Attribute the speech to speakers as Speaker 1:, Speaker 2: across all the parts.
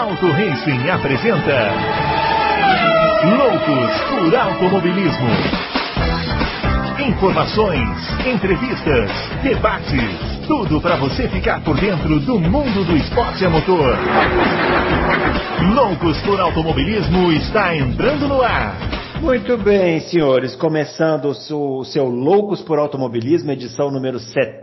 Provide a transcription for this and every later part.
Speaker 1: Auto Racing apresenta Loucos por Automobilismo. Informações, entrevistas, debates, tudo para você ficar por dentro do mundo do esporte a motor. Loucos por Automobilismo está entrando no ar.
Speaker 2: Muito bem, senhores, começando o seu Loucos por Automobilismo, edição número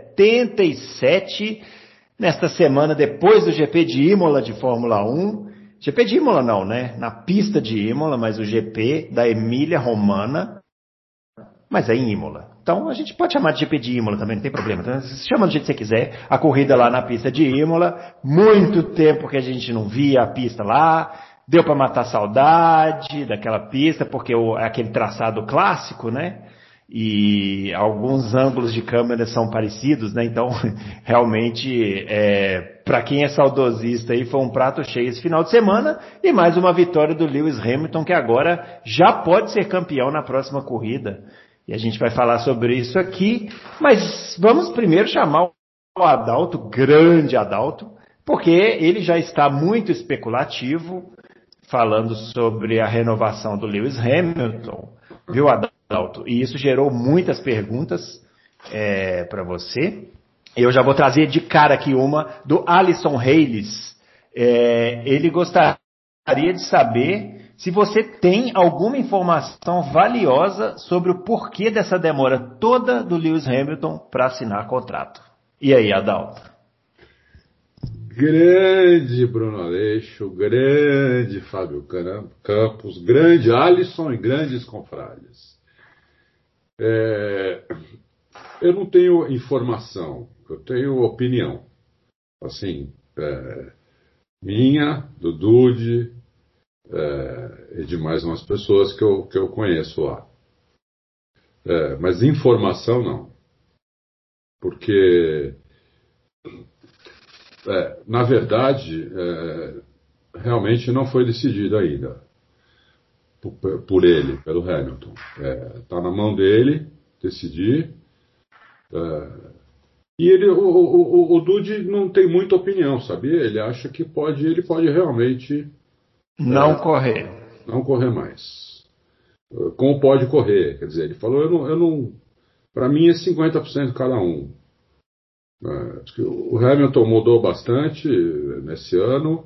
Speaker 2: 77, nesta semana depois do GP de Imola de Fórmula 1. GP de Imola não, né? Na pista de Imola, mas o GP da Emília-Romana, mas é em Imola. Então a gente pode chamar de GP de Imola também, não tem problema. Então, você chama do jeito que você quiser, a corrida lá na pista de Imola. Muito tempo que a gente não via a pista lá. Deu para matar saudade daquela pista, porque é aquele traçado clássico, né? E alguns ângulos de câmera são parecidos, né? Então, realmente, para quem é saudosista aí, foi um prato cheio esse final de semana. E mais uma vitória do Lewis Hamilton, que agora já pode ser campeão na próxima corrida. E a gente vai falar sobre isso aqui. Mas vamos primeiro chamar o Adalto, grande Adalto, porque ele já está muito especulativo, falando sobre a renovação do Lewis Hamilton, viu, Adalto? E isso gerou muitas perguntas para você. Eu já vou trazer de cara aqui uma do Alisson Reis. Ele gostaria de saber se você tem alguma informação valiosa sobre o porquê dessa demora toda do Lewis Hamilton para assinar contrato. E aí, Adalto?
Speaker 3: Grande Bruno Aleixo, grande Fábio Campos, grande Alisson e grandes confrades. Eu não tenho informação, eu tenho opinião. Assim, minha, do Dude, e de mais umas pessoas que eu conheço lá. Mas informação não. Porque... na verdade, realmente não foi decidido ainda por ele, pelo Hamilton. Está na mão dele decidir. E o Dude não tem muita opinião, sabia? Ele acha que ele pode realmente
Speaker 2: não correr.
Speaker 3: Não correr mais. Como pode correr? Quer dizer, ele falou, eu não para mim é 50% cada um. O Hamilton mudou bastante nesse ano.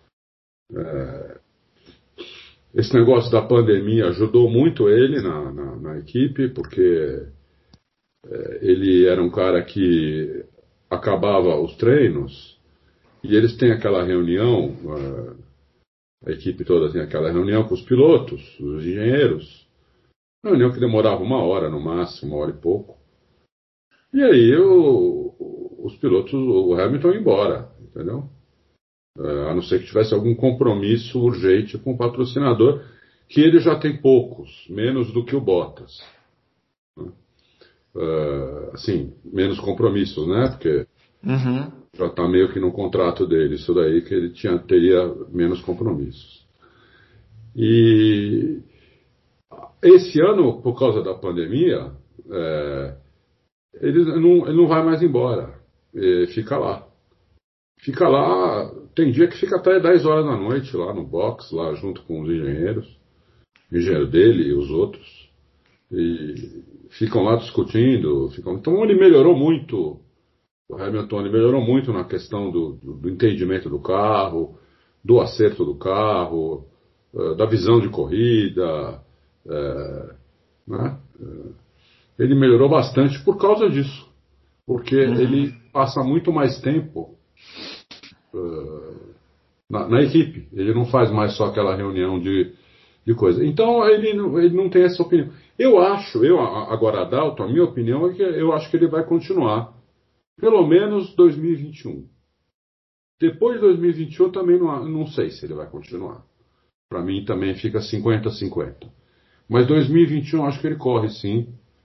Speaker 3: Esse negócio da pandemia ajudou muito ele na equipe, porque ele era um cara que acabava os treinos e eles têm aquela reunião, a equipe toda tem aquela reunião com os pilotos, os engenheiros, uma reunião que demorava 1 hora no máximo, 1 hora e pouco. E aí os pilotos, o Hamilton ia embora, entendeu? A não ser que tivesse algum compromisso urgente com o patrocinador, que ele já tem poucos, menos do que o Bottas. Assim, menos compromissos, né? Porque já está meio que no contrato dele, isso daí que ele teria menos compromissos. E esse ano, por causa da pandemia, ele não vai mais embora. Fica lá. Fica lá, tem dia que fica até 10 horas da noite lá no box, lá junto com os engenheiros, o engenheiro dele e os outros, e ficam lá discutindo. Então ele melhorou muito, o Hamilton melhorou muito na questão do entendimento do carro, do acerto do carro, da visão de corrida, né? Ele melhorou bastante por causa disso, porque ele passa muito mais tempo na equipe. Ele não faz mais só aquela reunião de coisa. Então ele não tem essa opinião. Agora, Adalto, a minha opinião é que eu acho que ele vai continuar pelo menos 2021. Depois de 2021 eu também não sei se ele vai continuar. Para mim também fica 50-50. Mas 2021 eu acho que ele corre sim.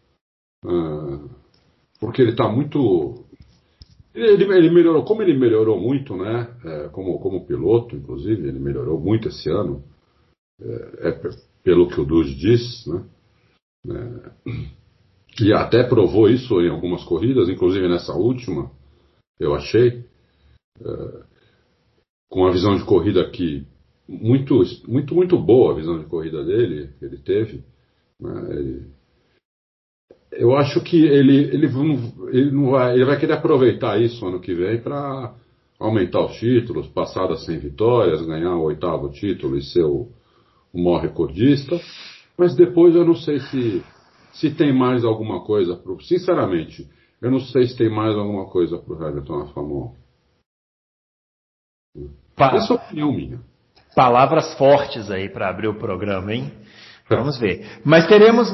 Speaker 3: Porque ele está muito... Ele melhorou, como ele melhorou muito, né? Como piloto, inclusive, ele melhorou muito esse ano. Pelo que o Dude diz, né? E até provou isso em algumas corridas, inclusive nessa última, eu achei. com a visão de corrida aqui muito boa, a visão de corrida dele, que ele teve, né? Eu acho que ele vai querer aproveitar isso ano que vem para aumentar os títulos, passar das 100 vitórias, ganhar o 8º título e ser o maior recordista. Mas depois eu não sei se tem mais alguma coisa sinceramente, eu não sei se tem mais alguma coisa pro Hamilton na Fórmula 1. Essa é a opinião minha.
Speaker 2: Palavras fortes aí para abrir o programa, hein? Vamos ver. Mas teremos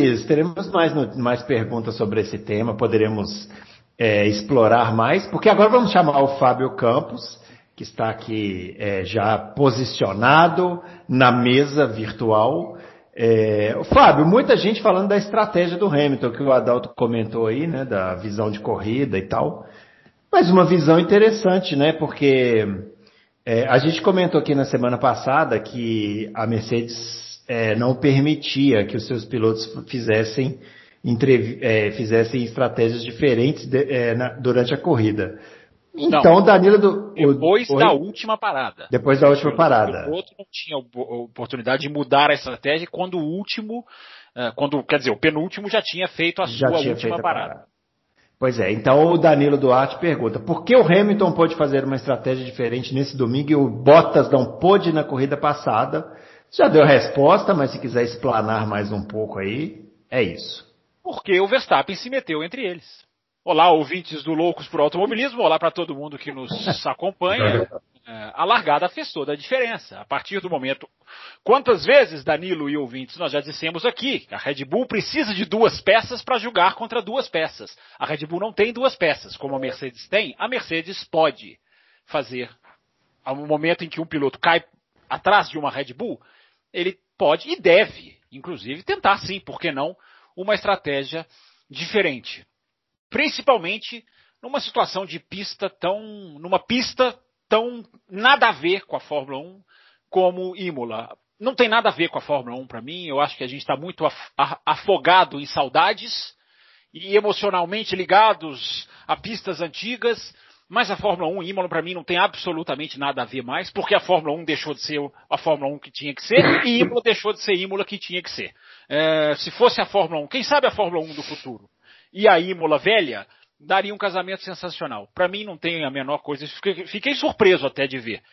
Speaker 2: mais perguntas sobre esse tema, poderemos explorar mais, porque agora vamos chamar o Fábio Campos, que está aqui já posicionado na mesa virtual. Fábio, muita gente falando da estratégia do Hamilton, que o Adalto comentou aí, né, da visão de corrida e tal, mas uma visão interessante, né, porque a gente comentou aqui na semana passada que a Mercedes não permitia que os seus pilotos fizessem estratégias diferentes durante a corrida. Então, o Danilo...
Speaker 4: Depois da última parada.
Speaker 2: Depois da última parada.
Speaker 4: O outro não tinha oportunidade de mudar a estratégia quando o último... o penúltimo já tinha feito a sua última parada.
Speaker 2: Pois é, então o Danilo Duarte pergunta, por que o Hamilton pôde fazer uma estratégia diferente nesse domingo e o Bottas não pôde na corrida passada? Já deu a resposta, mas se quiser explanar mais um pouco aí, é isso.
Speaker 4: Porque o Verstappen se meteu entre eles. Olá, ouvintes do Loucos por Automobilismo, olá para todo mundo que nos acompanha. A largada fez toda a diferença. A partir do momento... Quantas vezes, Danilo e ouvintes, nós já dissemos aqui, a Red Bull precisa de 2 peças para jogar contra 2 peças. A Red Bull não tem 2 peças, como a Mercedes tem. A Mercedes pode fazer, ao momento em que um piloto cai atrás de uma Red Bull, ele pode e deve, inclusive, tentar sim, por que não, uma estratégia diferente. Principalmente numa situação de numa pista tão nada a ver com a Fórmula 1 como Imola. Não tem nada a ver com a Fórmula 1 para mim, eu acho que a gente está muito afogado em saudades e emocionalmente ligados a pistas antigas, mas a Fórmula 1 Imola para mim não tem absolutamente nada a ver mais, porque a Fórmula 1 deixou de ser a Fórmula 1 que tinha que ser e Imola deixou de ser Imola que tinha que ser. Se fosse a Fórmula 1, quem sabe a Fórmula 1 do futuro? E a Imola velha daria um casamento sensacional. Para mim não tem a menor coisa. Fiquei surpreso até de ver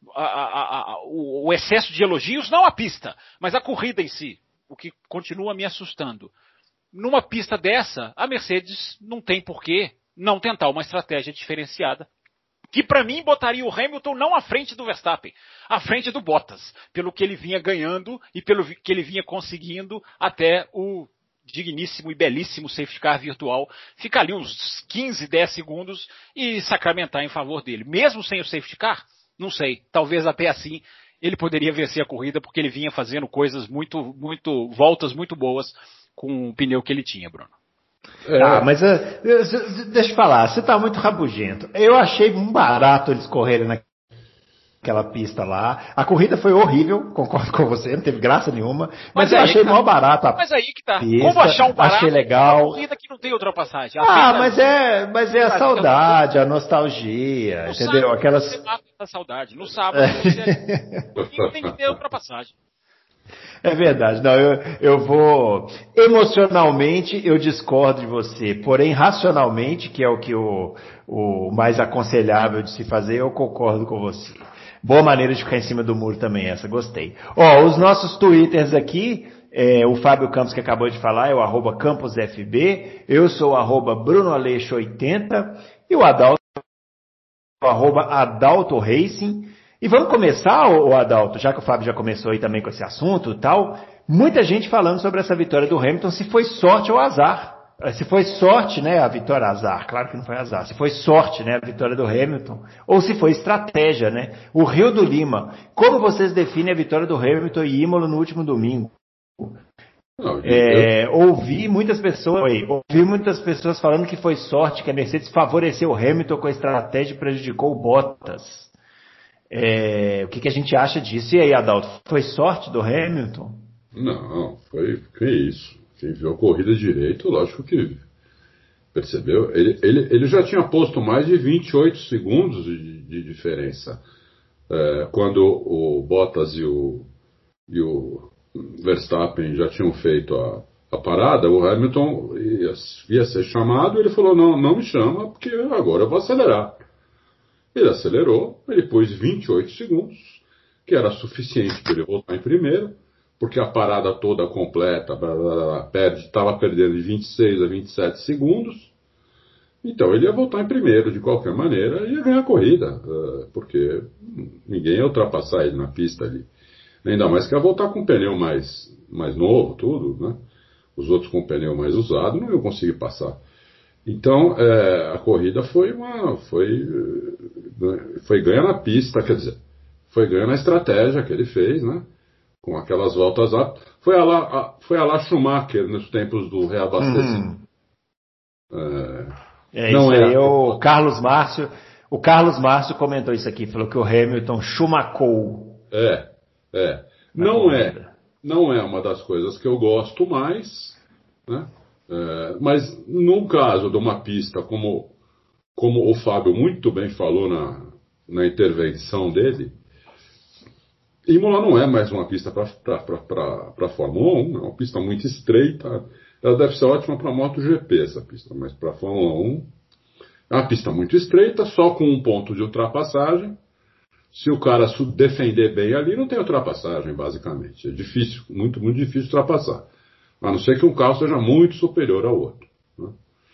Speaker 4: o excesso de elogios, não a pista, mas a corrida em si, o que continua me assustando. Numa pista dessa, a Mercedes não tem porquê não tentar uma estratégia diferenciada, que para mim botaria o Hamilton não à frente do Verstappen, à frente do Bottas, pelo que ele vinha ganhando e pelo que ele vinha conseguindo até o digníssimo e belíssimo safety car virtual, ficar ali uns 15, 10 segundos e sacramentar em favor dele. Mesmo sem o safety car, não sei, talvez até assim ele poderia vencer a corrida, porque ele vinha fazendo coisas voltas muito boas com o pneu que ele tinha, Bruno.
Speaker 2: Mas deixa eu falar, você tá muito rabugento. Eu achei um barato eles correrem naquela pista lá. A corrida foi horrível, concordo com você, não teve graça nenhuma. Mas eu achei mó barato a
Speaker 4: Mas aí que tá.
Speaker 2: Pista,
Speaker 4: como achar um barato?
Speaker 2: Achei legal.
Speaker 4: Uma corrida que não tem ultrapassagem.
Speaker 2: Mas é a saudade, a nostalgia,
Speaker 4: no
Speaker 2: entendeu?
Speaker 4: Sábado,
Speaker 2: Aquelas...
Speaker 4: Você mata a saudade. No sábado, você tem que ter ultrapassagem.
Speaker 2: É verdade, não, eu vou, emocionalmente eu discordo de você, porém racionalmente, que é o que o mais aconselhável de se fazer, eu concordo com você. Boa maneira de ficar em cima do muro também essa, gostei. Os nossos twitters aqui, o Fábio Campos que acabou de falar é o @CamposFB, eu sou o @BrunoAleixo80 e o Adalto, o @Adalto Racing. E vamos começar, Adalto, já que o Fábio já começou aí também com esse assunto e tal, muita gente falando sobre essa vitória do Hamilton, se foi sorte ou azar. Se foi sorte, né, a vitória, azar, claro que não foi azar. Se foi sorte, né, a vitória do Hamilton, ou se foi estratégia, né. O Rio do Lima, como vocês definem a vitória do Hamilton e Imola no último domingo? Ouvi muitas pessoas falando que foi sorte, que a Mercedes favoreceu o Hamilton com a estratégia e prejudicou o Bottas. O que a gente acha disso? E aí, Adalto, foi sorte do Hamilton?
Speaker 3: Não, foi isso. Quem viu a corrida direito, lógico que percebeu. Ele já tinha posto mais de 28 segundos de diferença quando o Bottas e o Verstappen já tinham feito a parada, o Hamilton ia ser chamado e ele falou, não me chama, porque agora eu vou acelerar. Ele acelerou, ele pôs 28 segundos, que era suficiente para ele voltar em primeiro, porque a parada toda completa estava perdendo de 26 a 27 segundos, então ele ia voltar em primeiro de qualquer maneira e ia ganhar a corrida, porque ninguém ia ultrapassar ele na pista ali. Ainda mais que ia voltar com um pneu mais novo, tudo, né? Os outros com um pneu mais usado não iam conseguir passar. Então, a corrida foi ganha na pista, quer dizer, foi ganha na estratégia que ele fez, né? Com aquelas voltas lá. Foi a lá Schumacher nos tempos do reabastecimento.
Speaker 2: Isso aí, o Carlos Márcio comentou isso aqui, falou que o Hamilton chumacou.
Speaker 3: Não é uma das coisas que eu gosto mais, né? Mas no caso de uma pista como o Fábio muito bem falou na intervenção dele, Imola não é mais uma pista para Fórmula 1, é uma pista muito estreita. Ela deve ser ótima para MotoGP, essa pista, mas para Fórmula 1 é uma pista muito estreita, só com um ponto de ultrapassagem. Se o cara defender bem ali, não tem ultrapassagem, basicamente. É difícil, muito, muito difícil ultrapassar. A não ser que um carro seja muito superior ao outro, né?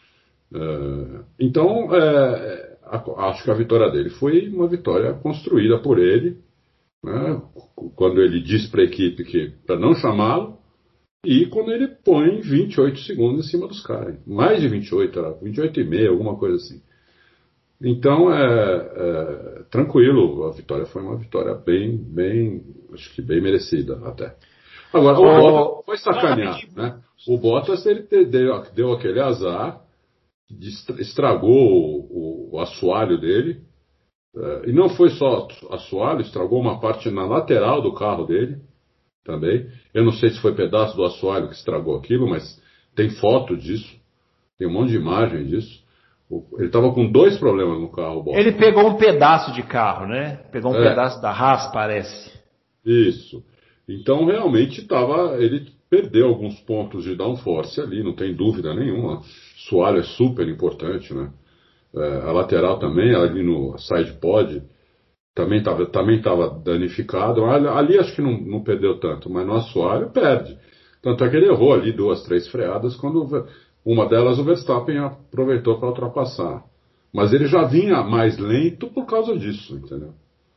Speaker 3: Então, acho que a vitória dele foi uma vitória construída por ele, né? Quando ele diz para a equipe que para não chamá-lo, e quando ele põe 28 segundos em cima dos caras. Mais de 28, era 28 e meio, alguma coisa assim. Então, tranquilo, a vitória foi uma vitória acho que bem merecida até. Agora, o Bottas foi sacaneado, né? O Bottas, ele deu aquele azar, estragou o assoalho dele, e não foi só assoalho, estragou uma parte na lateral do carro dele também. Eu não sei se foi pedaço do assoalho que estragou aquilo, mas tem foto disso, tem um monte de imagem disso. Ele estava com 2 problemas no carro, Bottas.
Speaker 2: Ele pegou um pedaço de carro, né? Pegou um pedaço da Haas, parece.
Speaker 3: Isso. Então, realmente, ele perdeu alguns pontos de downforce ali, não tem dúvida nenhuma. O soalho é super importante, né? A lateral também, ali no side pod, também estava danificado. Ali acho que não perdeu tanto, mas no assoalho perde. Tanto é que ele errou ali 2, 3 freadas, quando uma delas o Verstappen aproveitou para ultrapassar. Mas ele já vinha mais lento por causa disso, entendeu?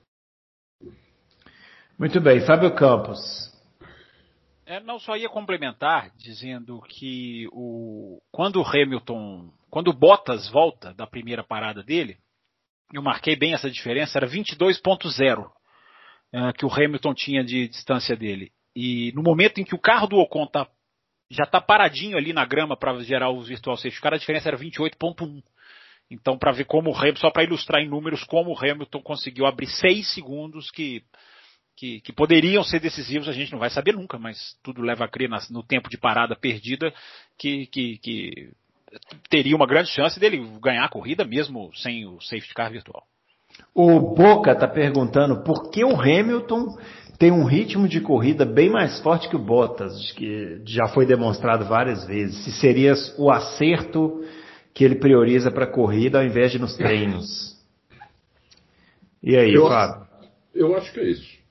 Speaker 2: Muito bem, Fábio Campos.
Speaker 4: Não, só ia complementar dizendo que quando o Bottas volta da primeira parada dele, eu marquei bem essa diferença, era 22.0 que o Hamilton tinha de distância dele. E no momento em que o carro do Ocon já está paradinho ali na grama para gerar o virtual safety car, a diferença era 28.1. Então, para ver como o Hamilton, só para ilustrar em números como o Hamilton conseguiu abrir 6 segundos que poderiam ser decisivos, a gente não vai saber nunca, mas tudo leva a crer no tempo de parada perdida que teria uma grande chance dele ganhar a corrida mesmo sem o safety car virtual.
Speaker 2: O Boca está perguntando por que o Hamilton tem um ritmo de corrida bem mais forte que o Bottas, que já foi demonstrado várias vezes. Se seria o acerto que ele prioriza para a corrida ao invés de nos treinos. E aí, Fábio?
Speaker 3: Eu acho que é isso.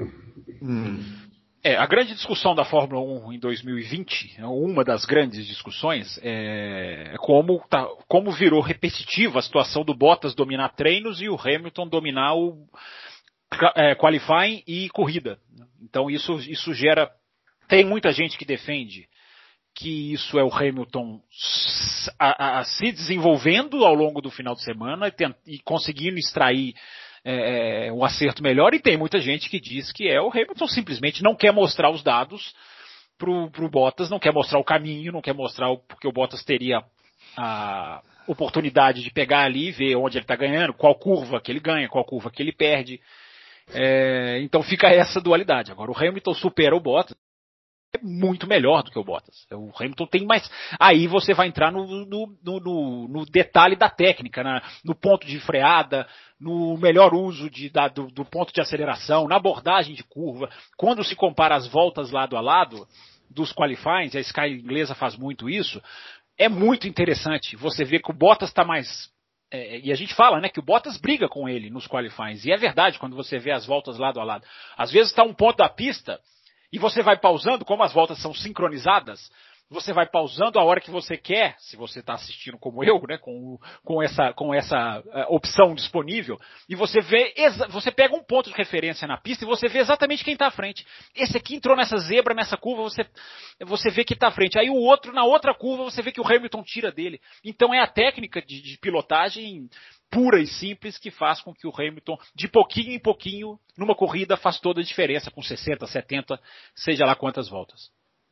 Speaker 4: A grande discussão da Fórmula 1 em 2020, uma das grandes discussões, é como virou repetitiva a situação do Bottas dominar treinos e o Hamilton dominar o qualifying e corrida. Então isso gera... Tem muita gente que defende que isso é o Hamilton se desenvolvendo ao longo do final de semana e conseguindo extrair um acerto melhor, e tem muita gente que diz que o Hamilton simplesmente não quer mostrar os dados pro Bottas, não quer mostrar o caminho, não quer mostrar porque o Bottas teria a oportunidade de pegar ali e ver onde ele está ganhando, qual curva que ele ganha, qual curva que ele perde. Então fica essa dualidade. Agora o Hamilton supera o Bottas, muito melhor do que o Bottas. O Hamilton tem mais. Aí você vai entrar no detalhe da técnica, no ponto de freada, no melhor uso do ponto de aceleração, na abordagem de curva. Quando se compara as voltas lado a lado dos qualifyings, a Sky inglesa faz muito isso, é muito interessante. Você vê que o Bottas está mais. E a gente fala, né, que o Bottas briga com ele nos qualifyings. E é verdade quando você vê as voltas lado a lado. Às vezes está um ponto da pista. E você vai pausando, como as voltas são sincronizadas, você vai pausando a hora que você quer, se você está assistindo como eu, né, com essa opção disponível, e você pega um ponto de referência na pista e você vê exatamente quem está à frente. Esse aqui entrou nessa zebra, nessa curva, você vê que está à frente. Aí o outro, na outra curva, você vê que o Hamilton tira dele. Então é a técnica de pilotagem pura e simples que faz com que o Hamilton, de pouquinho em pouquinho, numa corrida, faz toda a diferença, com 60, 70, seja lá quantas voltas.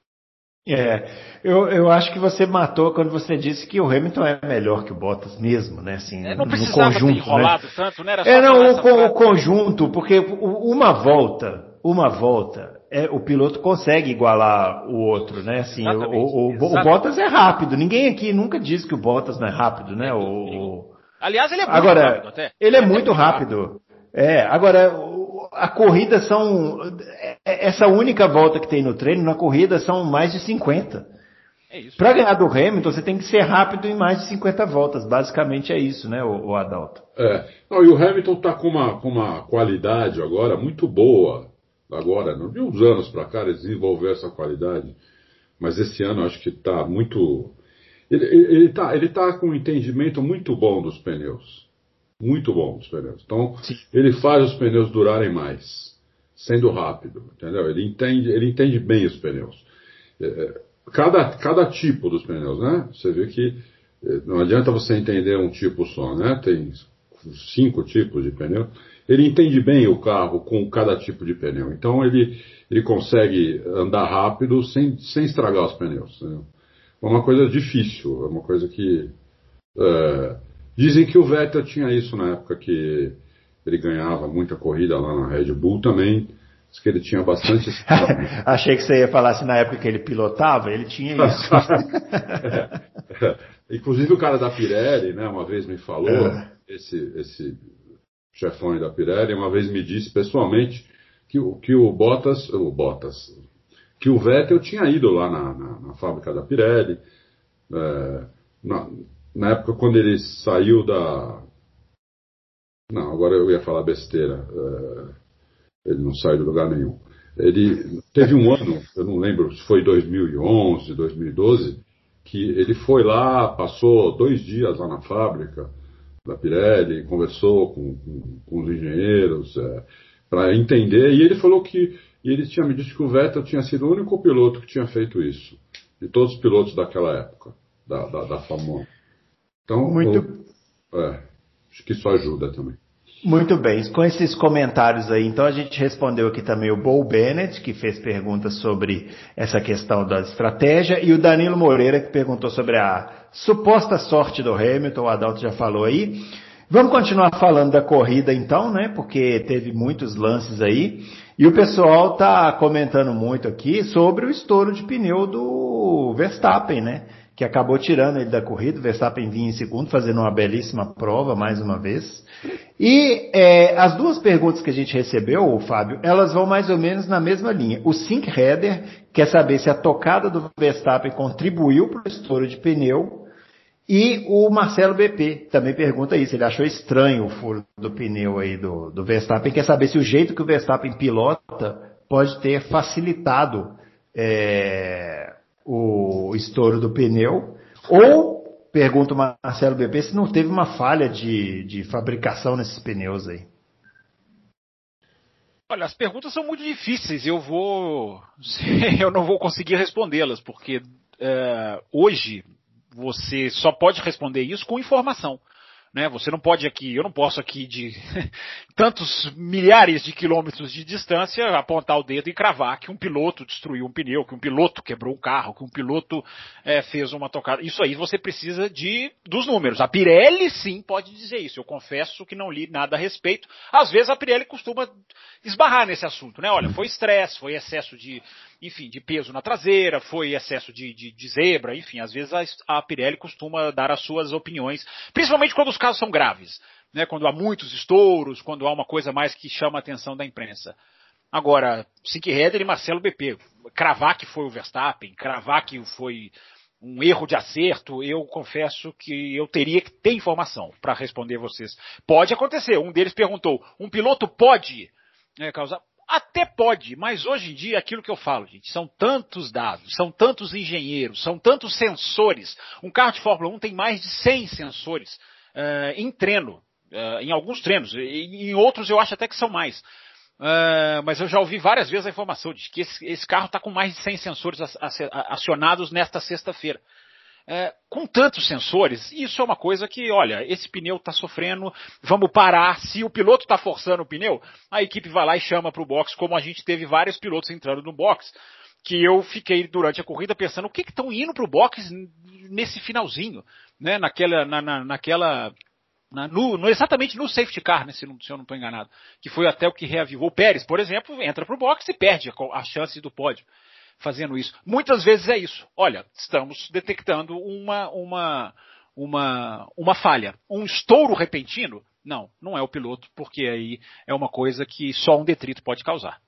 Speaker 2: Eu acho que você matou quando você disse que o Hamilton é melhor que o Bottas mesmo, né? Assim,
Speaker 4: não precisava
Speaker 2: no conjunto,
Speaker 4: ter enrolado, né? Tanto, não era
Speaker 2: só o conjunto, porque uma volta, o piloto consegue igualar o outro, né? Assim, o Bottas é rápido. Ninguém aqui nunca disse que o Bottas não é rápido, né?
Speaker 4: Aliás, ele é muito rápido até.
Speaker 2: Ele é muito rápido. Agora, a corrida essa única volta que tem no treino, na corrida são mais de 50. É isso. Para ganhar do Hamilton, você tem que ser rápido em mais de 50 voltas. Basicamente é isso, né, o Adalto?
Speaker 3: Não, e o Hamilton está com uma qualidade agora muito boa. Agora, de uns anos para cá, ele desenvolveu essa qualidade. Mas esse ano eu acho que está muito. Ele tá com um entendimento muito bom dos pneus. Muito bom dos pneus. Então, sim, ele faz os pneus durarem mais, sendo rápido, entendeu? Ele entende bem os pneus. Cada tipo dos pneus, né? Você vê que não adianta você entender um tipo só, né? Tem 5 tipos de pneu. Ele entende bem o carro com cada tipo de pneu. Então, ele consegue andar rápido sem estragar os pneus, entendeu? É uma coisa difícil, é uma coisa que... Dizem que o Vettel tinha isso na época que ele ganhava muita corrida lá na Red Bull também. Diz que ele tinha bastante...
Speaker 2: Achei que você ia falar assim, na época que ele pilotava, ele tinha isso.
Speaker 3: Inclusive o cara da Pirelli, né, uma vez me falou, esse chefão da Pirelli, uma vez me disse pessoalmente que o Bottas, que o Vettel tinha ido lá na fábrica da Pirelli, na época quando ele saiu da... Não, agora eu ia falar besteira. Ele não saiu de lugar nenhum. Ele teve um ano, eu não lembro se foi 2011, 2012, que ele foi lá, passou 2 dias lá na fábrica da Pirelli, conversou com os engenheiros para entender, e ele falou que... E ele tinha me dito que o Vettel tinha sido o único piloto que tinha feito isso, de todos os pilotos daquela época, da Fórmula 1. Então, acho que isso ajuda também.
Speaker 2: Muito bem, com esses comentários aí, então a gente respondeu aqui também o Bo Bennett, que fez perguntas sobre essa questão da estratégia, e o Danilo Moreira, que perguntou sobre a suposta sorte do Hamilton, o Adalto já falou aí. Vamos continuar falando da corrida então, né, porque teve muitos lances aí, e o pessoal está comentando muito aqui sobre o estouro de pneu do Verstappen, né, que acabou tirando ele da corrida. O Verstappen vinha em segundo, fazendo uma belíssima prova, mais uma vez. E as 2 perguntas que a gente recebeu, Fábio, elas vão mais ou menos na mesma linha. O Sink Header quer saber se a tocada do Verstappen contribuiu para o estouro de pneu. E o Marcelo BP também pergunta isso, ele achou estranho o furo do pneu aí do Verstappen, quer saber se o jeito que o Verstappen pilota pode ter facilitado o estouro do pneu, ou, pergunta o Marcelo BP, se não teve uma falha de fabricação nesses pneus aí.
Speaker 4: Olha, as perguntas são muito difíceis, eu não vou conseguir respondê-las, porque hoje você só pode responder isso com informação. Né? Você não pode eu não posso aqui de tantos milhares de quilômetros de distância apontar o dedo e cravar que um piloto destruiu um pneu, que um piloto quebrou um carro, que um piloto fez uma tocada. Isso aí você precisa dos números. A Pirelli sim pode dizer isso. Eu confesso que não li nada a respeito. Às vezes a Pirelli costuma esbarrar nesse assunto, né? Olha, foi estresse, foi excesso de... enfim, de peso na traseira, foi excesso de zebra, enfim, às vezes a Pirelli costuma dar as suas opiniões, principalmente quando os casos são graves, né, quando há muitos estouros, quando há uma coisa mais que chama a atenção da imprensa. Agora, Sink Header e Marcelo BP, cravar que foi o Verstappen, cravar que foi um erro de acerto, eu confesso que eu teria que ter informação para responder vocês. Pode acontecer, um deles perguntou, um piloto pode causar? Até pode, mas hoje em dia, aquilo que eu falo, gente, são tantos dados, são tantos engenheiros, são tantos sensores. Um carro de Fórmula 1 tem mais de 100 sensores em treino, em alguns treinos, em outros eu acho até que são mais. Mas eu já ouvi várias vezes a informação de que esse carro está com mais de 100 sensores acionados nesta sexta-feira. Com tantos sensores, isso é uma coisa que, olha, esse pneu está sofrendo, vamos parar. Se o piloto está forçando o pneu, a equipe vai lá e chama para o box, como a gente teve vários pilotos entrando no box, que eu fiquei durante a corrida pensando, o que estão indo para o box nesse finalzinho, né? Exatamente no safety car, né, se eu não estou enganado, que foi até o que reavivou. O Pérez, por exemplo, entra para o box e perde a chance do pódio fazendo isso. Muitas vezes é isso. Olha, estamos detectando uma falha. Um estouro repentino? Não é o piloto, porque aí é uma coisa que só um detrito pode causar.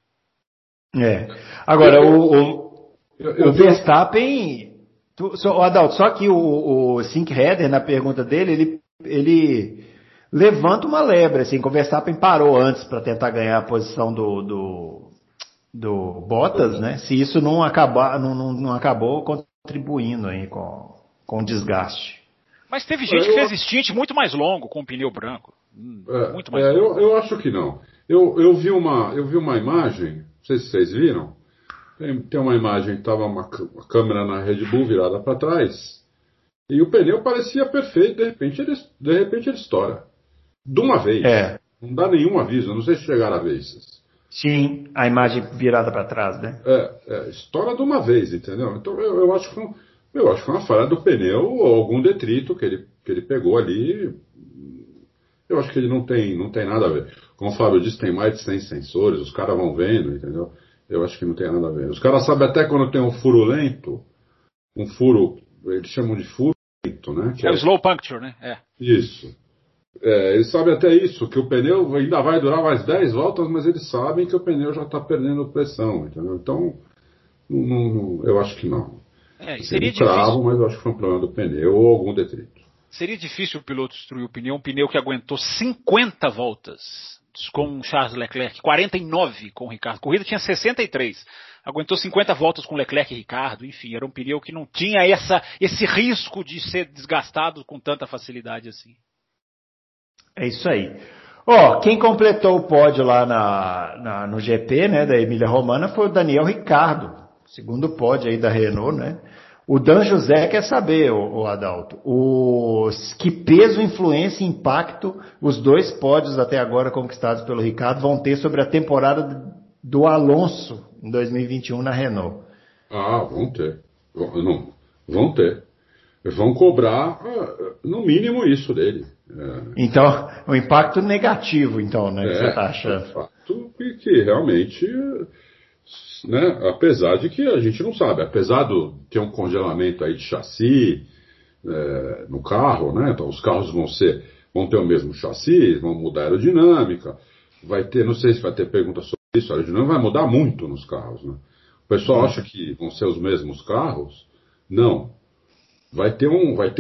Speaker 2: Agora, o Verstappen... Adalto, só que o Sink Header, na pergunta dele, ele levanta uma lebre, assim, que o Verstappen parou antes para tentar ganhar a posição do Bottas, né? Se isso não acabou contribuindo aí com o desgaste.
Speaker 4: Mas teve gente que fez stint muito mais longo com o pneu branco. Muito mais longo.
Speaker 3: Eu acho que não. Eu vi uma imagem, não sei se vocês viram. Tem uma imagem que estava uma câmera na Red Bull virada para trás e o pneu parecia perfeito, de repente ele estoura. De uma vez. Não dá nenhum aviso, não sei se chegaram a ver isso.
Speaker 2: Sim, a imagem virada para trás, né?
Speaker 3: Estoura de uma vez, entendeu? Então eu acho que foi uma falha do pneu ou algum detrito que ele pegou ali. Eu acho que ele não tem nada a ver. Como o Fábio disse, tem mais de 100 sensores, os caras vão vendo, entendeu? Eu acho que não tem nada a ver. Os caras sabem até quando tem um furo lento, eles chamam de furo lento, né?
Speaker 4: Que é o slow puncture, né?
Speaker 3: Isso. Eles sabem até isso, que o pneu ainda vai durar mais 10 voltas, mas eles sabem que o pneu já está perdendo pressão, entendeu? Então, eu acho que não.
Speaker 4: Seria
Speaker 3: difícil, mas eu acho que foi um problema do pneu ou algum detrito.
Speaker 4: Seria difícil o piloto destruir o pneu, um pneu que aguentou 50 voltas com Charles Leclerc, 49 com o Ricardo. A corrida tinha 63. Aguentou 50 voltas com Leclerc e Ricardo. Enfim, era um pneu que não tinha esse risco de ser desgastado com tanta facilidade assim.
Speaker 2: É isso aí. Quem completou o pódio lá no GP, né, da Emília-Romagna foi o Daniel Ricciardo. Segundo pódio aí da Renault, né? O Dan José quer saber, o Adalto, que peso, influência e impacto os dois pódios até agora conquistados pelo Ricardo vão ter sobre a temporada do Alonso em 2021 na Renault.
Speaker 3: Vão ter. Vão ter. Vão cobrar, no mínimo, isso dele.
Speaker 2: Então, um impacto negativo, então, né, que você está achando?
Speaker 3: Um impacto que realmente... Né? Apesar de que a gente não sabe, apesar de ter um congelamento aí de chassi no carro, né? Então os carros vão ter o mesmo chassi, vão mudar a aerodinâmica, vai ter, não sei se vai ter pergunta sobre isso, a aerodinâmica vai mudar muito nos carros, né? O pessoal acha que vão ser os mesmos carros? Não. Vai ter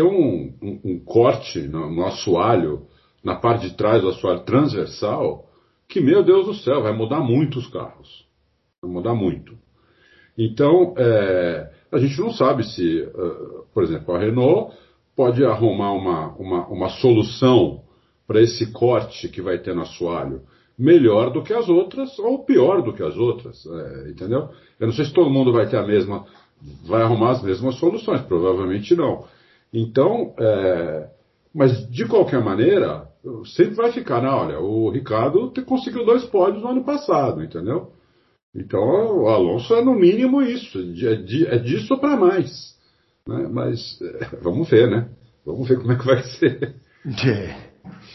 Speaker 3: um corte no assoalho, na parte de trás do assoalho transversal, que, meu Deus do céu, vai mudar muito os carros. Vai mudar muito. Então, a gente não sabe se, por exemplo, a Renault pode arrumar uma solução para esse corte que vai ter no assoalho melhor do que as outras ou pior do que as outras, entendeu? Eu não sei se todo mundo vai arrumar as mesmas soluções, provavelmente não. Então, mas de qualquer maneira, sempre vai ficar, olha, o Ricardo conseguiu 2 pódios no ano passado, entendeu? Então, o Alonso é no mínimo isso, é disso para mais. Né? Mas vamos ver, né? Vamos ver como é que vai ser.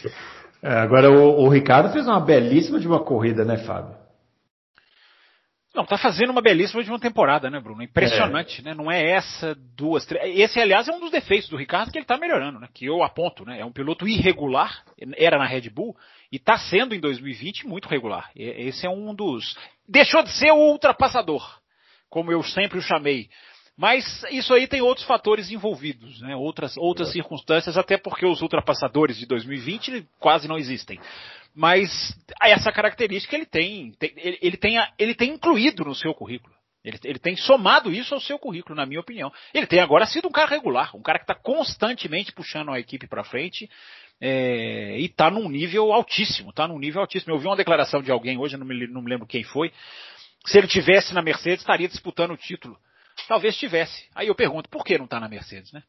Speaker 2: Agora, o Ricardo fez uma belíssima de uma corrida, né, Fábio?
Speaker 4: Não, tá fazendo uma belíssima de uma temporada, né, Bruno? Impressionante, né? Não é essa, duas, três. Esse, aliás, é um dos defeitos do Ricardo que ele tá melhorando, né? Que eu aponto, né? É um piloto irregular, era na Red Bull, e tá sendo em 2020 muito regular. Esse é um dos... Deixou de ser o ultrapassador, como eu sempre o chamei. Mas isso aí tem outros fatores envolvidos, né? Outras circunstâncias, até porque os ultrapassadores de 2020 quase não existem. Mas essa característica ele tem incluído no seu currículo. Ele tem somado isso ao seu currículo, na minha opinião. Ele tem agora sido um cara regular, um cara que está constantemente puxando a equipe para frente e está num nível altíssimo. Eu vi uma declaração de alguém hoje, eu não me lembro quem foi. Se ele tivesse na Mercedes, estaria disputando o título. Talvez tivesse. Aí eu pergunto, por que não está na Mercedes, né?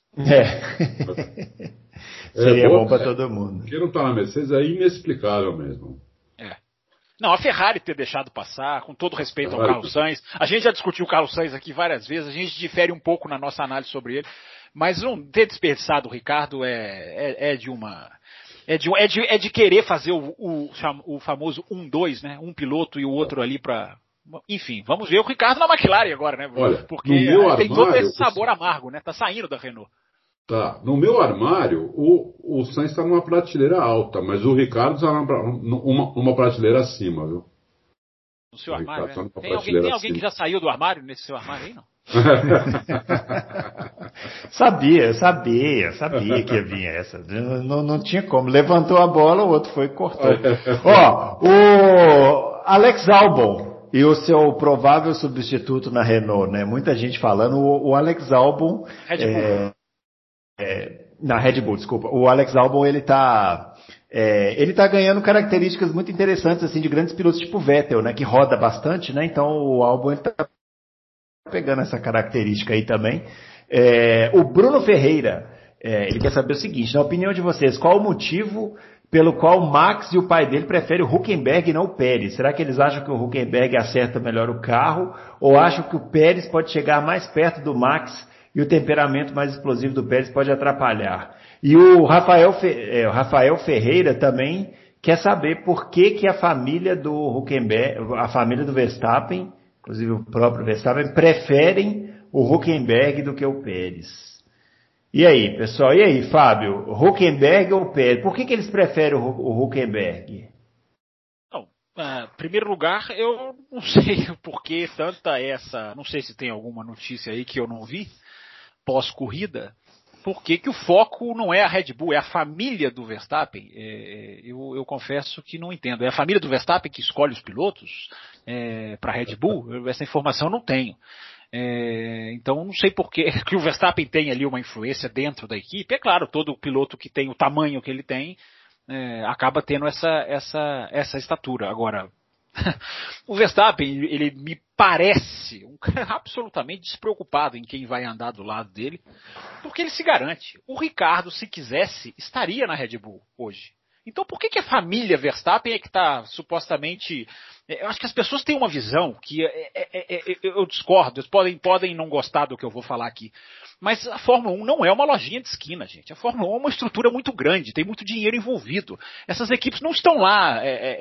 Speaker 2: Seria bom para todo mundo.
Speaker 3: Quem não está na Mercedes é inexplicável mesmo.
Speaker 4: Não, a Ferrari ter deixado passar, com todo respeito ao Carlos Sainz. A gente já discutiu o Carlos Sainz aqui várias vezes, a gente difere um pouco na nossa análise sobre ele, mas não ter desperdiçado o Ricardo é de querer fazer o famoso 1-2, né? Um piloto e o outro ali para... Enfim, vamos ver o Ricardo na McLaren agora, né?
Speaker 3: Olha,
Speaker 4: porque tem todo esse sabor amargo, né? Tá saindo da Renault.
Speaker 3: Tá. No meu armário, o Sainz está numa prateleira alta, mas o Ricardo está numa prateleira acima, viu?
Speaker 4: No seu armário, né? Tem alguém que já saiu do armário nesse seu armário aí, não?
Speaker 2: Sabia que ia vir essa. Não tinha como. Levantou a bola, o outro foi e cortou. O Alex Albon e o seu provável substituto na Renault, né? Muita gente falando. O Alex Albon... na Red Bull, desculpa. O Alex Albon, ele tá ganhando características muito interessantes, assim, de grandes pilotos tipo Vettel, né? Que roda bastante, né? Então o Albon, ele tá pegando essa característica aí também. O Bruno Ferreira, ele quer saber o seguinte, na opinião de vocês, qual o motivo pelo qual o Max e o pai dele preferem o Hülkenberg e não o Pérez? Será que eles acham que o Hülkenberg acerta melhor o carro? Ou acham que o Pérez pode chegar mais perto do Max e o temperamento mais explosivo do Pérez pode atrapalhar? E o Rafael Ferreira também quer saber por que a família do Hülkenberg, a família do Verstappen, inclusive o próprio Verstappen, preferem o Hülkenberg do que o Pérez. E aí, pessoal? E aí, Fábio? Hülkenberg ou Pérez? Por que eles preferem o Hülkenberg?
Speaker 4: Em primeiro lugar, eu não sei por que tanta essa... Não sei se tem alguma notícia aí que eu não vi, pós-corrida, por que o foco não é a Red Bull, é a família do Verstappen? Eu confesso que não entendo. É a família do Verstappen que escolhe os pilotos para a Red Bull? Essa informação eu não tenho. Então não sei por que o Verstappen tem ali uma influência dentro da equipe. É claro, todo piloto que tem o tamanho que ele tem acaba tendo essa estatura. Agora, o Verstappen, ele me parece um cara absolutamente despreocupado em quem vai andar do lado dele, porque ele se garante. O Ricardo, se quisesse, estaria na Red Bull hoje. Então por que a família Verstappen é que está supostamente... Eu acho que as pessoas têm uma visão que eu discordo, eles podem não gostar do que eu vou falar aqui, mas a Fórmula 1 não é uma lojinha de esquina, gente. A Fórmula 1 é uma estrutura muito grande, tem muito dinheiro envolvido. Essas equipes não estão lá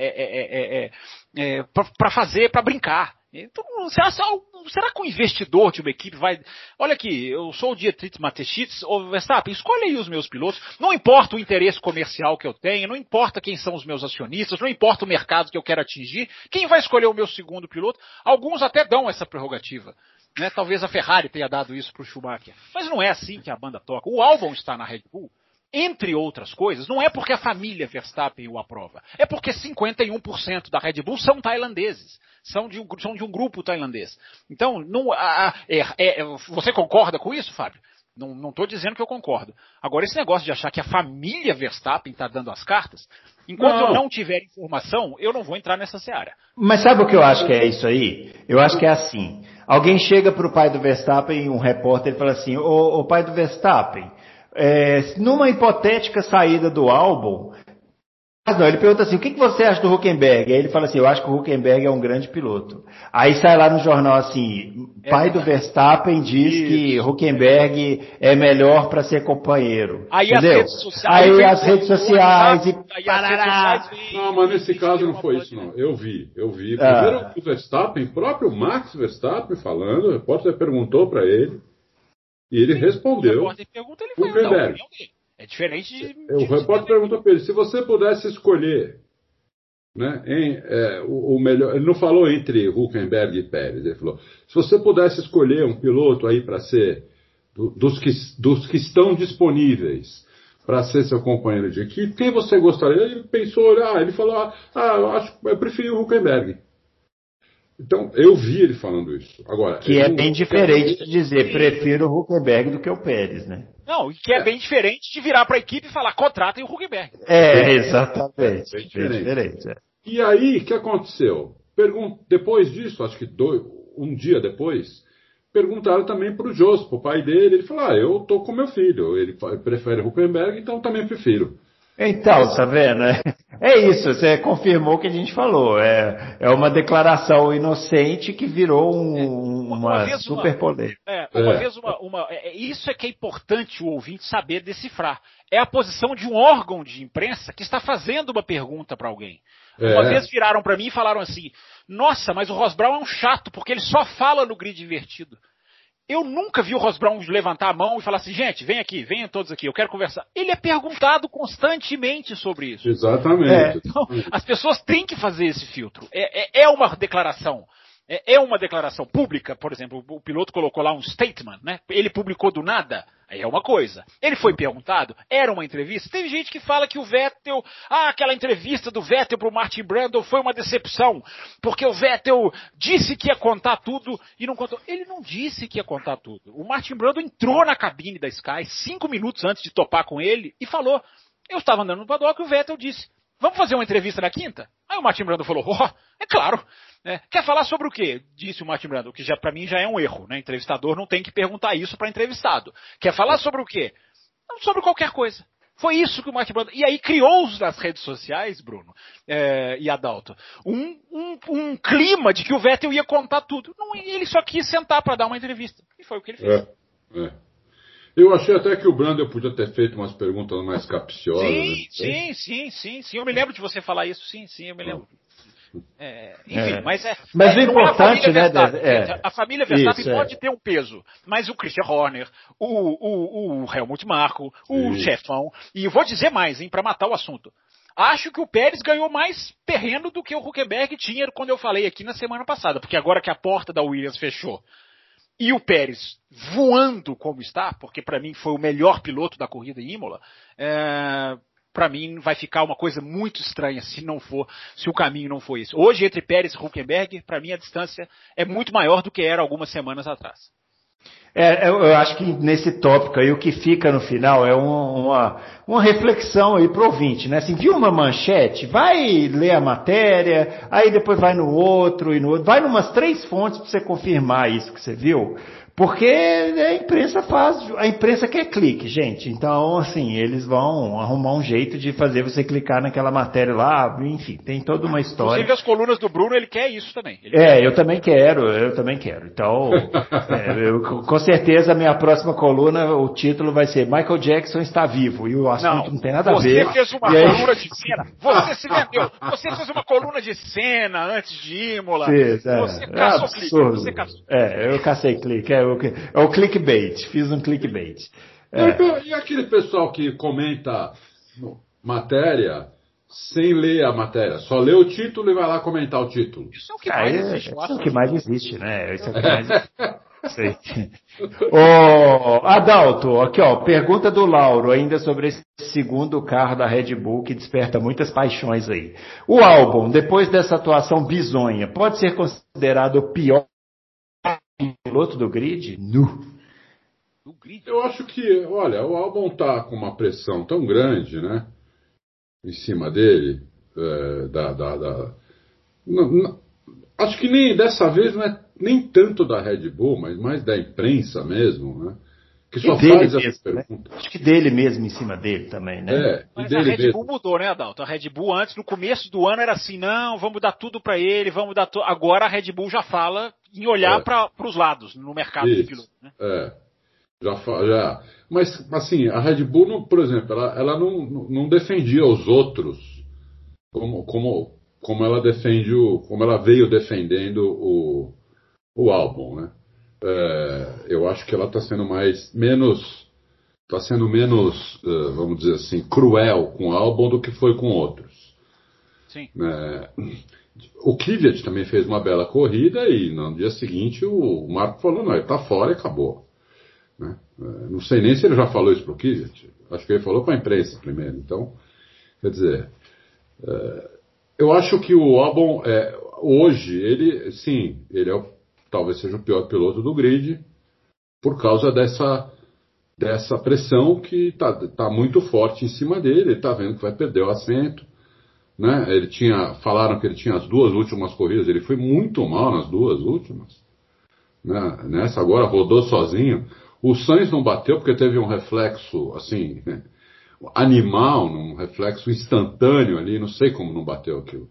Speaker 4: para brincar. Então, será que o investidor de uma equipe vai... Olha aqui, eu sou o Dietrich Mateschitz, ou Verstappen, escolhe aí os meus pilotos, não importa o interesse comercial que eu tenho, não importa quem são os meus acionistas, não importa o mercado que eu quero atingir, quem vai escolher o meu segundo piloto? Alguns até dão essa prerrogativa, né? Talvez a Ferrari tenha dado isso para o Schumacher, mas não é assim que a banda toca. O Albon está na Red Bull, entre outras coisas, não é porque a família Verstappen o aprova, é porque 51% da Red Bull são tailandeses, são de um grupo tailandês. Então, você concorda com isso, Fábio? Não estou dizendo que eu concordo. Agora, esse negócio de achar que a família Verstappen está dando as cartas, enquanto eu não tiver informação, eu não vou entrar nessa seara.
Speaker 2: Mas sabe o que eu acho que é isso aí? Eu acho que é assim. Alguém chega para o pai do Verstappen, um repórter, e fala assim, ô pai do Verstappen, numa hipotética saída do Albon, não, ele pergunta assim, o que você acha do Hülkenberg? Aí ele fala assim, eu acho que o Hülkenberg é um grande piloto. Aí sai lá no jornal assim, pai do Verstappen diz que Hülkenberg é melhor para ser companheiro.
Speaker 4: Aí
Speaker 2: entendeu? As redes sociais e parará.
Speaker 3: Não, mas nesse caso não foi isso, não. Eu vi. Primeiro o Verstappen, próprio Max Verstappen falando, o repórter perguntou para ele, e ele respondeu.
Speaker 4: O repórter pergunta, ele vai dar a opinião dele. É diferente de...
Speaker 3: O repórter perguntou para ele, se você pudesse escolher, né, o melhor, ele não falou entre Hülkenberg e Pérez, ele falou, se você pudesse escolher um piloto aí para ser, dos que estão disponíveis para ser seu companheiro de equipe, quem você gostaria? Ele pensou, ele falou, eu prefiro o Hülkenberg. Então, eu vi ele falando isso. Agora,
Speaker 2: que é bem diferente de dizer, prefiro o Hülkenberg do que o Pérez, né?
Speaker 4: Não, e que é bem diferente de virar para a equipe e falar, contratem o Hülkenberg.
Speaker 2: Exatamente. Bem diferente.
Speaker 3: E aí, o que aconteceu? Depois disso, acho que um dia depois, perguntaram também para o Jos, o pai dele. Ele falou, eu tô com meu filho, ele prefere o Hülkenberg, então também prefiro.
Speaker 2: Então, tá vendo? É isso, você confirmou o que a gente falou. É uma declaração inocente que virou uma super polêmica.
Speaker 4: Isso é que é importante o ouvinte saber decifrar. É a posição de um órgão de imprensa que está fazendo uma pergunta para alguém. Uma vez viraram para mim e falaram assim, nossa, mas o Ross Brown é um chato, porque ele só fala no grid invertido. Eu nunca vi o Ross Brown levantar a mão e falar assim, gente, vem aqui, venham todos aqui, eu quero conversar. Ele é perguntado constantemente sobre isso.
Speaker 3: Exatamente.
Speaker 4: Então, as pessoas têm que fazer esse filtro. É uma declaração. É uma declaração pública, por exemplo, o piloto colocou lá um statement, né? Ele publicou do nada, aí é uma coisa. Ele foi perguntado, era uma entrevista. Teve gente que fala que o Vettel, aquela entrevista do Vettel pro Martin Brundle foi uma decepção, porque o Vettel disse que ia contar tudo e não contou. Ele não disse que ia contar tudo. O Martin Brundle entrou na cabine da Sky 5 minutos antes de topar com ele e falou, eu estava andando no paddock e o Vettel disse, vamos fazer uma entrevista na quinta? Aí o Martin Brundle falou, é claro. Quer falar sobre o quê? Disse o Martin Brundle, que para mim já é um erro, né? Entrevistador não tem que perguntar isso para entrevistado. Quer falar sobre o quê? Sobre qualquer coisa. Foi isso que o Martin Brundle... E aí criou nas redes sociais, Bruno e Adalto, um clima de que o Vettel ia contar tudo. Não, ele só quis sentar para dar uma entrevista. E foi o que ele fez.
Speaker 3: Eu achei até que o Brundle podia ter feito umas perguntas mais capciosas.
Speaker 4: Sim. Eu me lembro de você falar isso. Sim, eu me lembro. Enfim, mas
Speaker 2: o importante,
Speaker 4: a família Verstappen pode ter um peso, mas o Christian Horner, o Helmut Marko, o chefão, e vou dizer mais, para matar o assunto. Acho que o Pérez ganhou mais terreno do que o Hülkenberg tinha quando eu falei aqui na semana passada, porque agora que a porta da Williams fechou e o Pérez voando como está, porque para mim foi o melhor piloto da corrida em Imola, para mim vai ficar uma coisa muito estranha se o caminho não for esse. Hoje, entre Pérez e Hülkenberg, para mim a distância é muito maior do que era algumas semanas atrás.
Speaker 2: Eu acho que nesse tópico aí o que fica no final é uma reflexão aí pro ouvinte, né? Assim, viu uma manchete, vai ler a matéria, aí depois vai no outro e no outro, vai numas 3 fontes para você confirmar isso que você viu. Porque a imprensa quer clique, gente. Então, assim, eles vão arrumar um jeito de fazer você clicar naquela matéria lá, enfim, tem toda uma história.
Speaker 4: Inclusive as colunas do Bruno, ele quer isso também.
Speaker 2: Eu também quero. Então, com certeza a minha próxima coluna, o título vai ser Michael Jackson está vivo, e o assunto não tem nada a ver.
Speaker 4: Você fez uma coluna de cena, você se vendeu, você fez uma coluna de cena antes de Imola, você caçou clique,
Speaker 2: eu cacei clique, é o clickbait, fiz um clickbait.
Speaker 3: E aquele pessoal que comenta matéria sem ler a matéria, só lê o título e vai lá comentar o título.
Speaker 4: Isso é o que mais existe.
Speaker 2: Isso é o que mais existe, né? Isso é o que mais existe. Adalto, aqui pergunta do Lauro, ainda sobre esse segundo carro da Red Bull que desperta muitas paixões aí. O Albon, depois dessa atuação bizonha, pode ser considerado o pior piloto do grid?
Speaker 3: Eu acho que, olha, o Albon tá com uma pressão tão grande, né, em cima dele, acho que nem dessa vez não é nem tanto da Red Bull, mas mais da imprensa mesmo, né, que só
Speaker 2: faz
Speaker 3: essa pergunta.
Speaker 2: Né? Acho que dele mesmo, em cima dele também, né?
Speaker 4: Mas a Red Bull mudou, né, Adalto? A Red Bull antes, no começo do ano, era assim, não, vamos dar tudo para ele, vamos dar tudo. Agora a Red Bull já fala em olhar para os lados, no mercado de piloto, né?
Speaker 3: Já. Mas, assim, a Red Bull, não, por exemplo, ela não defendia os outros como ela defende como ela veio defendendo o álbum, né? Eu acho que ela está sendo menos, vamos dizer assim, cruel com o álbum do que foi com outros.
Speaker 4: Sim.
Speaker 3: O Kvyat também fez uma bela corrida e no dia seguinte o Marco falou, não, ele está fora e acabou. Né? Não sei nem se ele já falou isso para o Kvyat. Acho que ele falou para a imprensa primeiro. Então, quer dizer, eu acho que o Albon, hoje, ele talvez seja o pior piloto do grid por causa dessa pressão que tá muito forte em cima dele. Ele está vendo que vai perder o assento. Né? Falaram que ele tinha as 2 últimas corridas, ele foi muito mal nas 2 últimas. Né? Nessa agora rodou sozinho. O Sainz não bateu porque teve um reflexo assim, né? Animal, um reflexo instantâneo ali, não sei como não bateu aquilo.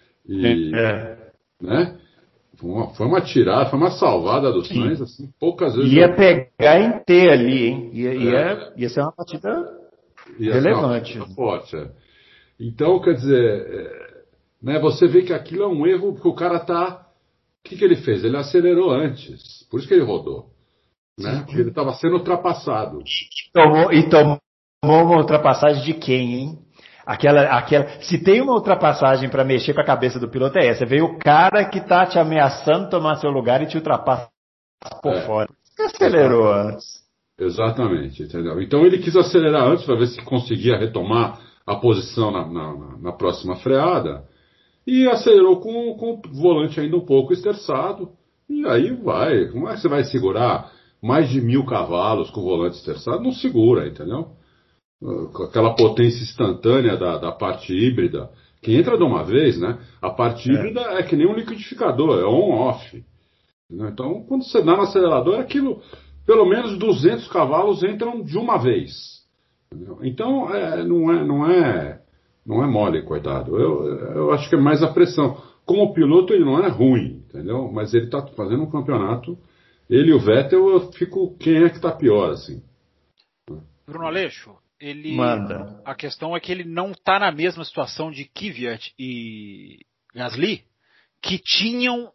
Speaker 3: Né? Foi uma tirada, foi uma salvada do Sainz, assim, poucas vezes.
Speaker 2: Ia pegar em T ali, hein? Ia ser uma partida relevante.
Speaker 3: Uma forte, Então, quer dizer, né, você vê que aquilo é um erro, porque o cara tá. O que ele fez? Ele acelerou antes, por isso que ele rodou. Né? Porque ele estava sendo ultrapassado.
Speaker 2: Tomou uma ultrapassagem de quem, hein? Se tem uma ultrapassagem para mexer com a cabeça do piloto é essa. Veio o cara que tá te ameaçando tomar seu lugar e te ultrapassa por fora. Ele acelerou antes.
Speaker 3: Exatamente, entendeu? Então ele quis acelerar antes para ver se conseguia retomar a posição na próxima freada e acelerou com o volante ainda um pouco esterçado. E aí vai. Como é que você vai segurar mais de 1000 cavalos com o volante esterçado? Não segura, entendeu? Com aquela potência instantânea da parte híbrida, que entra de uma vez, né? A parte híbrida é que nem um liquidificador, é on-off. Então, quando você dá no acelerador, aquilo, pelo menos 200 cavalos entram de uma vez. Entendeu? Então, não é mole, coitado. Eu acho que é mais a pressão. Como piloto, ele não é ruim, entendeu? Mas ele está fazendo um campeonato. Ele e o Vettel, eu fico, quem é que está pior, assim?
Speaker 4: Bruno Aleixo,
Speaker 2: Manda.
Speaker 4: A questão é que ele não está na mesma situação de Kvyat e Gasly, que tinham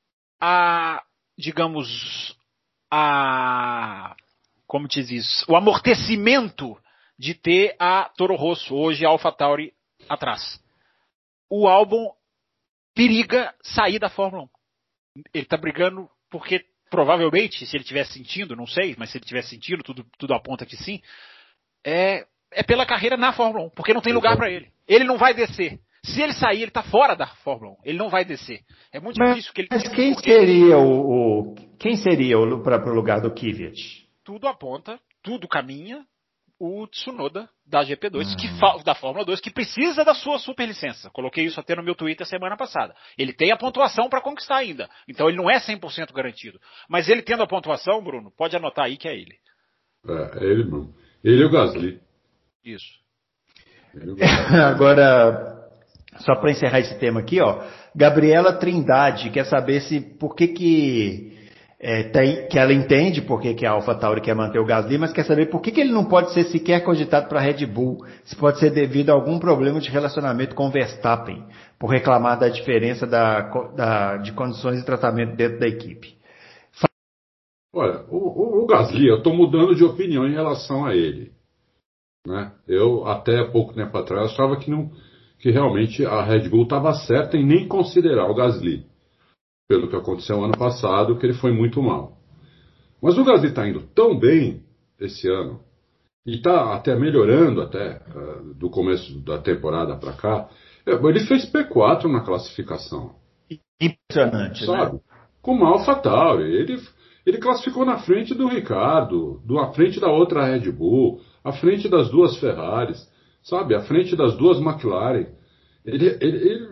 Speaker 4: como te diz, o amortecimento de ter a Toro Rosso, hoje a AlphaTauri, atrás. O Albon periga sair da Fórmula 1. Ele está brigando porque, provavelmente, se ele estiver sentindo, não sei, mas se ele estiver sentindo, tudo aponta que sim, é pela carreira na Fórmula 1, porque não tem lugar para ele. Ele não vai descer. Se ele sair, ele está fora da Fórmula 1. Ele não vai descer. É muito difícil que ele...
Speaker 2: Mas quem seria quem seria para o lugar do Kvyat?
Speaker 4: Tudo aponta, tudo caminha o Tsunoda da GP2, da Fórmula 2, que precisa da sua superlicença. Coloquei isso até no meu Twitter semana passada. Ele tem a pontuação para conquistar ainda. Então ele não é 100% garantido. Mas ele tendo a pontuação, Bruno, pode anotar aí que é ele.
Speaker 3: É ele mesmo. Ele e o Gasly.
Speaker 4: Isso.
Speaker 2: Agora, só para encerrar esse tema aqui, Gabriela Trindade quer saber por que ela entende por que a AlphaTauri quer manter o Gasly, mas quer saber por que ele não pode ser sequer cogitado para a Red Bull, se pode ser devido a algum problema de relacionamento com o Verstappen, por reclamar da diferença de condições de tratamento dentro da equipe.
Speaker 3: Olha, o Gasly, eu estou mudando de opinião em relação a ele. Né? Eu, até pouco tempo atrás, achava que realmente a Red Bull estava certa em nem considerar o Gasly. Pelo que aconteceu ano passado, que ele foi muito mal. Mas o Gasly está indo tão bem esse ano, e está até melhorando do começo da temporada para cá. Ele fez P4 na classificação.
Speaker 2: Impressionante,
Speaker 3: sabe?
Speaker 2: Né?
Speaker 3: Com uma AlphaTauri. Ele classificou na frente do Ricardo, à frente da outra Red Bull, à frente das 2 Ferraris, sabe? À frente das 2 McLaren.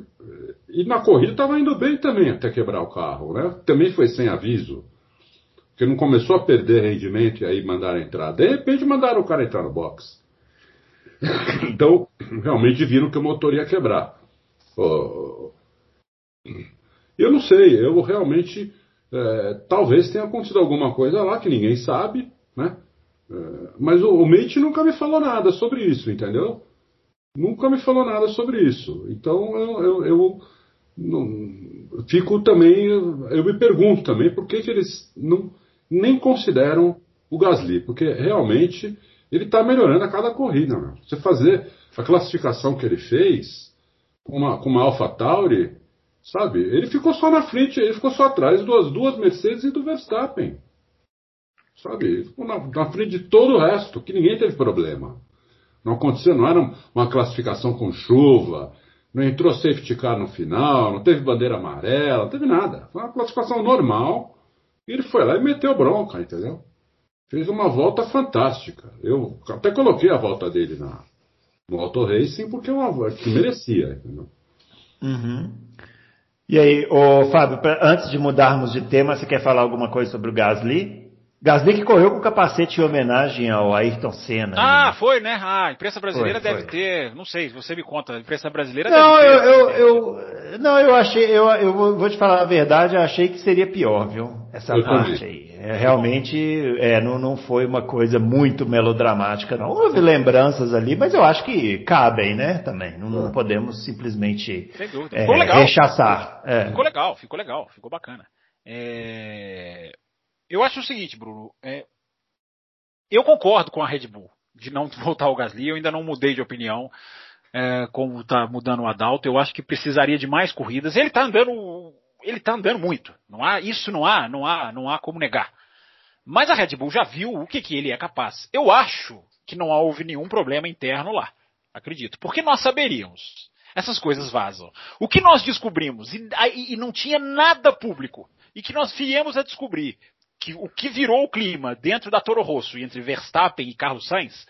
Speaker 3: E na corrida estava indo bem também até quebrar o carro, né? Também foi sem aviso. Porque não começou a perder rendimento e aí mandaram entrar. De repente mandaram o cara entrar no box. Então, realmente viram que o motor ia quebrar. Eu não sei, eu realmente... talvez tenha acontecido alguma coisa lá que ninguém sabe, né? Mas o Mate nunca me falou nada sobre isso, entendeu? Nunca me falou nada sobre isso. Então eu não, fico também... Eu me pergunto também por que eles nem consideram o Gasly. Porque realmente ele está melhorando a cada corrida. Meu. Você fazer a classificação que ele fez com uma AlphaTauri, sabe? Ele ficou só na frente, ele ficou só atrás das duas Mercedes e do Verstappen. Sabe? Ele ficou na frente de todo o resto, que ninguém teve problema. Não aconteceu, não era uma classificação com chuva, não entrou safety car no final, não teve bandeira amarela, não teve nada. Foi uma classificação normal e ele foi lá e meteu bronca, entendeu? Fez uma volta fantástica. Eu até coloquei a volta dele no Auto Racing porque é uma volta que merecia, entendeu?
Speaker 2: Uhum. E aí, Fábio, antes de mudarmos de tema, você quer falar alguma coisa sobre o Gasly? Gasly que correu com capacete em homenagem ao Ayrton Senna.
Speaker 4: Ah, foi, né? A imprensa brasileira deve ter, não sei, você me conta, a imprensa brasileira
Speaker 2: não,
Speaker 4: deve ter.
Speaker 2: eu achei, eu vou te falar a verdade, eu achei que seria pior, viu? Essa parte aí. Realmente, não foi uma coisa muito melodramática, não. Houve lembranças ali, mas eu acho que cabem, né? Também. Não podemos simplesmente
Speaker 4: ficou legal.
Speaker 2: rechaçar.
Speaker 4: Ficou legal, ficou bacana. Eu acho o seguinte, Bruno, eu concordo com a Red Bull de não voltar ao Gasly, eu ainda não mudei de opinião, como está mudando o Adalto, eu acho que precisaria de mais corridas, ele está andando muito, não há como negar, mas a Red Bull já viu o que ele é capaz, eu acho que não houve nenhum problema interno lá, acredito, porque nós saberíamos, essas coisas vazam, o que nós descobrimos, e não tinha nada público, e que nós viemos a descobrir, que o que virou o clima dentro da Toro Rosso entre Verstappen e Carlos Sainz,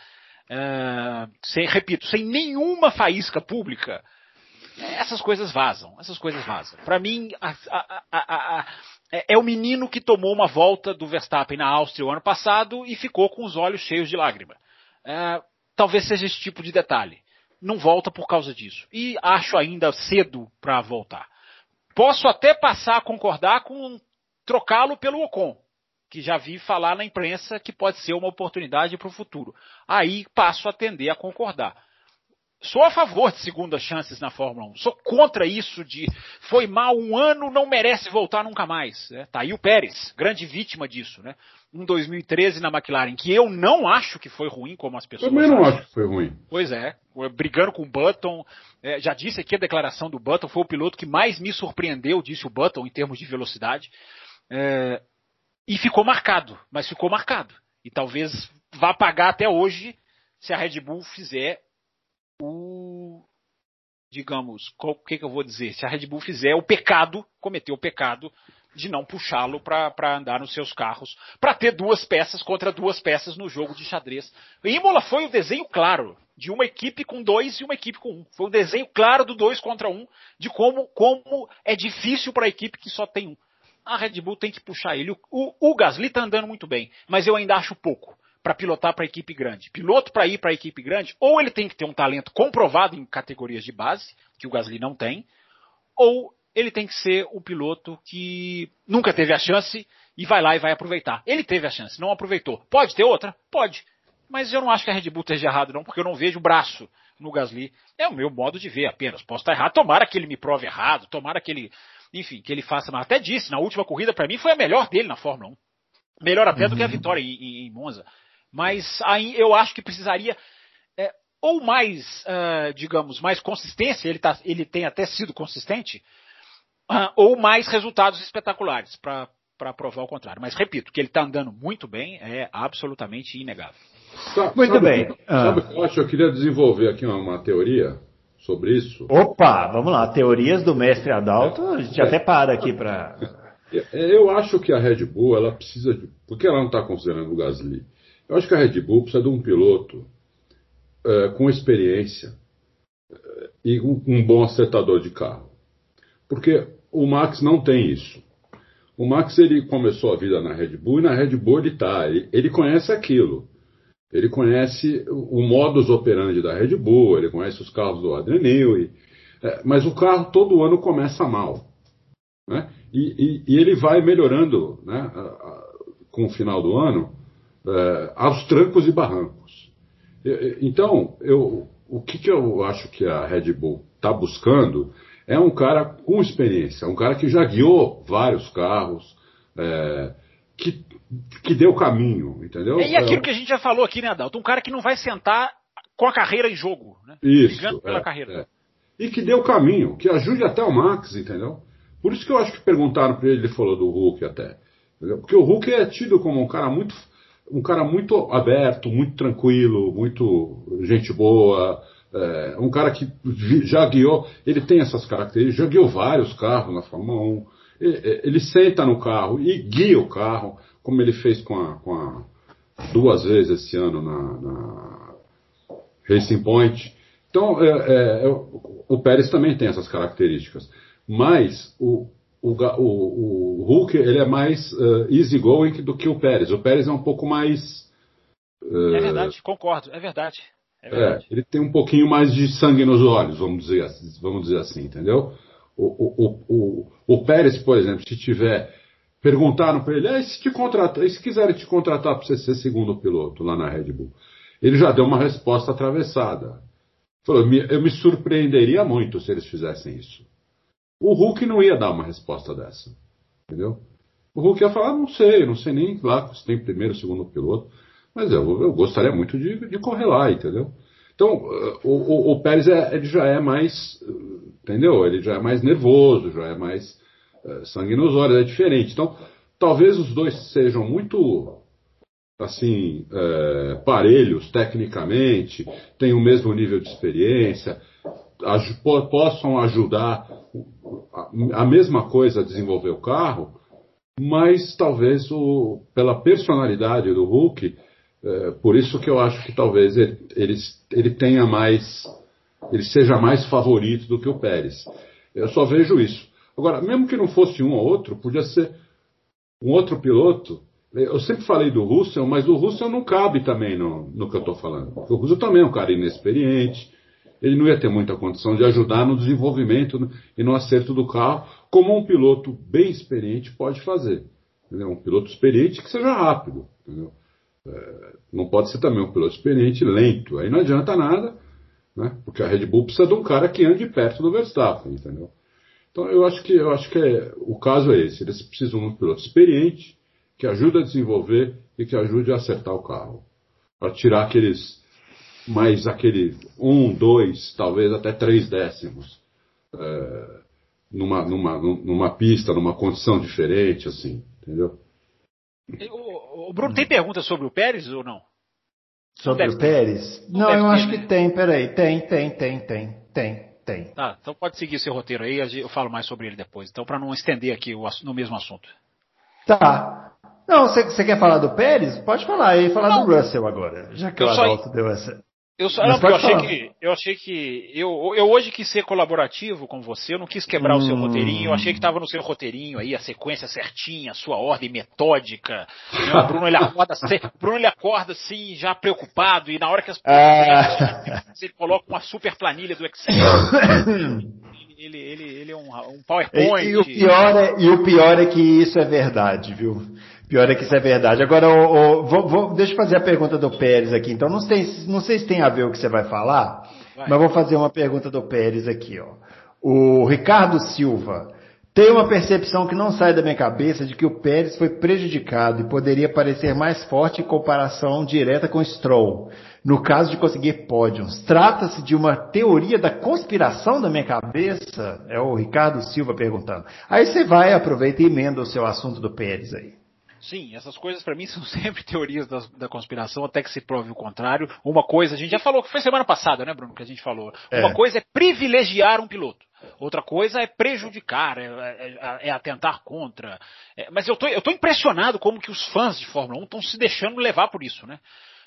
Speaker 4: sem nenhuma faísca pública, essas coisas vazam. Para mim, é o menino que tomou uma volta do Verstappen na Áustria o ano passado e ficou com os olhos cheios de lágrima. Talvez seja esse tipo de detalhe. Não volta por causa disso. E acho ainda cedo para voltar. Posso até passar a concordar com trocá-lo pelo Ocon, que já vi falar na imprensa que pode ser uma oportunidade para o futuro. Aí passo a tender a concordar. Sou a favor de segundas chances na Fórmula 1. Sou contra isso de foi mal um ano, não merece voltar nunca mais. Tá aí o Pérez, grande vítima disso. Né? Um 2013 na McLaren, que eu não acho que foi ruim como as pessoas
Speaker 3: também não acho que foi ruim.
Speaker 4: Pois é, brigando com o Button. Já disse aqui a declaração do Button, foi o piloto que mais me surpreendeu, disse o Button, em termos de velocidade. E ficou marcado, mas ficou marcado. E talvez vá pagar até hoje se a Red Bull fizer o que eu vou dizer? Se a Red Bull fizer cometer o pecado de não puxá-lo para andar nos seus carros, para ter duas peças contra duas peças no jogo de xadrez. Imola foi o desenho claro de uma equipe com dois e uma equipe com um. Foi o desenho claro do 2 contra 1, de como é difícil para a equipe que só tem um. A Red Bull tem que puxar ele. O Gasly está andando muito bem, mas eu ainda acho pouco para pilotar para a equipe grande. Piloto para ir para a equipe grande, ou ele tem que ter um talento comprovado em categorias de base, que o Gasly não tem, ou ele tem que ser o piloto que nunca teve a chance e vai lá e vai aproveitar. Ele teve a chance, não aproveitou. Pode ter outra? Pode. Mas eu não acho que a Red Bull esteja errado não, porque eu não vejo braço no Gasly. É o meu modo de ver apenas. Posso estar errado. Tomara que ele me prove errado, tomara que ele... Enfim, que ele faça, mas até disse, na última corrida, para mim, foi a melhor dele na Fórmula 1. Melhor até do que a vitória em Monza. Mas aí eu acho que precisaria ou mais, digamos, mais consistência, ele tem até sido consistente, ou mais resultados espetaculares para provar o contrário. Mas repito, que ele está andando muito bem é absolutamente inegável.
Speaker 2: Muito bem.
Speaker 3: Sabe o que eu acho? Eu queria desenvolver aqui uma teoria sobre isso.
Speaker 2: Opa, vamos lá. Teorias do mestre Adalto, a gente até para aqui para...
Speaker 3: Eu acho que a Red Bull, ela precisa de... Por que ela não está considerando o Gasly? Eu acho que a Red Bull precisa de um piloto com experiência e um bom acertador de carro. Porque o Max não tem isso. O Max, ele começou a vida na Red Bull, e na Red Bull ele conhece aquilo. Ele conhece o modus operandi da Red Bull, ele conhece os carros do Adrian Newey, mas o carro todo ano começa mal, né? E ele vai melhorando, né, com o final do ano, aos trancos e barrancos. Então, o que eu acho que a Red Bull está buscando é um cara com experiência, um cara que já guiou vários carros, que deu caminho, entendeu?
Speaker 4: E aquilo que a gente já falou aqui, né, Adalto? Um cara que não vai sentar com a carreira em jogo, né?
Speaker 3: Isso.
Speaker 4: Brigando pela carreira.
Speaker 3: E que deu caminho, que ajude até o Max, entendeu? Por isso que eu acho que perguntaram para ele falou do Hulk até. Entendeu? Porque o Hulk é tido como um cara muito aberto, muito tranquilo, muito gente boa, um cara que já guiou, ele tem essas características, já guiou vários carros na Fórmula 1, ele senta no carro e guia o carro, como ele fez com 2 vezes esse ano na Racing Point. Então, o Pérez também tem essas características. Mas o Hulk, ele é mais easygoing do que o Pérez. O Pérez é um pouco mais...
Speaker 4: é verdade, concordo, é verdade.
Speaker 3: Ele tem um pouquinho mais de sangue nos olhos, vamos dizer assim, entendeu? O Pérez, por exemplo, se tiver... Perguntaram para ele, e se quiserem te contratar para você ser segundo piloto lá na Red Bull? Ele já deu uma resposta atravessada. Falou, eu me surpreenderia muito se eles fizessem isso. O Hulk não ia dar uma resposta dessa, entendeu? O Hulk ia falar, não sei nem lá se tem primeiro, segundo piloto, mas eu gostaria muito de correr lá, entendeu? Então, o Pérez, ele já é mais, entendeu? Ele já é mais nervoso, já é mais sangue nos olhos, é diferente. Então, talvez os dois sejam muito, assim, parelhos tecnicamente, tenham o mesmo nível de experiência, possam ajudar a mesma coisa a desenvolver o carro, mas talvez pela personalidade do Hulk, por isso que eu acho que talvez ele tenha mais, ele seja mais favorito do que o Pérez. Eu só vejo isso. Agora, mesmo que não fosse um ou outro, podia ser um outro piloto. Eu sempre falei do Russell, mas o Russell não cabe também no que eu estou falando. Porque o Russell também é um cara inexperiente, ele não ia ter muita condição de ajudar no desenvolvimento e no acerto do carro, como um piloto bem experiente pode fazer. Entendeu? Um piloto experiente que seja rápido. Entendeu? Não pode ser também um piloto experiente lento. Aí não adianta nada, né? Porque a Red Bull precisa de um cara que ande perto do Verstappen, entendeu? Então eu acho que o caso é esse. Eles precisam de um piloto experiente que ajude a desenvolver e que ajude a acertar o carro. Para tirar aquele 1, 2, talvez até 3 décimos numa pista, numa condição diferente, assim, entendeu?
Speaker 4: O Bruno, tem pergunta sobre o Pérez ou não?
Speaker 2: Sobre o Pérez? Não, eu acho que tem, peraí. Tem.
Speaker 4: Tá, então pode seguir seu roteiro aí, eu falo mais sobre ele depois. Então, para não estender aqui no mesmo assunto.
Speaker 2: Tá. Não, você quer falar do Pérez? Pode falar aí, do Russell agora, já que o Adalto deu essa... Eu
Speaker 4: achei que eu hoje quis ser colaborativo com você, eu não quis quebrar o seu roteirinho, eu achei que estava no seu roteirinho aí, a sequência certinha, a sua ordem metódica. Né? O Bruno ele acorda assim, já preocupado, e na hora que ele coloca uma super planilha do Excel. Ele é um PowerPoint.
Speaker 2: E o pior é que isso é verdade, viu? Pior é que isso é verdade. Agora, deixa eu fazer a pergunta do Pérez aqui. Então, não sei se tem a ver o que você vai falar, mas vou fazer uma pergunta do Pérez aqui, ó. O Ricardo Silva tem uma percepção que não sai da minha cabeça de que o Pérez foi prejudicado e poderia parecer mais forte em comparação direta com Stroll, no caso de conseguir pódios. Trata-se de uma teoria da conspiração da minha cabeça? É o Ricardo Silva perguntando. Aí você aproveita e emenda o seu assunto do Pérez aí.
Speaker 4: Sim, essas coisas para mim são sempre teorias da conspiração, até que se prove o contrário. Uma coisa, a gente já falou, que foi semana passada, né, Bruno, que a gente falou. Uma coisa é privilegiar um piloto. Outra coisa é prejudicar, é atentar contra. Mas eu tô impressionado como que os fãs de Fórmula 1 estão se deixando levar por isso, né?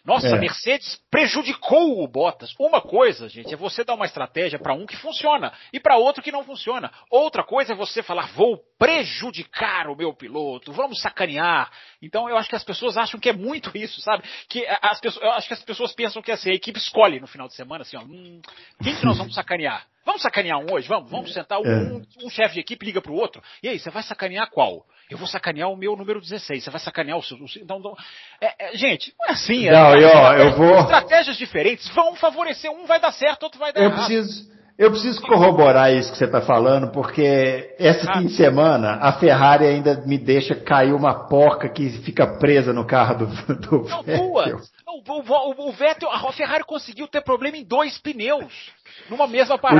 Speaker 4: Nossa, a Mercedes prejudicou o Bottas. Uma coisa, gente, é você dar uma estratégia para um que funciona e para outro que não funciona. Outra coisa é você falar, vou prejudicar o meu piloto, vamos sacanear. Então eu acho que as pessoas acham que é muito isso, sabe? Eu acho que as pessoas pensam que assim, a equipe escolhe no final de semana, assim, ó, quem que nós vamos sacanear? Vamos sacanear um hoje? Vamos sentar um chefe de equipe liga pro outro. E aí, você vai sacanear qual? Eu vou sacanear o meu número 16. Você vai sacanear o seu... gente, não é assim.
Speaker 2: Eu vou...
Speaker 4: Estratégias diferentes vão favorecer. Um vai dar certo, outro vai dar errado.
Speaker 2: Eu preciso corroborar isso que você está falando, porque esse fim de semana a Ferrari ainda me deixa cair uma porca que fica presa no carro do Vettel.
Speaker 4: O Vettel, a Ferrari conseguiu ter problema em 2 pneus, numa mesma parada.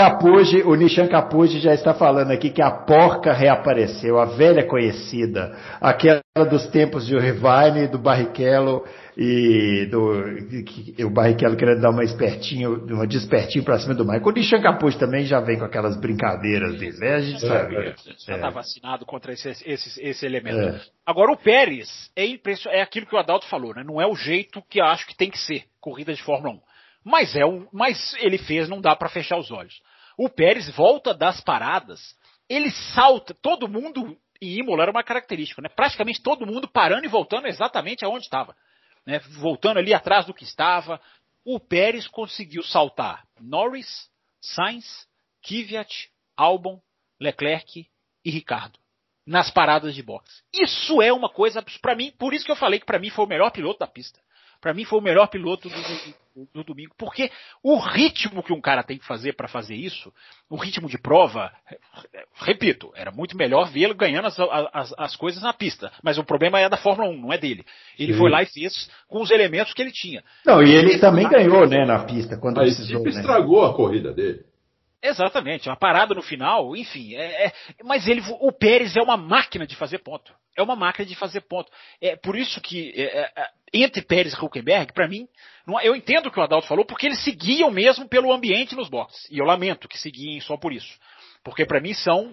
Speaker 2: O Nishan Capucci já está falando aqui que a porca reapareceu, a velha conhecida, aquela dos tempos de Irvine, do Barrichello e o Barrichello querendo dar uma despertinho pra cima do Michael. O Nishan Capucci também já vem com aquelas brincadeiras dele, né? A gente sabe.
Speaker 4: Já está vacinado contra esse elemento. Agora, o Pérez é aquilo que o Adalto falou, né? Não é o jeito que eu acho que tem que ser corrida de Fórmula 1. Mas ele fez, não dá para fechar os olhos. O Pérez volta das paradas, ele salta, todo mundo em Imola era uma característica, né? Praticamente todo mundo parando e voltando exatamente aonde estava, né? Voltando ali atrás do que estava. O Pérez conseguiu saltar Norris, Sainz, Kvyat, Albon, Leclerc e Ricardo nas paradas de boxe. Isso é uma coisa, para mim, por isso que eu falei que para mim foi o melhor piloto da pista. Para mim foi o melhor piloto do domingo, porque o ritmo que um cara tem que fazer para fazer isso, o ritmo de prova, repito, era muito melhor vê-lo ganhando as coisas na pista, mas o problema é da Fórmula 1, não é dele. Ele foi lá e fez com os elementos que ele tinha.
Speaker 2: Não, e ele também ganhou, né, na pista, quando precisou.
Speaker 3: Ele estragou a corrida dele.
Speaker 4: Exatamente, uma parada no final, enfim. Mas o Pérez é uma máquina de fazer ponto. É uma máquina de fazer ponto. É por isso que entre Pérez e Hülkenberg, para mim, eu entendo o que o Adalto falou, porque eles seguiam mesmo pelo ambiente nos boxes. E eu lamento que seguiem só por isso. Porque para mim são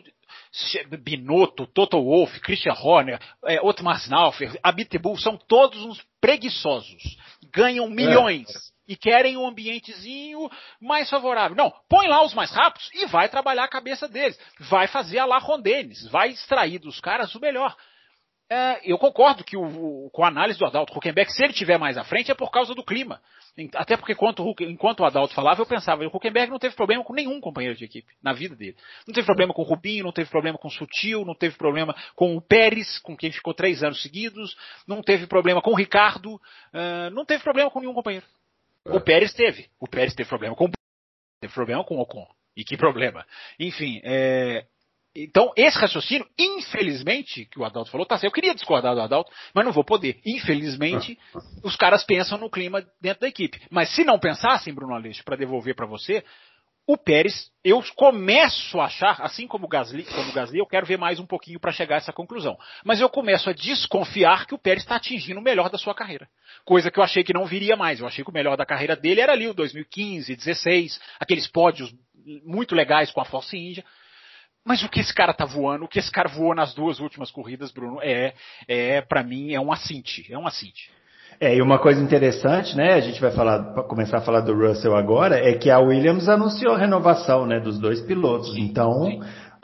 Speaker 4: Binotto, Toto Wolff, Christian Horner, Otmar Znaufer, Abiteboul, são todos uns preguiçosos. Ganham milhões. E querem um ambientezinho mais favorável. Não, põe lá os mais rápidos e vai trabalhar a cabeça deles. Vai fazer a la Rondenes, vai extrair dos caras o melhor. Eu concordo com a análise do Adalto. Hülkenberg, se ele estiver mais à frente, é por causa do clima. Até porque enquanto o Adalto falava, eu pensava, o Hülkenberg não teve problema com nenhum companheiro de equipe na vida dele. Não teve problema com o Rubinho, não teve problema com o Sutil, não teve problema com o Pérez, com quem ficou 3 anos seguidos, não teve problema com o Ricardo, não teve problema com nenhum companheiro. O Pérez teve. O Pérez teve problema com o Ocon. E que problema. Enfim, então esse raciocínio, infelizmente, que o Adalto falou, tá certo. Eu queria discordar do Adalto, mas não vou poder. Infelizmente, os caras pensam no clima dentro da equipe. Mas se não pensassem, Bruno Aleixo, para devolver para você, o Pérez, eu começo a achar, assim como o Gasly, eu quero ver mais um pouquinho para chegar a essa conclusão. Mas eu começo a desconfiar que o Pérez está atingindo o melhor da sua carreira. Coisa que eu achei que não viria mais. Eu achei que o melhor da carreira dele era ali o 2015, 16, aqueles pódios muito legais com a Force India. Mas o que esse cara tá voando, o que esse cara voou nas 2 últimas corridas, Bruno, para mim, é um assinte. É um assinte.
Speaker 2: E uma coisa interessante, né, a gente vai começar a falar do Russell agora, é que a Williams anunciou a renovação, né, dos 2 pilotos. Então,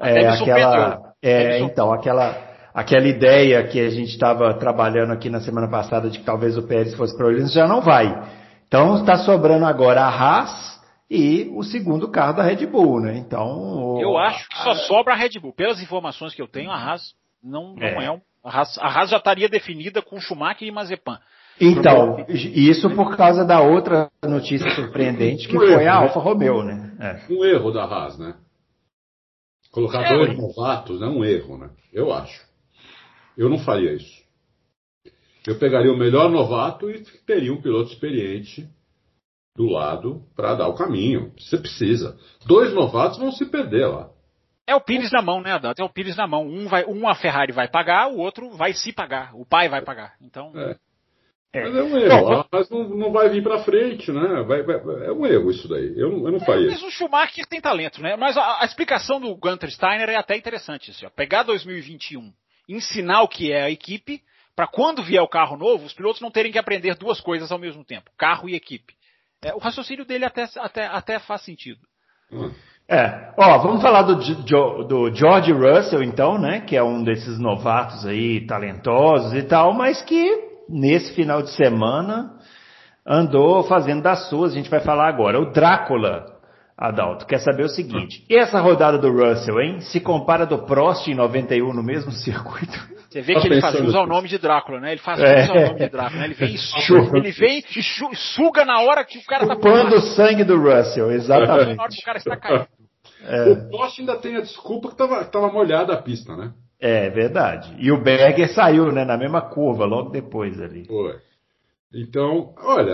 Speaker 2: aquela ideia que a gente estava trabalhando aqui na semana passada de que talvez o Pérez fosse para a Williams já não vai. Então, está sobrando agora a Haas e o segundo carro da Red Bull, né? Então,
Speaker 4: eu acho que só sobra a Red Bull. Pelas informações que eu tenho, a Haas não é. A Haas já estaria definida com Schumacher e Mazepin.
Speaker 2: Então, isso por causa da outra notícia surpreendente, que foi a Alfa Romeo, né?
Speaker 3: Um erro da Haas, né? Colocar 2 novatos é um erro, né? Eu acho. Eu não faria isso. Eu pegaria o melhor novato e teria um piloto experiente do lado para dar o caminho. Você precisa. 2 novatos vão se perder lá.
Speaker 4: É o Pires na mão, né, Adalto? É o Pires na mão. A Ferrari vai pagar, o outro vai se pagar. O pai vai pagar. Então...
Speaker 3: Mas é um erro, mas não vai vir pra frente, né? É um erro isso daí. Eu não faria isso.
Speaker 4: Mas o Schumacher tem talento, né? Mas a explicação do Gunther Steiner é até interessante. Assim, ó. Pegar 2021, ensinar o que é a equipe, para quando vier o carro novo, os pilotos não terem que aprender duas coisas ao mesmo tempo, carro e equipe. O raciocínio dele até faz sentido.
Speaker 2: Vamos falar do George Russell, então, né? Que é um desses novatos aí, talentosos e tal, mas que nesse final de semana andou fazendo das suas. A gente vai falar agora. O Drácula, Adalto, quer saber o seguinte: e essa rodada do Russell, hein? Se compara do Prost em 91 no mesmo circuito?
Speaker 4: Você vê que ele faz usa o nome de Drácula, né? Ele faz usa o nome de Drácula, né? Ele vem e suga na hora que o cara tá
Speaker 2: chupando o sangue do Russell, exatamente.
Speaker 4: Na hora que o cara está caindo.
Speaker 3: O Prost ainda tem a desculpa que tava molhada a pista, né?
Speaker 2: É verdade. E o Berger saiu, né? Na mesma curva, logo depois ali.
Speaker 3: Foi. Então, olha,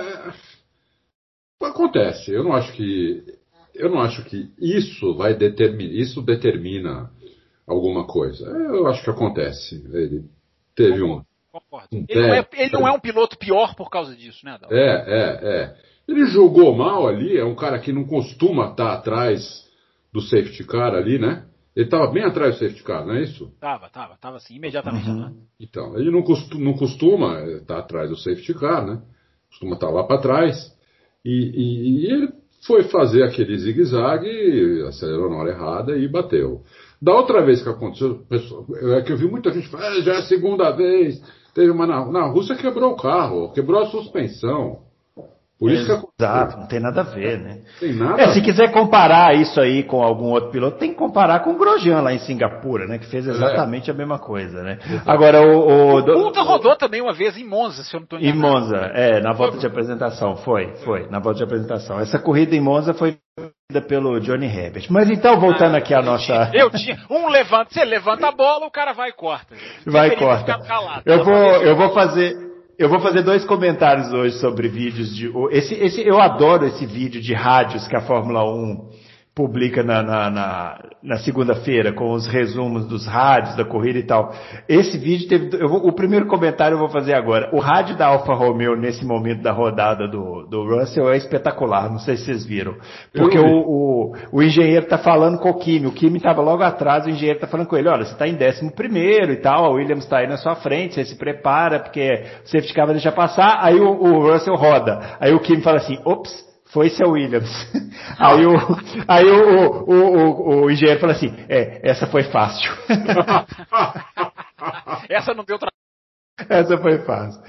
Speaker 3: acontece. Eu não acho que isso determina alguma coisa. Eu acho que acontece. Ele teve
Speaker 4: Concordo. Ele não é um piloto pior por causa disso, né, Adalto?
Speaker 3: Ele jogou mal ali, é um cara que não costuma estar atrás do safety car ali, né? Ele estava bem atrás do safety car, não é isso?
Speaker 4: Tava assim, imediatamente. Né?
Speaker 3: Então, ele não costuma estar atrás do safety car, né? Costuma estar lá para trás. E ele foi fazer aquele zigue-zague, acelerou na hora errada e bateu. Da outra vez que aconteceu, que eu vi muita gente falar, já é a segunda vez. Teve uma na Rússia, quebrou o carro, quebrou a suspensão. Por isso que
Speaker 2: Exato, não tem nada a ver, né?
Speaker 3: Tem nada.
Speaker 2: Se quiser comparar isso aí com algum outro piloto, tem que comparar com o Grosjean lá em Singapura, né? Que fez exatamente a mesma coisa, né?
Speaker 3: Exato.
Speaker 2: Agora
Speaker 4: o Coulter rodou também uma vez em Monza, se eu não estou enganado.
Speaker 2: Em Monza, na volta de apresentação, foi, na volta de apresentação. Essa corrida em Monza foi pelo Johnny Herbert. Mas então, voltando aqui à nossa...
Speaker 4: Você levanta a bola, o cara vai e corta.
Speaker 2: Vai e corta. Eu vou fazer 2 comentários hoje sobre vídeos de... eu adoro esse vídeo de rádios que a Fórmula 1 publica na segunda-feira, com os resumos dos rádios, da corrida e tal. Esse vídeo o primeiro comentário eu vou fazer agora. O rádio da Alfa Romeo, nesse momento da rodada do Russell, é espetacular. Não sei se vocês viram. Porque o engenheiro está falando com o Kimi estava logo atrás, o engenheiro está falando com ele, olha, você está em 11º e tal, a Williams está aí na sua frente, você se prepara, porque o safety car vai deixar passar, aí o Russell roda. Aí o Kimi fala assim, ops, foi seu Williams. Aí o engenheiro fala assim, essa foi fácil.
Speaker 4: Essa não deu trabalho.
Speaker 2: Essa foi fácil.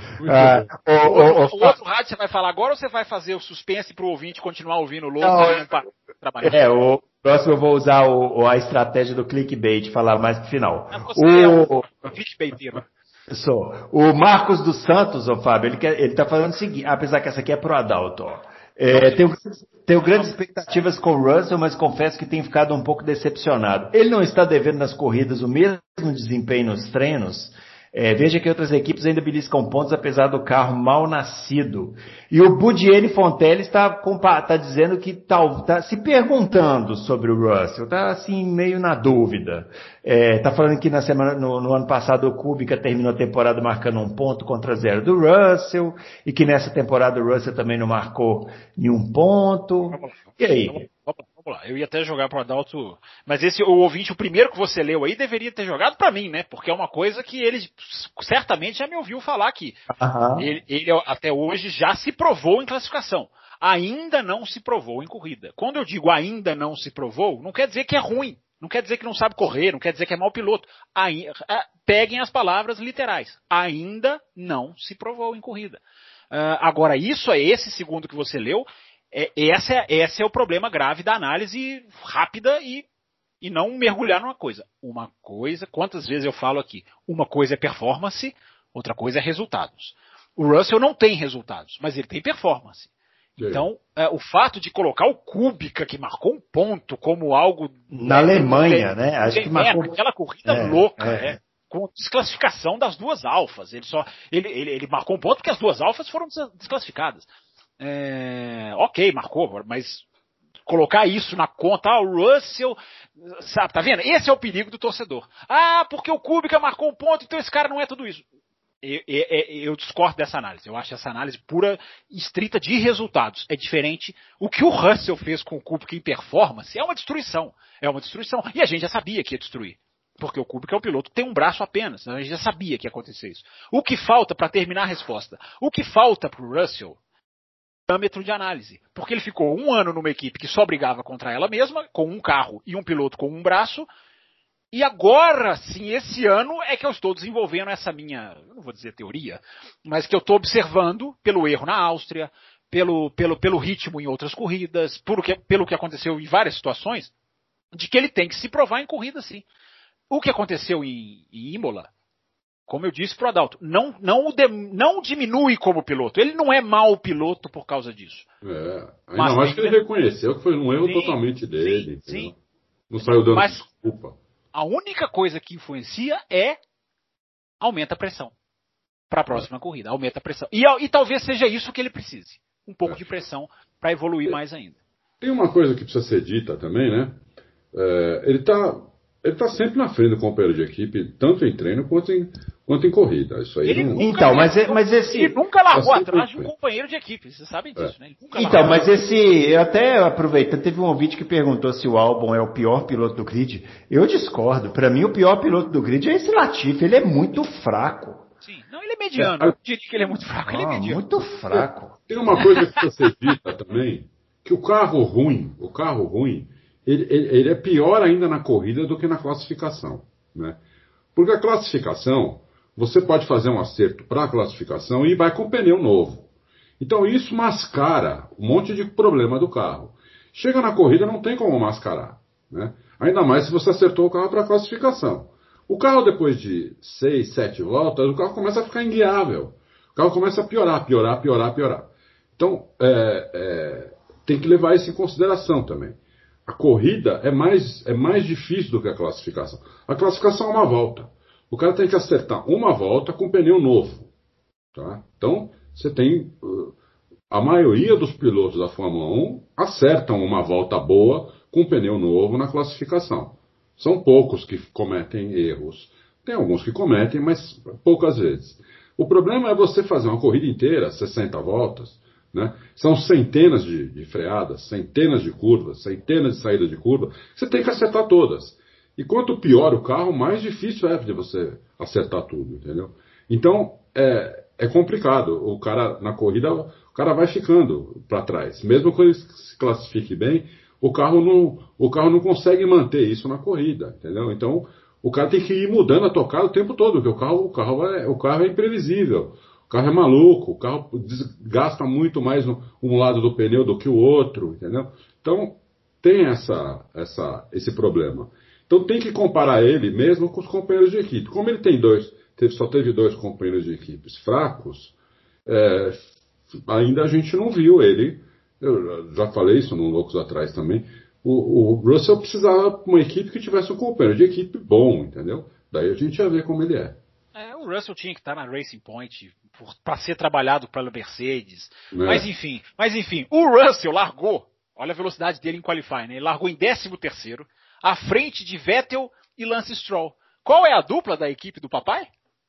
Speaker 4: O outro rádio você vai falar agora ou você vai fazer o suspense pro ouvinte continuar ouvindo o louco e não trabalhar?
Speaker 2: O próximo eu vou usar a estratégia do clickbait, falar mais pro final.
Speaker 4: Clickbaiteiro.
Speaker 2: O Marcos dos Santos, Fábio, ele tá falando o seguinte, apesar que essa aqui é pro Adalto, tenho grandes expectativas com o Russell, mas confesso que tenho ficado um pouco decepcionado. Ele não está devendo nas corridas o mesmo desempenho nos treinos. Veja que outras equipes ainda beliscam pontos apesar do carro mal nascido. E o Budiene Fontelli está dizendo que está se perguntando sobre o Russell, está assim meio na dúvida. Está falando que no ano passado o Kubica terminou a temporada marcando 1 ponto contra 0 do Russell, e que nessa temporada o Russell também não marcou nenhum ponto. E aí?
Speaker 4: Vamos lá, eu ia até jogar pro Adalto, mas o ouvinte, o primeiro que você leu aí, deveria ter jogado para mim, né? Porque é uma coisa que ele certamente já me ouviu falar aqui. Uhum. Ele até hoje já se provou em classificação. Ainda não se provou em corrida. Quando eu digo ainda não se provou, não quer dizer que é ruim, não quer dizer que não sabe correr, não quer dizer que é mau piloto. Peguem as palavras literais. Ainda não se provou em corrida. Agora, esse segundo que você leu, esse é o problema grave da análise rápida e não mergulhar numa coisa. Uma coisa, quantas vezes eu falo aqui? Uma coisa é performance, outra coisa é resultados. O Russell não tem resultados, mas ele tem performance. Então, o fato de colocar o Kubica, que marcou 1 ponto, como algo...
Speaker 2: Na Alemanha, né? Acho que marcou...
Speaker 4: Aquela corrida louca, com desclassificação das 2 alfas. Ele marcou 1 ponto porque as 2 alfas foram desclassificadas. Ok, marcou, mas colocar isso na conta, o Russell, sabe, tá vendo? Esse é o perigo do torcedor. Porque o Kubica marcou 1 ponto, então esse cara não é tudo isso. Eu discordo dessa análise. Eu acho essa análise pura, estrita de resultados. É diferente. O que o Russell fez com o Kubica em performance é uma destruição. E a gente já sabia que ia destruir. porque o Kubica é um piloto que tem um braço apenas, a gente já sabia que ia acontecer isso. O que falta, para terminar a resposta, o que falta para o Russell é parâmetro de análise, porque ele ficou 1 ano numa equipe que só brigava contra ela mesma, com um carro e um piloto com um braço, e agora, sim, esse ano é que eu estou desenvolvendo essa minha, eu não vou dizer teoria, mas que eu estou observando pelo erro na Áustria, pelo ritmo em outras corridas, pelo que aconteceu em várias situações, de que ele tem que se provar em corrida, sim. O que aconteceu em Imola, como eu disse pro Adalto, não diminui como piloto. Ele não é mau piloto por causa disso.
Speaker 3: Ainda mais que ele reconheceu que foi um erro totalmente dele. Sim. Não saiu dando desculpa.
Speaker 4: A única coisa que influencia é aumenta a pressão para a próxima corrida. Aumenta a pressão. E talvez seja isso que ele precise. Um pouco de pressão para evoluir mais ainda.
Speaker 3: Tem uma coisa que precisa ser dita também, né? Ele tá sempre na frente do companheiro de equipe, tanto em treino quanto em corrida. Isso aí
Speaker 4: ele
Speaker 3: não...
Speaker 2: Então, mas esse...
Speaker 4: Ele nunca largou atrás de um companheiro de equipe, vocês sabem disso, né? Ele nunca
Speaker 2: então, mas eu até aproveitando, teve um ouvinte que perguntou se o Albon é o pior piloto do grid. Eu discordo. Para mim, o pior piloto do grid é esse Latifi. Ele é muito fraco.
Speaker 4: Sim, não, ele é mediano. Eu diria que ele é muito fraco, ele é mediano.
Speaker 2: Muito fraco.
Speaker 3: Tem uma coisa que precisa ser dita também, que o carro ruim, ele é pior ainda na corrida do que na classificação, né? Porque a classificação, você pode fazer um acerto para a classificação e vai com pneu novo. Então isso mascara um monte de problema do carro. Chega na corrida, não tem como mascarar, né? Ainda mais se você acertou o carro para a classificação. O carro, depois de 6, 7 voltas, o carro começa a ficar inguiável. O carro começa a piorar. Então, tem que levar isso em consideração também. A corrida é mais difícil do que a classificação. A classificação é uma volta. O cara tem que acertar uma volta com pneu novo. Tá? Então, você tem... A maioria dos pilotos da Fórmula 1 acertam uma volta boa com pneu novo na classificação. São poucos que cometem erros. Tem alguns que cometem, mas poucas vezes. O problema é você fazer uma corrida inteira, 60 voltas, né? São centenas de freadas, centenas de curvas, centenas de saídas de curva. Você tem que acertar todas. E quanto pior o carro, mais difícil é de você acertar tudo, entendeu? Então, é complicado. O cara, na corrida, o cara vai ficando para trás. Mesmo que ele se classifique bem, o carro não consegue manter isso na corrida, entendeu? Então, o cara tem que ir mudando a tocada o tempo todo, porque o carro é imprevisível. O carro é maluco, o carro gasta muito mais um lado do pneu do que o outro, entendeu? Então, tem esse problema. Então, tem que comparar ele mesmo com os companheiros de equipe. Como ele tem só teve 2 companheiros de equipes fracos, ainda a gente não viu ele. Eu já falei isso no Loucos Atrás também. O Russell precisava de uma equipe que tivesse um companheiro de equipe bom, entendeu? Daí a gente ia ver como ele é.
Speaker 4: O Russell tinha que estar na Racing Point para ser trabalhado pela Mercedes. Mas enfim, o Russell largou, olha a velocidade dele em qualifying, né? Ele largou em 13º, à frente de Vettel e Lance Stroll. Qual é a dupla da equipe do papai?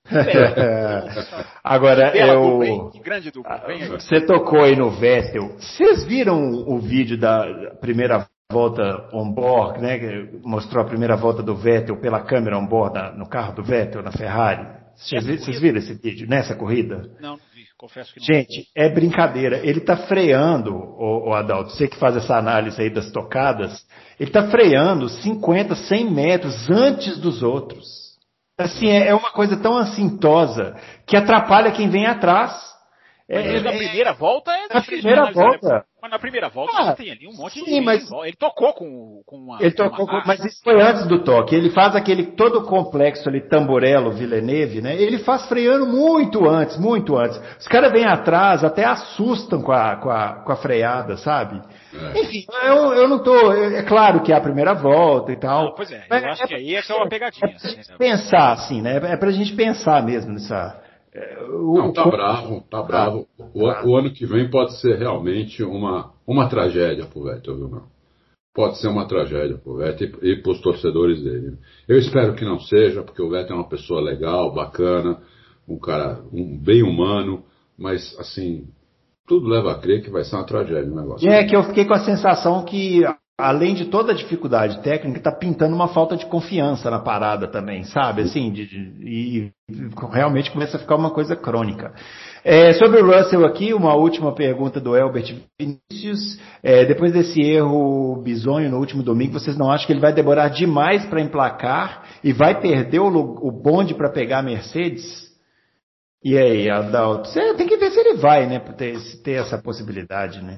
Speaker 2: Agora,
Speaker 4: que grande dupla.
Speaker 2: Você tocou aí no Vettel. Vocês viram o vídeo da primeira volta on-board, né? Que mostrou a primeira volta do Vettel pela câmera on-board no carro do Vettel, na Ferrari. Vocês viram esse vídeo nessa corrida?
Speaker 4: Não vi, confesso que não.
Speaker 2: Gente, é brincadeira. Ele tá freando, o Adalto, você que faz essa análise aí das tocadas, ele tá freando 50, 100 metros antes dos outros. Assim, é uma coisa tão assintosa que atrapalha quem vem atrás.
Speaker 4: Na primeira volta
Speaker 2: na primeira volta.
Speaker 4: Mas na primeira volta você tem ali um monte de
Speaker 2: sim, mas
Speaker 4: ele tocou com uma.
Speaker 2: Ele tocou mas isso foi antes do toque. Ele faz aquele todo complexo ali, Tamburello, Villeneuve, né? Ele faz freando muito antes. Os caras vêm atrás, até assustam com a freada, sabe? Enfim, eu não tô. É claro que é a primeira volta e tal.
Speaker 4: Não, pois é, eu acho que aí é só uma pegadinha.
Speaker 2: Pensar assim, né? É pra gente pensar mesmo nessa.
Speaker 3: Tá bravo. O ano que vem pode ser realmente uma tragédia pro Vettel, viu, meu? Pode ser uma tragédia pro Vettel e pros torcedores dele. Eu espero que não seja, porque o Vettel é uma pessoa legal, bacana, um cara bem humano, mas, assim, tudo leva a crer que vai ser uma tragédia o negócio.
Speaker 2: É que eu fiquei com a sensação que além de toda a dificuldade técnica, está pintando uma falta de confiança na parada também, sabe? Assim, e realmente começa a ficar uma coisa crônica. Sobre o Russell aqui, uma última pergunta do Elbert Vinícius. Depois desse erro bizonho no último domingo, vocês não acham que ele vai demorar demais para emplacar e vai perder o bonde para pegar a Mercedes? E aí, Adalto? Você tem que ver se ele vai, né? Ter essa possibilidade, né?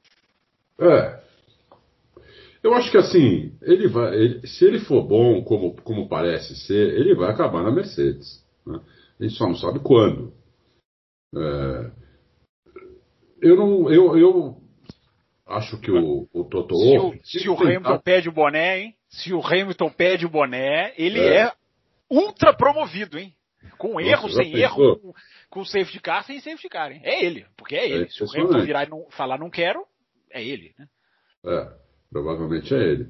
Speaker 3: Eu acho que assim, se ele for bom, como parece ser, ele vai acabar na Mercedes. Né? A gente só não sabe quando. Eu acho que o Toto Wolff...
Speaker 4: Se o Hamilton pede o boné, hein? Se o Hamilton pede o boné, ele é ultra promovido, hein? Com erro, sem erro, com safety car, sem safety car, hein? É ele, porque é ele. Se o Hamilton virar e falar não quero, é ele, né?
Speaker 3: Provavelmente é ele.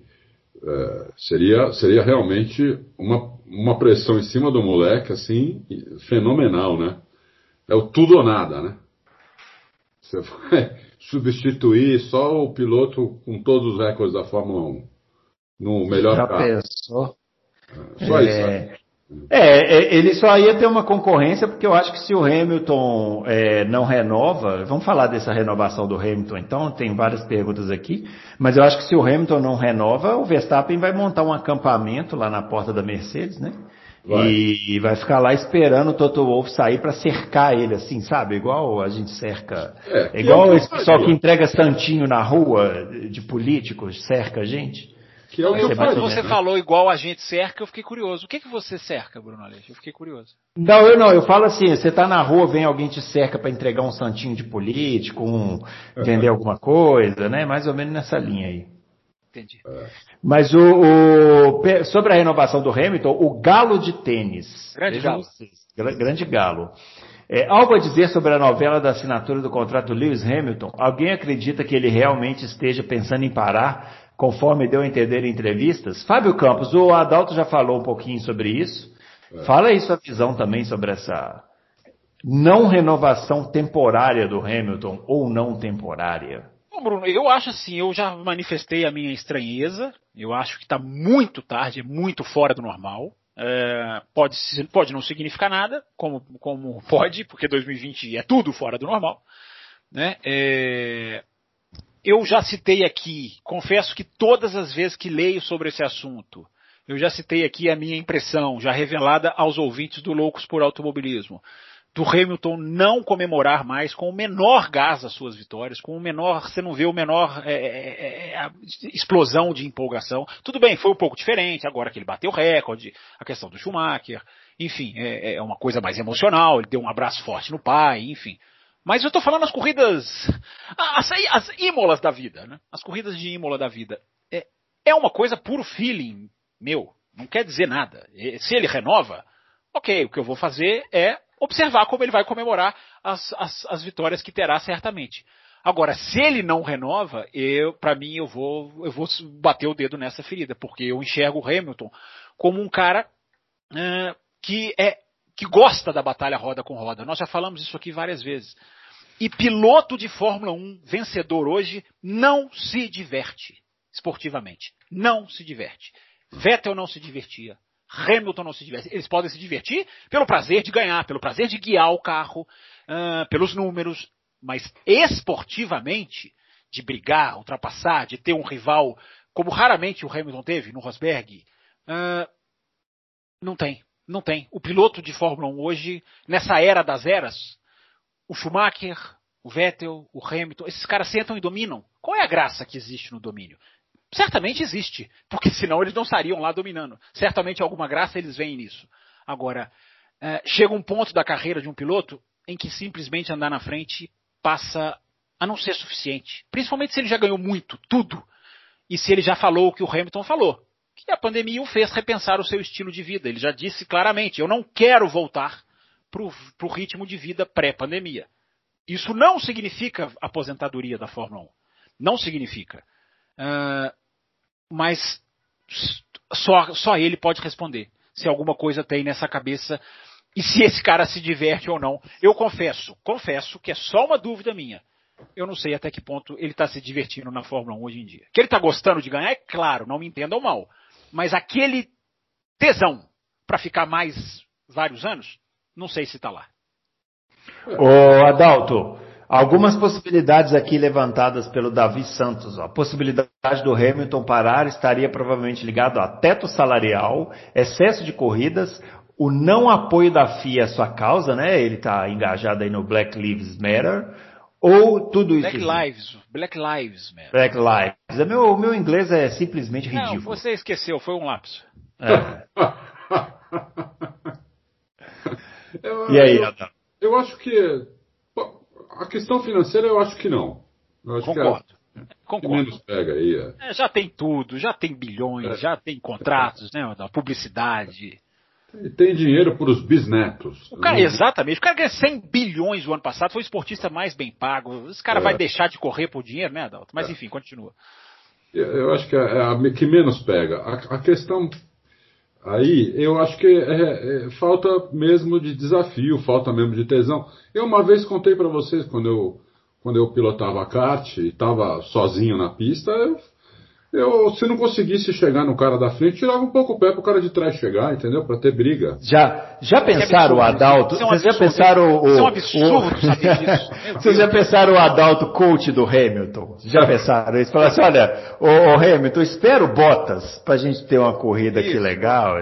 Speaker 3: Seria realmente uma pressão em cima do moleque, assim, fenomenal, né? É o tudo ou nada, né? Você vai substituir só o piloto com todos os recordes da Fórmula 1 no melhor
Speaker 2: Já
Speaker 3: carro.
Speaker 2: Pensou?
Speaker 3: Só isso, né?
Speaker 2: Ele só ia ter uma concorrência porque eu acho que se o Hamilton não renova, vamos falar dessa renovação do Hamilton então, tem várias perguntas aqui, mas eu acho que se o Hamilton não renova, o Verstappen vai montar um acampamento lá na porta da Mercedes, né? E vai ficar lá esperando o Toto Wolff sair para cercar ele, assim, sabe? Igual a gente cerca. Igual esse pessoal que entrega santinho na rua de políticos, cerca a gente.
Speaker 4: Quando você falou igual a gente cerca, eu fiquei curioso. O que você cerca, Bruno Aleixo? Eu fiquei curioso.
Speaker 2: Eu falo assim, você tá na rua, vem alguém te cerca para entregar um santinho de político, vender alguma coisa, né? Mais ou menos nessa linha aí.
Speaker 4: Entendi.
Speaker 2: Mas sobre a renovação do Hamilton, o galo de tênis. Grande galo. Algo a dizer sobre a novela da assinatura do contrato do Lewis Hamilton? Alguém acredita que ele realmente esteja pensando em parar, conforme deu a entender em entrevistas? Fábio Campos, o Adalto já falou um pouquinho sobre isso. Fala aí sua visão também sobre essa não renovação temporária do Hamilton, ou não temporária.
Speaker 4: Bom, Bruno, eu acho assim, eu já manifestei a minha estranheza, eu acho que está muito tarde, é muito fora do normal. Pode não significar nada, como pode, porque 2020 é tudo fora do normal, né? Eu já citei aqui, confesso que todas as vezes que leio sobre esse assunto, eu já citei aqui a minha impressão, já revelada aos ouvintes do Loucos por Automobilismo, do Hamilton não comemorar mais com o menor gás as suas vitórias, com o menor, você não vê o menor explosão de empolgação. Tudo bem, foi um pouco diferente, agora que ele bateu o recorde, a questão do Schumacher, enfim, é uma coisa mais emocional, ele deu um abraço forte no pai, enfim. Mas eu estou falando das corridas, as Imolas da vida, né? As corridas de Imola da vida. É uma coisa puro feeling meu, não quer dizer nada. Se ele renova, ok, o que eu vou fazer é observar como ele vai comemorar as vitórias que terá certamente. Agora, se ele não renova, para mim eu vou bater o dedo nessa ferida, porque eu enxergo o Hamilton como um cara que gosta da batalha roda com roda. Nós já falamos isso aqui várias vezes. E piloto de Fórmula 1 vencedor hoje não se diverte esportivamente. Não se diverte. Vettel não se divertia. Hamilton não se diverte. Eles podem se divertir pelo prazer de ganhar, pelo prazer de guiar o carro, pelos números, mas esportivamente, de brigar, ultrapassar, de ter um rival, como raramente o Hamilton teve no Rosberg, não tem. Não tem. O piloto de Fórmula 1 hoje, nessa era das eras, o Schumacher, o Vettel, o Hamilton, esses caras sentam e dominam. Qual é a graça que existe no domínio? Certamente existe, porque senão eles não estariam lá dominando. Certamente alguma graça eles veem nisso. Agora, chega um ponto da carreira de um piloto em que simplesmente andar na frente passa a não ser suficiente. Principalmente se ele já ganhou muito, tudo. E se ele já falou o que o Hamilton falou. Que a pandemia o fez repensar o seu estilo de vida. Ele já disse claramente, eu não quero voltar para o ritmo de vida pré-pandemia. Isso não significa aposentadoria da Fórmula 1. Não significa. Mas só ele pode responder se alguma coisa tem nessa cabeça e se esse cara se diverte ou não. Eu confesso que é só uma dúvida minha. eu não sei até que ponto ele está se divertindo na Fórmula 1 hoje em dia. Que ele está gostando de ganhar, é claro, não me entendam mal. Mas aquele tesão para ficar mais vários anos, não sei se está lá.
Speaker 2: Ô, Adalto, algumas possibilidades aqui levantadas pelo Davi Santos. A possibilidade do Hamilton parar estaria provavelmente ligado a teto salarial, excesso de corridas, o não apoio da FIA à sua causa, né? Ele está engajado aí no Black Lives Matter, ou tudo isso.
Speaker 4: Black Lives Matter.
Speaker 2: Black Lives. Meu inglês é simplesmente ridículo.
Speaker 4: Não, você esqueceu, foi um lapso.
Speaker 2: E aí, Adalto?
Speaker 3: Eu acho que a questão financeira eu acho que não. Eu acho
Speaker 4: Concordo.
Speaker 3: Que menos pega aí.
Speaker 4: Já tem tudo, já tem bilhões, já tem contratos, né? Da publicidade.
Speaker 3: Tem dinheiro para os bisnetos.
Speaker 4: Exatamente. O cara ganha 100 bilhões o ano passado, foi o esportista mais bem pago. Esse cara vai deixar de correr por dinheiro, né, Adalto? Mas enfim, continua.
Speaker 3: Eu acho que é a que menos pega. A questão aí, eu acho que falta mesmo de desafio, falta mesmo de tesão. Eu uma vez contei para vocês, quando eu pilotava kart e estava sozinho na pista, se não conseguisse chegar no cara da frente, tirava um pouco o pé pro cara de trás chegar, entendeu? Para ter briga.
Speaker 2: Já pensaram o Adalto? Vocês já pensaram
Speaker 4: Isso é um absurdo saber disso.
Speaker 2: Vocês já pensaram o Adalto coach do Hamilton? Já pensaram isso? Falaram assim, olha, ô Hamilton, espera o Bottas pra gente ter uma corrida aqui legal.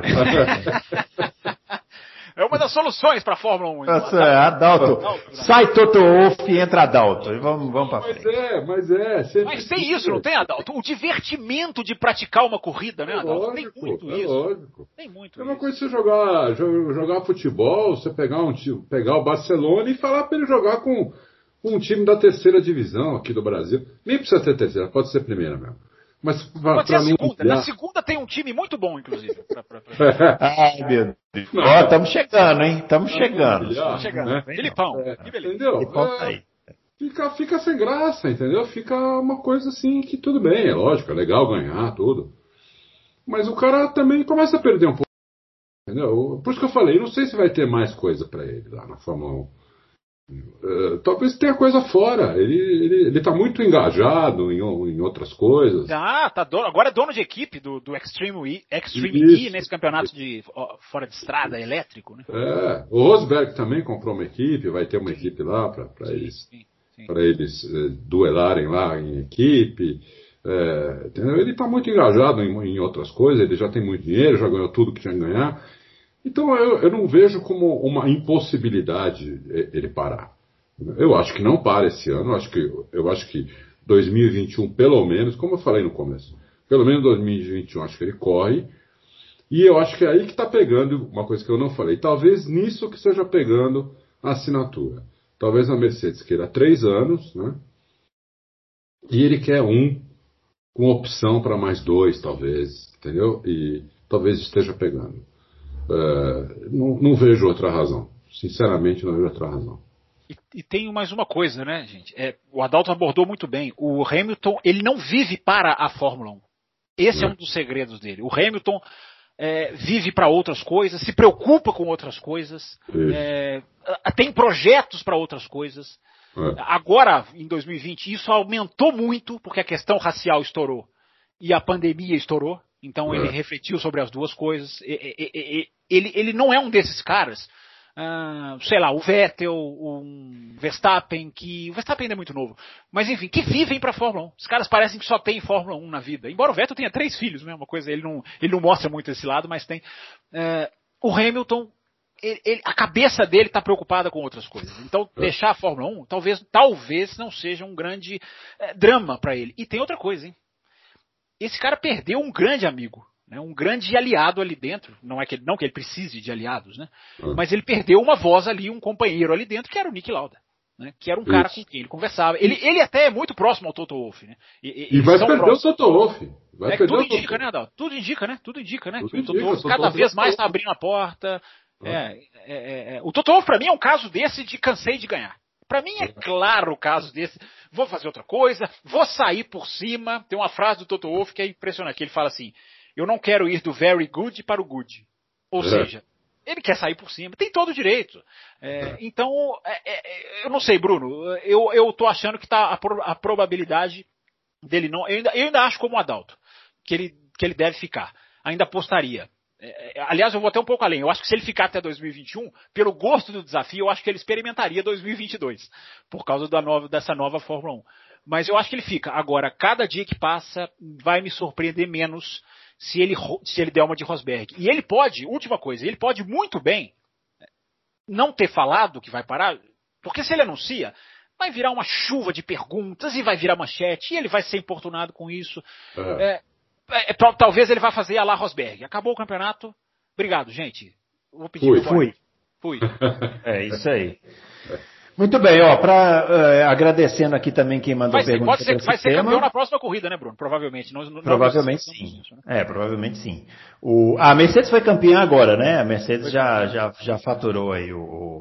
Speaker 4: É uma das soluções para a Fórmula 1.
Speaker 2: Adalto. Sai Toto Wolff e entra Adalto. Vamos para frente.
Speaker 4: Mas tem isso, não tem, Adalto? O divertimento de praticar uma corrida, né, Adalto?
Speaker 3: Lógico,
Speaker 4: tem muito isso.
Speaker 3: Lógico.
Speaker 4: Tem muito
Speaker 3: é uma
Speaker 4: isso.
Speaker 3: coisa você jogar futebol, você pegar o Barcelona e falar para ele jogar com um time da terceira divisão aqui do Brasil. Nem precisa ter terceira, pode ser primeira mesmo. Mas
Speaker 4: pode ser a segunda. Na segunda tem um time muito bom, inclusive.
Speaker 2: Ai, meu Deus. Ó, estamos chegando, hein? Estamos chegando.
Speaker 4: Né? Filipão. Que beleza.
Speaker 3: Entendeu? Fica sem graça, entendeu? Fica uma coisa assim que tudo bem, é lógico, é legal ganhar, tudo. Mas o cara também começa a perder um pouco. Entendeu? Por isso que eu falei, não sei se vai ter mais coisa pra ele lá na Fórmula 1. Talvez tenha coisa fora. Ele tá muito engajado em outras coisas.
Speaker 4: Agora é dono de equipe do Extreme E nesse campeonato de fora de estrada elétrico, né?
Speaker 3: O Rosberg também comprou uma equipe, vai ter uma equipe lá para eles duelarem lá em equipe. Ele tá muito engajado em outras coisas, ele já tem muito dinheiro, já ganhou tudo que tinha que ganhar. Então eu não vejo como uma impossibilidade ele parar. Eu acho que não para esse ano, eu acho que 2021 pelo menos, como eu falei no começo, pelo menos 2021 acho que ele corre, e eu acho que é aí que está pegando uma coisa que eu não falei, talvez nisso que esteja pegando a assinatura. Talvez a Mercedes queira 3 anos, né? E ele quer com opção para mais 2, talvez, entendeu? E talvez esteja pegando. Não vejo outra razão. Sinceramente, não vejo outra razão.
Speaker 4: E tem mais uma coisa, né, gente? O Adalto abordou muito bem. O Hamilton, ele não vive para a Fórmula 1. Esse é um dos segredos dele. O Hamilton vive para outras coisas, se preocupa com outras coisas, tem projetos para outras coisas. Agora, em 2020, isso aumentou muito, porque a questão racial estourou e a pandemia estourou. Então ele refletiu sobre as duas coisas. Ele não é um desses caras, sei lá, o Vettel, o Verstappen, o Verstappen ainda é muito novo, mas enfim, que vivem para a Fórmula 1. Os caras parecem que só tem Fórmula 1 na vida. Embora o Vettel tenha 3 filhos, né? Uma coisa, ele não mostra muito esse lado, mas tem. O Hamilton, a cabeça dele está preocupada com outras coisas. Então deixar a Fórmula 1 talvez não seja um grande drama para ele. E tem outra coisa, hein? Esse cara perdeu um grande amigo, né? Um grande aliado ali dentro. Não que ele precise de aliados, né? Mas ele perdeu uma voz ali, um companheiro ali dentro, que era o Nick Lauda, né? Que era um cara com quem ele conversava. Ele até é muito próximo ao Toto Wolff, né?
Speaker 3: E vai perder o Toto Wolff.
Speaker 4: Tudo indica, né, Adalto? Tudo indica, né? Que o Toto Wolff cada vez mais está abrindo a porta. O Toto Wolff, para mim, é um caso desse de cansei de ganhar. Para mim é claro o caso desse. Vou fazer outra coisa, vou sair por cima. Tem uma frase do Toto Wolff que é impressionante. Ele fala assim: eu não quero ir do very good para o good. Ou seja, Ele quer sair por cima, tem todo o direito. Então, eu não sei, Bruno, eu tô achando que tá a probabilidade dele não... Eu ainda acho como o Adalto, que ele deve ficar. Ainda apostaria. Aliás, eu vou até um pouco além. Eu acho que se ele ficar até 2021, pelo gosto do desafio, eu acho que ele experimentaria 2022, por causa dessa nova Fórmula 1. Mas eu acho que ele fica. Agora, cada dia que passa, vai me surpreender menos se ele der uma de Rosberg. E ele pode, última coisa, ele pode muito bem não ter falado que vai parar, porque se ele anuncia, vai virar uma chuva de perguntas e vai virar manchete, e ele vai ser importunado com isso. Talvez ele vá fazer a lá Rosberg. Acabou o campeonato. Obrigado, gente. Vou pedir. Fui.
Speaker 2: É isso aí. Muito bem, agradecendo aqui também quem mandou perguntas.
Speaker 4: Vai ser campeão na próxima corrida, né, Bruno? Provavelmente.
Speaker 2: Provavelmente sim. Provavelmente sim. A Mercedes foi campeã agora, né? A Mercedes já faturou aí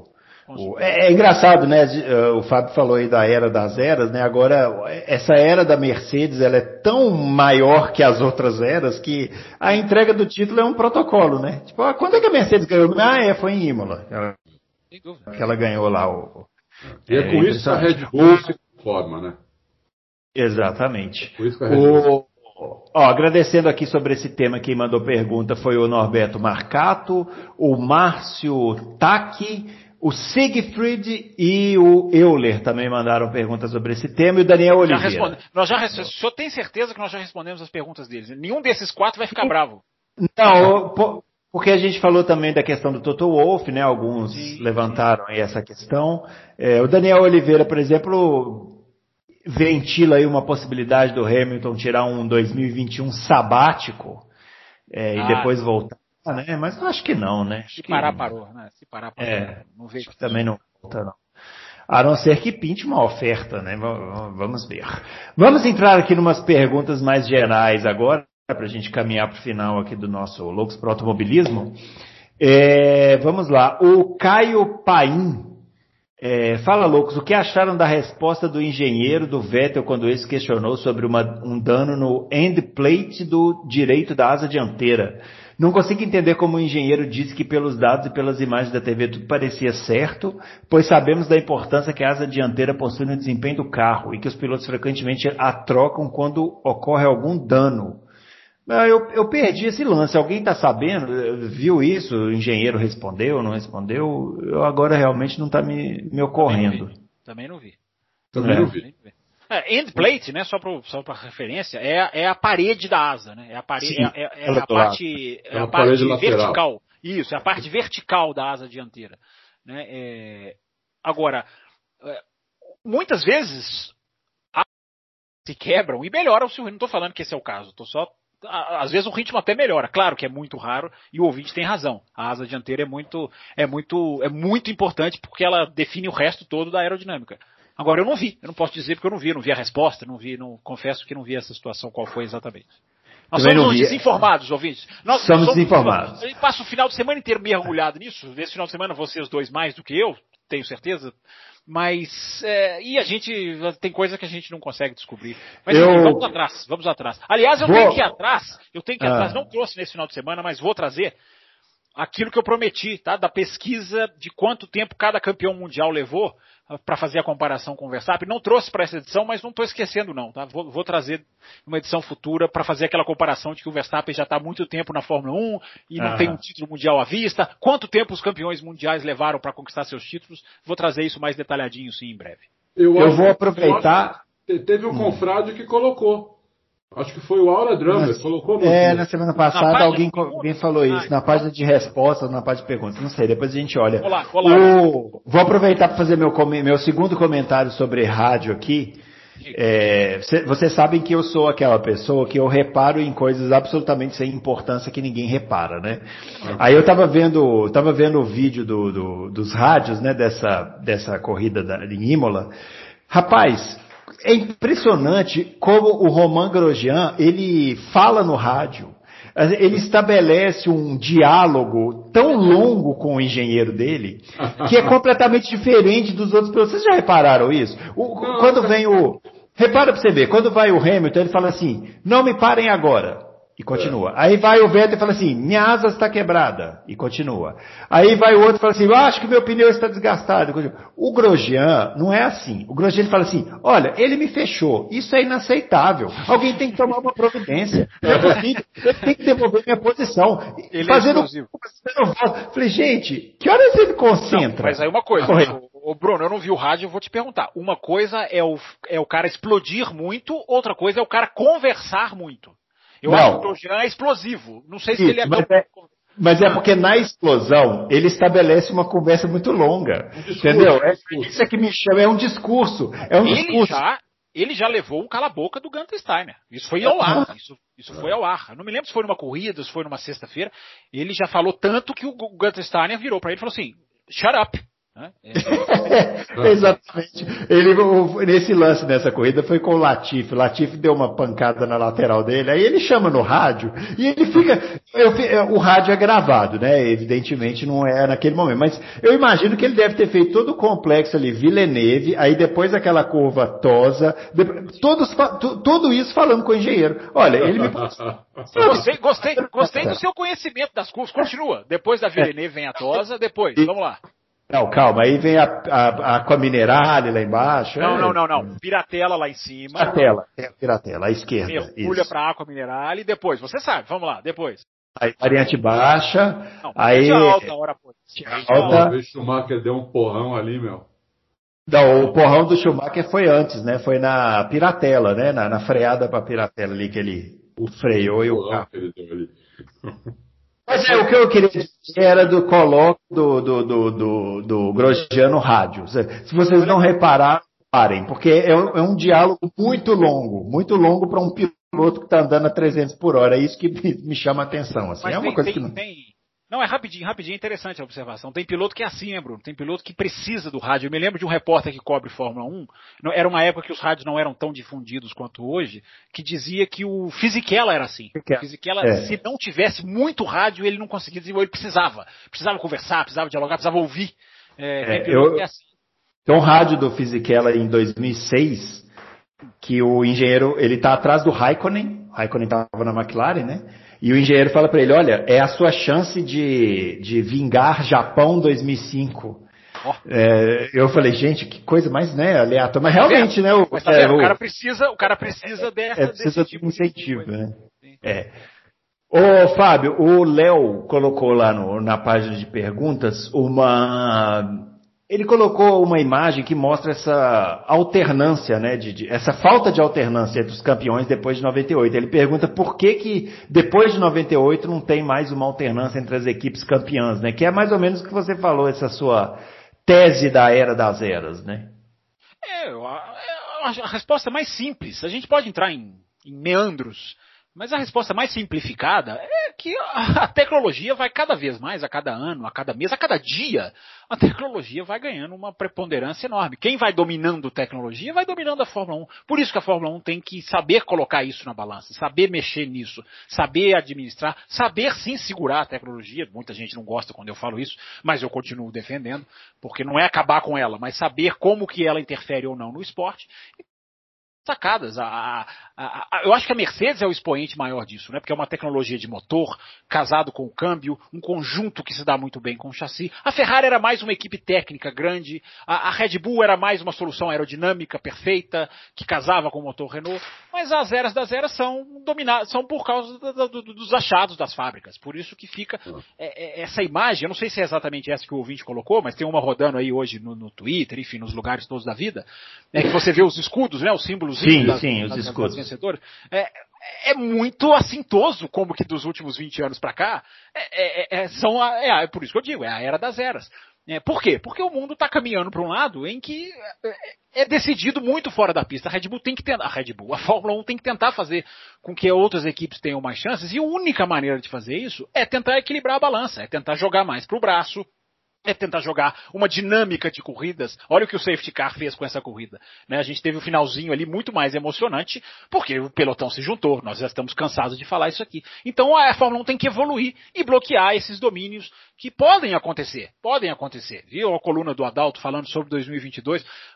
Speaker 2: É engraçado, né? O Fábio falou aí da era das eras, né? Agora, essa era da Mercedes, ela é tão maior que as outras eras que a entrega do título é um protocolo, né? Tipo, quando é que a Mercedes ganhou? Foi em Imola. Que ela ganhou lá
Speaker 3: E é com isso que a Red Bull se forma, né?
Speaker 2: Exatamente.
Speaker 3: É por isso que a Red Bull...
Speaker 2: agradecendo aqui sobre esse tema, quem mandou pergunta foi o Norberto Marcato, o Márcio Taki, o Siegfried e o Euler também mandaram perguntas sobre esse tema, e o Daniel Oliveira.
Speaker 4: O senhor tem certeza que nós já respondemos as perguntas deles? Nenhum desses 4 vai ficar bravo.
Speaker 2: Não, porque a gente falou também da questão do Toto Wolff, né? Alguns levantaram aí essa questão. O Daniel Oliveira, por exemplo, ventila aí uma possibilidade do Hamilton tirar um 2021 sabático e depois voltar. Né? Mas eu acho que não, né?
Speaker 4: Se parar, parou. Não vejo.
Speaker 2: Acho que também não volta, não. A não ser que pinte uma oferta, né? Vamos ver. Vamos entrar aqui em umas perguntas mais gerais agora, para a gente caminhar para o final aqui do nosso Loucos para o Automobilismo. Vamos lá. O Caio Paim. Fala, Loucos, o que acharam da resposta do engenheiro do Vettel quando esse questionou sobre um dano no end plate do direito da asa dianteira? Não consigo entender como o engenheiro disse que pelos dados e pelas imagens da TV tudo parecia certo, pois sabemos da importância que a asa dianteira possui no desempenho do carro e que os pilotos frequentemente a trocam quando ocorre algum dano. Eu perdi esse lance. Alguém está sabendo? Viu isso? O engenheiro respondeu, não respondeu? Eu agora realmente não está me ocorrendo.
Speaker 4: Também não vi.
Speaker 3: End
Speaker 4: plate, né? Só para referência, é a parede da asa, né? É a parte vertical. Isso, é a parte vertical da asa dianteira, né? Agora, muitas vezes se quebram e melhoram. Não estou falando que esse é o caso. Às vezes o ritmo até melhora. Claro que é muito raro e o ouvinte tem razão. A asa dianteira é muito importante porque ela define o resto todo da aerodinâmica. Agora eu não vi, eu não posso dizer porque eu não vi a resposta, confesso que não vi essa situação qual foi exatamente. Nós somos desinformados, ouvintes. Nós somos desinformados. Eu passo o final de semana inteiro mergulhado nisso. Esse final de semana vocês dois mais do que eu, tenho certeza. Mas, e a gente, tem coisa que a gente não consegue descobrir. Mas vamos atrás. Aliás, eu tenho que ir atrás, não trouxe nesse final de semana, mas vou trazer aquilo que eu prometi, tá? Da pesquisa de quanto tempo cada campeão mundial levou para fazer a comparação com o Verstappen. Não trouxe para essa edição, mas não estou esquecendo não, tá? Vou trazer uma edição futura para fazer aquela comparação de que o Verstappen já está há muito tempo na Fórmula 1 e não tem um título mundial à vista. Quanto tempo os campeões mundiais levaram para conquistar seus títulos? Vou trazer isso mais detalhadinho, sim, em breve.
Speaker 2: Eu vou aproveitar...
Speaker 3: Teve um confrade que colocou. Acho que foi o Aura Drummer, colocou
Speaker 2: na semana passada alguém falou isso, na página de respostas, na página de perguntas, não sei, depois a gente olha. Vou aproveitar para fazer meu segundo comentário sobre rádio aqui. Vocês sabem que eu sou aquela pessoa que eu reparo em coisas absolutamente sem importância que ninguém repara, né? Aí eu tava vendo o vídeo dos rádios, né, dessa corrida em Imola. Rapaz, é impressionante como o Romain Grosjean, ele fala no rádio, ele estabelece um diálogo tão longo com o engenheiro dele, que é completamente diferente dos outros pilotos. Vocês já repararam isso? Repara pra você ver, quando vai o Hamilton, ele fala assim, não me parem agora. E continua. Aí vai o Vettel e fala assim, minha asa está quebrada. E continua. Aí vai o outro e fala assim, eu acho que meu pneu está desgastado. O Grosjean não é assim. O Grosjean ele fala assim, olha, ele me fechou. Isso é inaceitável. Alguém tem que tomar uma providência. Eu tenho que devolver minha posição.
Speaker 4: Ele
Speaker 2: fazendo
Speaker 4: é explosivo.
Speaker 2: Falei, gente, que horas ele concentra?
Speaker 4: Não, mas aí uma coisa, o Bruno, eu não vi o rádio, eu vou te perguntar. Uma coisa é o cara explodir muito, outra coisa é o cara conversar muito. Eu acho que o Grosjean é explosivo. Não sei se ele é tão...
Speaker 2: Mas é porque na explosão ele estabelece uma conversa muito longa. Entendeu? Isso é que me chama, é um discurso.
Speaker 4: Ele já levou um cala-boca do Gunther Steiner. Isso foi ao ar. Isso foi ao ar. Eu não me lembro se foi numa corrida, se foi numa sexta-feira. Ele já falou tanto que o Gunther Steiner virou para ele e falou assim, shut up.
Speaker 2: Exatamente. Ele, nesse lance dessa corrida foi com o Latifi. O Latifi deu uma pancada na lateral dele, aí ele chama no rádio e ele fica. O rádio é gravado, né? Evidentemente não é naquele momento, mas eu imagino que ele deve ter feito todo o complexo ali, Villeneuve, aí depois aquela curva Tosa, tudo isso falando com o engenheiro. Olha, ele me.
Speaker 4: Gostei do seu conhecimento das curvas. Continua. Depois da Villeneuve vem a Tosa, depois. Vamos lá.
Speaker 2: Não, calma, aí vem a Aqua Minerale lá embaixo.
Speaker 4: Não. Piratella lá em cima.
Speaker 2: Piratella, à esquerda.
Speaker 4: Mergulha para a Aqua Minerale e depois, você sabe, vamos lá, depois.
Speaker 2: Aí, variante baixa.
Speaker 4: Não,
Speaker 2: aí
Speaker 4: alta, hora pô.
Speaker 3: Alta. O Schumacher deu um porrão ali, meu.
Speaker 2: Não, o porrão do Schumacher foi antes, né? Foi na Piratella, né? Na freada para Piratella ali que ele freou e o carro.
Speaker 3: Que ele deu ali.
Speaker 2: Mas o que eu queria dizer era do coloque do Grosjean no rádio. Se vocês não repararam, parem, porque é um diálogo muito longo para um piloto que está andando a 300 por hora. É isso que me chama a atenção. Assim.
Speaker 4: Mas
Speaker 2: é uma coisa que não...
Speaker 4: Não, é rapidinho, é interessante a observação. Tem piloto que é assim, né, Bruno? Tem piloto que precisa do rádio. Eu me lembro de um repórter que cobre Fórmula 1, era uma época que os rádios não eram tão difundidos quanto hoje, que dizia que o Fisichella era assim. O Fisichella, se não tivesse muito rádio, ele não conseguia desenvolver, ele precisava conversar, precisava dialogar, precisava ouvir. Tem piloto que é assim.
Speaker 2: Tem um rádio do Fisichella em 2006, que o engenheiro, ele tá atrás do Raikkonen estava na McLaren, né? E o engenheiro fala para ele, olha, é a sua chance de vingar Japão 2005. Eu falei, gente, que coisa mais, né, aleatória. Mas realmente, né?
Speaker 4: O cara precisa
Speaker 2: desse tipo de incentivo, né? Ô, Fábio, o Léo colocou lá na página de perguntas ele colocou uma imagem que mostra essa alternância, né, essa falta de alternância entre os campeões depois de 98. Ele pergunta por que depois de 98 não tem mais uma alternância entre as equipes campeãs, né? Que é mais ou menos o que você falou, essa sua tese da era das eras, né?
Speaker 4: A resposta mais simples. A gente pode entrar em meandros, mas a resposta mais simplificada é que a tecnologia vai cada vez mais, a cada ano, a cada mês, a cada dia, a tecnologia vai ganhando uma preponderância enorme. Quem vai dominando tecnologia vai dominando a Fórmula 1. Por isso que a Fórmula 1 tem que saber colocar isso na balança, saber mexer nisso, saber administrar, saber sim segurar a tecnologia. Muita gente não gosta quando eu falo isso, mas eu continuo defendendo, porque não é acabar com ela, mas saber como que ela interfere ou não no esporte. Sacadas. Eu acho que a Mercedes é o expoente maior disso, né? Porque é uma tecnologia de motor, casado com o câmbio, um conjunto que se dá muito bem com o chassi. A Ferrari era mais uma equipe técnica grande, a Red Bull era mais uma solução aerodinâmica perfeita, que casava com o motor Renault, mas as eras das eras são dominadas, são por causa dos achados das fábricas. Por isso que fica essa imagem, eu não sei se é exatamente essa que o ouvinte colocou, mas tem uma rodando aí hoje no Twitter, enfim, nos lugares todos da vida, que você vê os escudos, né? Os símbolos
Speaker 2: os escudos.
Speaker 4: Vencedoras. É muito assintoso como que dos últimos 20 anos para cá por isso que eu digo, é a era das eras. Por quê? Porque o mundo está caminhando para um lado em que é decidido muito fora da pista. A Fórmula 1 tem que tentar fazer com que outras equipes tenham mais chances, e a única maneira de fazer isso é tentar equilibrar a balança, é tentar jogar mais para o braço, é tentar jogar uma dinâmica de corridas. Olha o que o safety car fez com essa corrida, né? A gente teve o finalzinho ali muito mais emocionante, porque o pelotão se juntou, nós já estamos cansados de falar isso aqui. Então a Fórmula 1 tem que evoluir e bloquear esses domínios que podem acontecer. Viu a coluna do Adalto falando sobre 2022?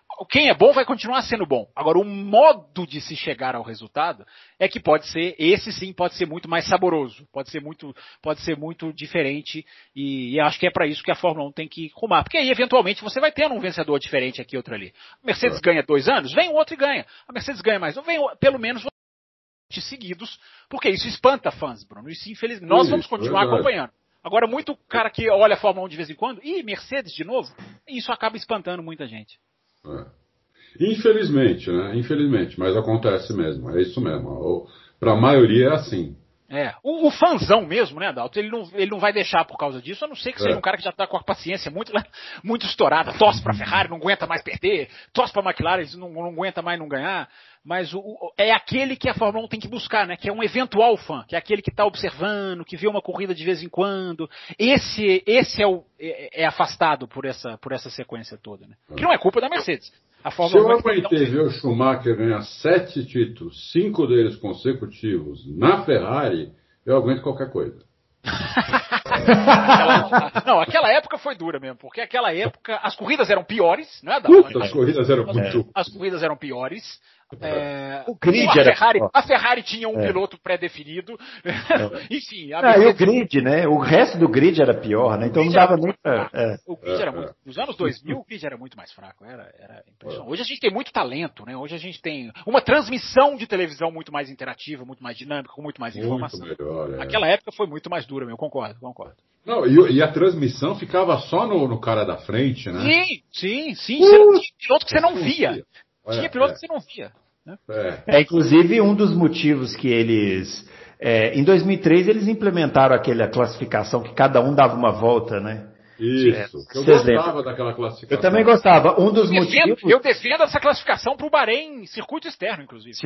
Speaker 4: Quem é bom vai continuar sendo bom. Agora, o modo de se chegar ao resultado é que pode ser, esse sim pode ser muito mais saboroso, pode ser muito diferente, e acho que é para isso que a Fórmula 1 tem que rumar. Porque aí, eventualmente, você vai tendo um vencedor diferente aqui, outro ali. A Mercedes ganha 2 anos, vem um outro e ganha. A Mercedes ganha mais, vem pelo menos seguidos, porque isso espanta fãs, Bruno. Isso, infelizmente, nós vamos continuar acompanhando. Agora, muito cara que olha a Fórmula 1 de vez em quando, Mercedes de novo, isso acaba espantando muita gente.
Speaker 3: Infelizmente, né? Infelizmente, mas acontece mesmo, é isso mesmo. Para a maioria é assim.
Speaker 4: O fãzão mesmo, né, Adalto? Ele não vai deixar por causa disso, a não ser que seja um cara que já tá com a paciência muito estourada, torce pra Ferrari, não aguenta mais perder, torce pra McLaren, não aguenta mais não ganhar, mas é aquele que a Fórmula 1 tem que buscar, né, que é um eventual fã, que é aquele que tá observando, que vê uma corrida de vez em quando. Esse é afastado por essa sequência toda, né? Que não é culpa da Mercedes.
Speaker 3: Se eu aguentei ver o Schumacher ganhar 7 títulos, 5 deles consecutivos na Ferrari, eu aguento qualquer coisa.
Speaker 4: Aquela época foi dura mesmo, porque aquela época as corridas eram piores, não é, Adalto?
Speaker 3: As corridas eram muito.
Speaker 4: As corridas eram piores.
Speaker 2: O grid
Speaker 4: a Ferrari tinha um piloto pré-definido. Enfim.
Speaker 2: E o grid, né? O resto do grid era pior, né? Então não dava nem pra...
Speaker 4: O grid era muito... Nos anos 2000, o grid era muito mais fraco. Era impressionante. Hoje a gente tem muito talento, né? Hoje a gente tem uma transmissão de televisão muito mais interativa, muito mais dinâmica, com muito mais informação.
Speaker 3: Muito melhor,
Speaker 4: Aquela época foi muito mais dura, eu concordo.
Speaker 3: Não, e a transmissão ficava só no cara da frente, né?
Speaker 4: Sim. Tinha piloto que você não via. Tinha piloto que você não via. Né?
Speaker 2: Inclusive, um dos motivos que eles... em 2003, eles implementaram aquela classificação que cada um dava uma volta, né?
Speaker 3: Isso. Eu gostava daquela classificação.
Speaker 2: Eu também gostava. Um dos motivos...
Speaker 4: Eu defendo essa classificação para o Bahrein, circuito externo, inclusive.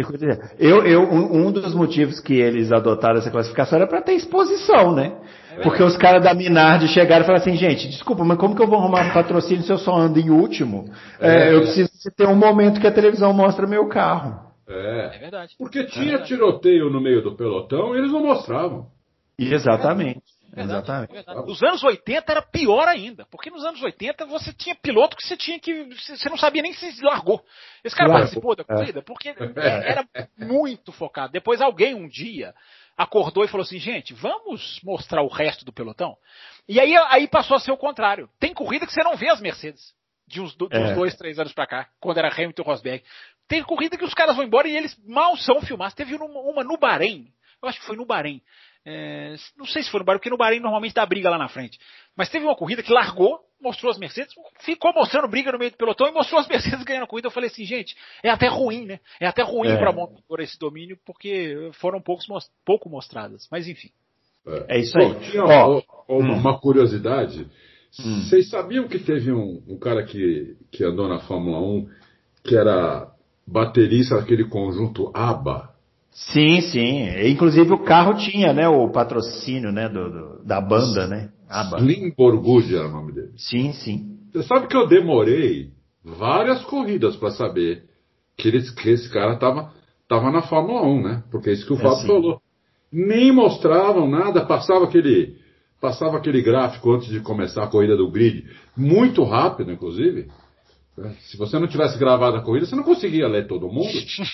Speaker 2: Um dos motivos que eles adotaram essa classificação era para ter exposição, né? Porque os caras da Minardi chegaram e falaram assim, gente, desculpa, mas como que eu vou arrumar patrocínio se eu só ando em último? Eu preciso ter um momento que a televisão mostra meu carro.
Speaker 4: É verdade.
Speaker 3: Porque tinha tiroteio no meio do pelotão e eles não mostravam.
Speaker 2: Exatamente.
Speaker 4: Verdade. Nos anos 80 era pior ainda, porque nos anos 80 você tinha piloto que você não sabia nem se largou. Esse cara participou da corrida porque era muito focado. Depois alguém um dia acordou e falou assim, gente, vamos mostrar o resto do pelotão? E aí passou a ser o contrário. Tem corrida que você não vê as Mercedes, de uns 2, 3 anos pra cá, quando era Hamilton e Rosberg. Tem corrida que os caras vão embora e eles mal são filmados. Teve uma no Bahrein, eu acho que foi no Bahrein. Não sei se foi no Bahrein, porque no Bahrein normalmente dá briga lá na frente. Mas teve uma corrida que largou, mostrou as Mercedes, ficou mostrando briga no meio do pelotão e mostrou as Mercedes ganhando a corrida. Eu falei assim, gente, é até ruim, né? É até ruim para a montadora esse domínio, porque foram pouco mostradas. Mas enfim.
Speaker 2: É isso aí.
Speaker 3: Tinha uma curiosidade. Vocês sabiam que teve um cara que andou na Fórmula 1 que era baterista daquele conjunto ABBA?
Speaker 2: Sim. Inclusive o carro tinha, né, o patrocínio, né, da banda, né? ABBA.
Speaker 3: Limborgud era o nome dele.
Speaker 2: Sim.
Speaker 3: Você sabe que eu demorei várias corridas para saber que esse cara tava na Fórmula 1, né? Porque é isso que o Fábio falou. Nem mostravam nada, passava aquele gráfico antes de começar a corrida do grid, muito rápido, inclusive. Se você não tivesse gravado a corrida, você não conseguia ler todo mundo.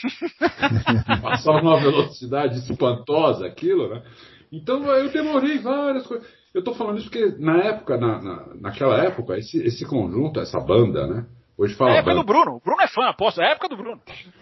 Speaker 3: Passava numa velocidade espantosa aquilo, né? Então eu demorei várias coisas. Eu estou falando isso porque naquela época, esse conjunto, essa banda, né? Hoje fala.
Speaker 4: É a época do Bruno. O Bruno é fã, aposto. É a época do Bruno.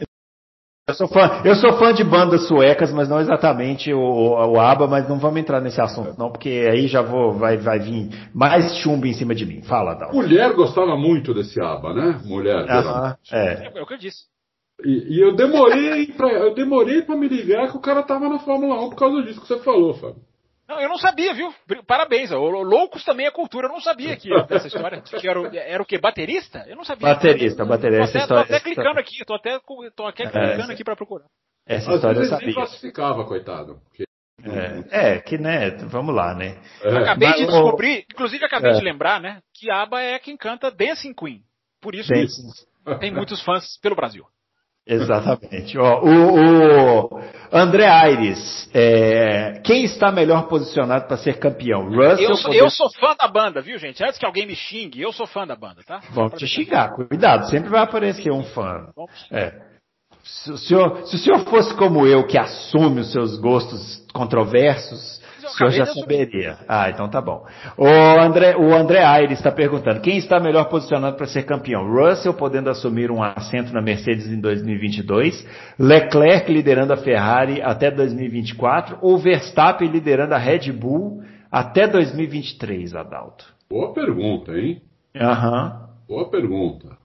Speaker 2: Eu sou fã de bandas suecas, mas não exatamente o ABBA, mas não vamos entrar nesse assunto não, porque aí já vai vir mais chumbo em cima de mim. Fala, Dal.
Speaker 3: Mulher gostava muito desse ABBA, né? Mulher.
Speaker 4: É o que eu disse.
Speaker 3: E eu demorei pra me ligar que o cara tava na Fórmula 1 por causa disso que você falou, Fábio.
Speaker 4: Não, eu não sabia, viu? Parabéns. Loucos também é cultura. Eu não sabia dessa história. Que era o quê? Baterista? Eu não sabia.
Speaker 2: Baterista.
Speaker 4: Tô até clicando aqui. Tô até clicando aqui pra procurar.
Speaker 2: Essa história eu sabia.
Speaker 3: Ele classificava, coitado. Porque...
Speaker 2: que né, vamos lá, né?
Speaker 4: Acabei de descobrir, inclusive acabei de lembrar, né, que ABBA é quem canta Dancing Queen. Por isso tem muitos fãs pelo Brasil.
Speaker 2: Exatamente. Ó, o André Aires, quem está melhor posicionado para ser campeão? Russell?
Speaker 4: Eu sou fã da banda, viu, gente? Antes que alguém me xingue, eu sou fã da banda, tá?
Speaker 2: Vamos te xingar, cuidado, sempre vai aparecer um fã. Se o senhor fosse como eu, que assume os seus gostos controversos, o senhor já saberia. Ah, então tá bom. O André Aires está perguntando, quem está melhor posicionado para ser campeão? Russell podendo assumir um assento na Mercedes em 2022, Leclerc liderando a Ferrari até 2024 ou Verstappen liderando a Red Bull até 2023, Adalto?
Speaker 3: Boa pergunta, hein?
Speaker 2: Aham.
Speaker 3: Boa pergunta.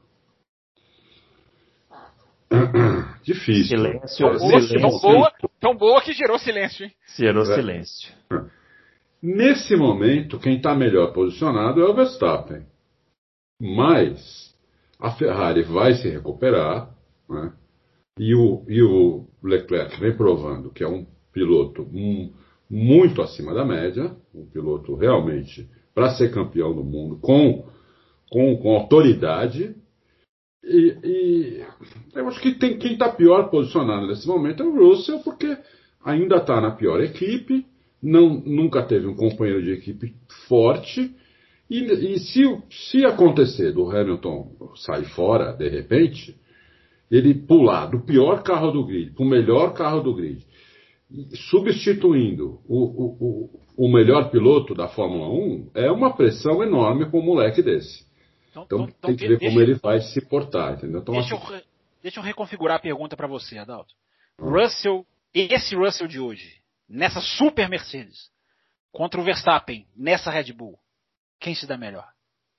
Speaker 3: Difícil.
Speaker 2: Silêncio.
Speaker 4: Tão boa que gerou silêncio, hein?
Speaker 2: Gerou silêncio.
Speaker 3: Nesse momento, quem está melhor posicionado é o Verstappen. Mas a Ferrari vai se recuperar, né? E o Leclerc vem provando que é um piloto muito acima da média, um piloto realmente para ser campeão do mundo, com autoridade. E eu acho que quem está pior posicionado nesse momento é o Russell, porque ainda está na pior equipe, nunca teve um companheiro de equipe forte, e se acontecer do Hamilton sair fora, de repente, ele pular do pior carro do grid para o melhor carro do grid, substituindo o melhor piloto da Fórmula 1, é uma pressão enorme para um moleque desse. Então tem que ver como ele vai se portar, entendeu? Então,
Speaker 4: deixa eu reconfigurar a pergunta para você, Adalto. Esse Russell de hoje, nessa super Mercedes, contra o Verstappen, nessa Red Bull, quem se dá melhor?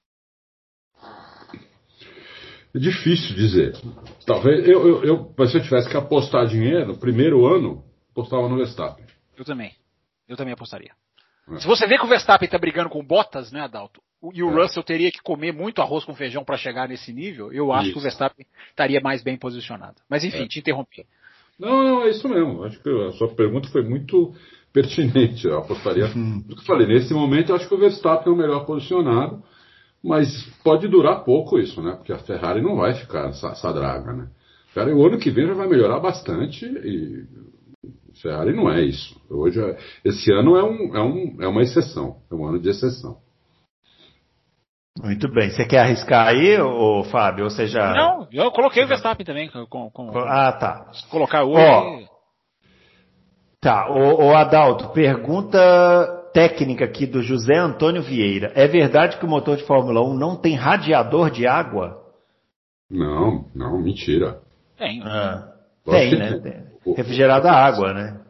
Speaker 3: É difícil dizer. Talvez se eu tivesse que apostar dinheiro, no primeiro ano, apostava no Verstappen.
Speaker 4: Eu também apostaria. Se você vê que o Verstappen está brigando com o Bottas, né, Adalto? E o Russell teria que comer muito arroz com feijão para chegar nesse nível, eu acho que o Verstappen estaria mais bem posicionado. Mas enfim, te interrompi.
Speaker 3: Não, é isso mesmo. Acho que a sua pergunta foi muito pertinente. Eu apostaria. Eu falei, nesse momento eu acho que o Verstappen é o melhor posicionado, mas pode durar pouco isso, né? Porque a Ferrari não vai ficar essa draga, né? A Ferrari, o ano que vem já vai melhorar bastante e a Ferrari não é isso. Esse ano é uma exceção, é um ano de exceção.
Speaker 2: Muito bem. Você quer arriscar aí, ô Fábio? Ou você já...
Speaker 4: Não, eu coloquei o Verstappen também.
Speaker 2: Tá.
Speaker 4: Colocar hoje.
Speaker 2: Tá. Ô Adalto, pergunta técnica aqui do José Antônio Vieira. É verdade que o motor de Fórmula 1 não tem radiador de água?
Speaker 3: Não, mentira.
Speaker 4: Tem.
Speaker 2: Tem, né? Tem. Refrigerada a água, né?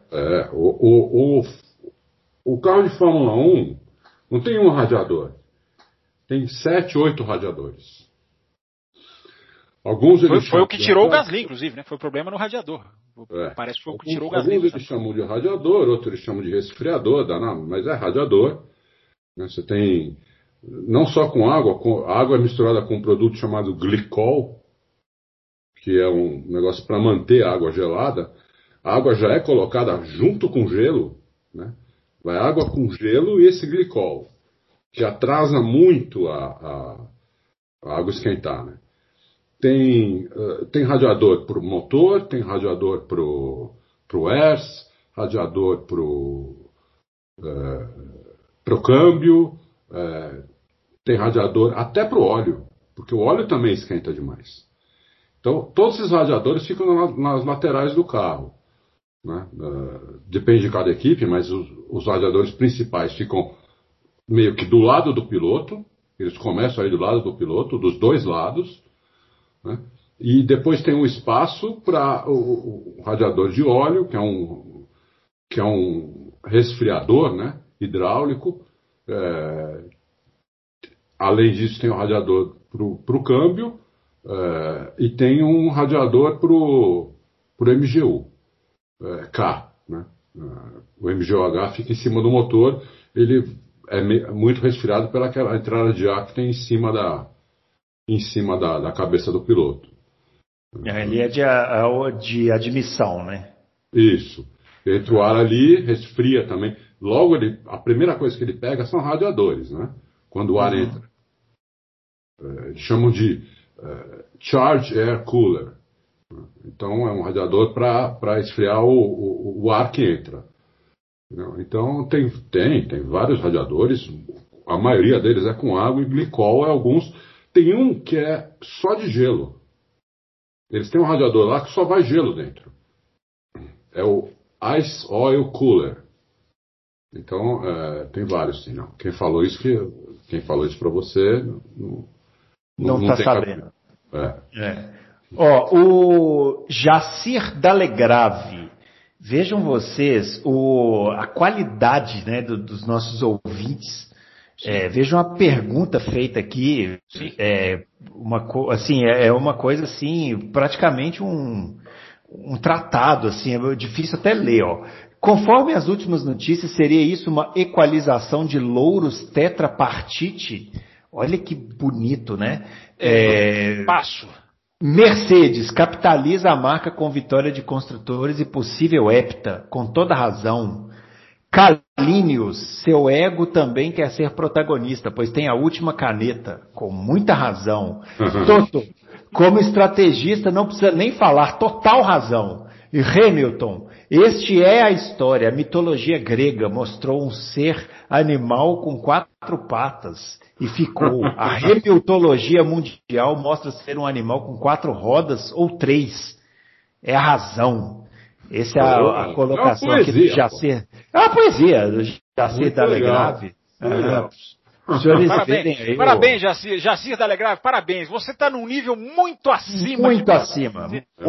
Speaker 3: O carro de Fórmula 1 não tem um radiador. Tem 7, 8 radiadores. Alguns
Speaker 4: foi o que tirou o Gasly, inclusive, né? Foi o problema no radiador. Parece que foi o que tirou o Gasly.
Speaker 3: Alguns eles chamam de radiador, outros eles chamam de resfriador, mas é radiador. Você tem, não só com água, a água é misturada com um produto chamado glicol, que é um negócio para manter a água gelada. A água já é colocada junto com gelo, né? Vai água com gelo e esse glicol, que atrasa muito a água esquentar, né? Tem radiador para o motor, tem radiador para o ERS, radiador para o câmbio, tem radiador até para o óleo, porque o óleo também esquenta demais. Então, todos esses radiadores ficam nas laterais do carro, né? Depende de cada equipe, mas os radiadores principais ficam meio que do lado do piloto, eles começam aí do lado do piloto, dos dois lados, né? E depois tem um espaço para o radiador de óleo, que é um resfriador, né, hidráulico. Além disso, tem um radiador para o câmbio e tem um radiador para o MGU K, né? O MGU-H fica em cima do motor, ele é muito resfriado pela entrada de ar que tem em cima da cabeça do piloto.
Speaker 2: Ele é de admissão, né?
Speaker 3: Isso. Entra o ar ali, resfria também. Logo, a primeira coisa que ele pega são radiadores, né? Quando o ar entra. Eles chamam de Charge Air Cooler. Então é um radiador para esfriar o ar que entra. Então tem vários radiadores, a maioria deles é com água e glicol, alguns. Tem um que é só de gelo. Eles têm um radiador lá que só vai gelo dentro. É o Ice Oil Cooler. Então tem vários, sim. Não. Quem falou isso para você
Speaker 2: não está sabendo. Ó, o Jacir Dalegrave. Vejam vocês a qualidade, né, dos nossos ouvintes. Vejam a pergunta feita aqui. É uma coisa assim, praticamente um tratado, assim, é difícil até ler, ó. Conforme as últimas notícias, seria isso uma equalização de louros tetrapartite? Olha que bonito, né?
Speaker 4: Passo.
Speaker 2: Mercedes capitaliza a marca com vitória de construtores e possível hepta, com toda razão. Calínios, seu ego também quer ser protagonista, pois tem a última caneta, com muita razão. Toto, como estrategista, não precisa nem falar, total razão. E Hamilton, este é a história. A mitologia grega mostrou um ser animal com 4 patas e ficou. A Hamiltologia mundial mostra ser um animal com 4 rodas ou 3. É a razão. Essa é a colocação aqui do Jacir. É uma poesia do Jacir Dalegrave. Os senhores
Speaker 4: parabéns, Jacir Dalegrave, parabéns. Você está num nível muito acima.
Speaker 2: Muito acima.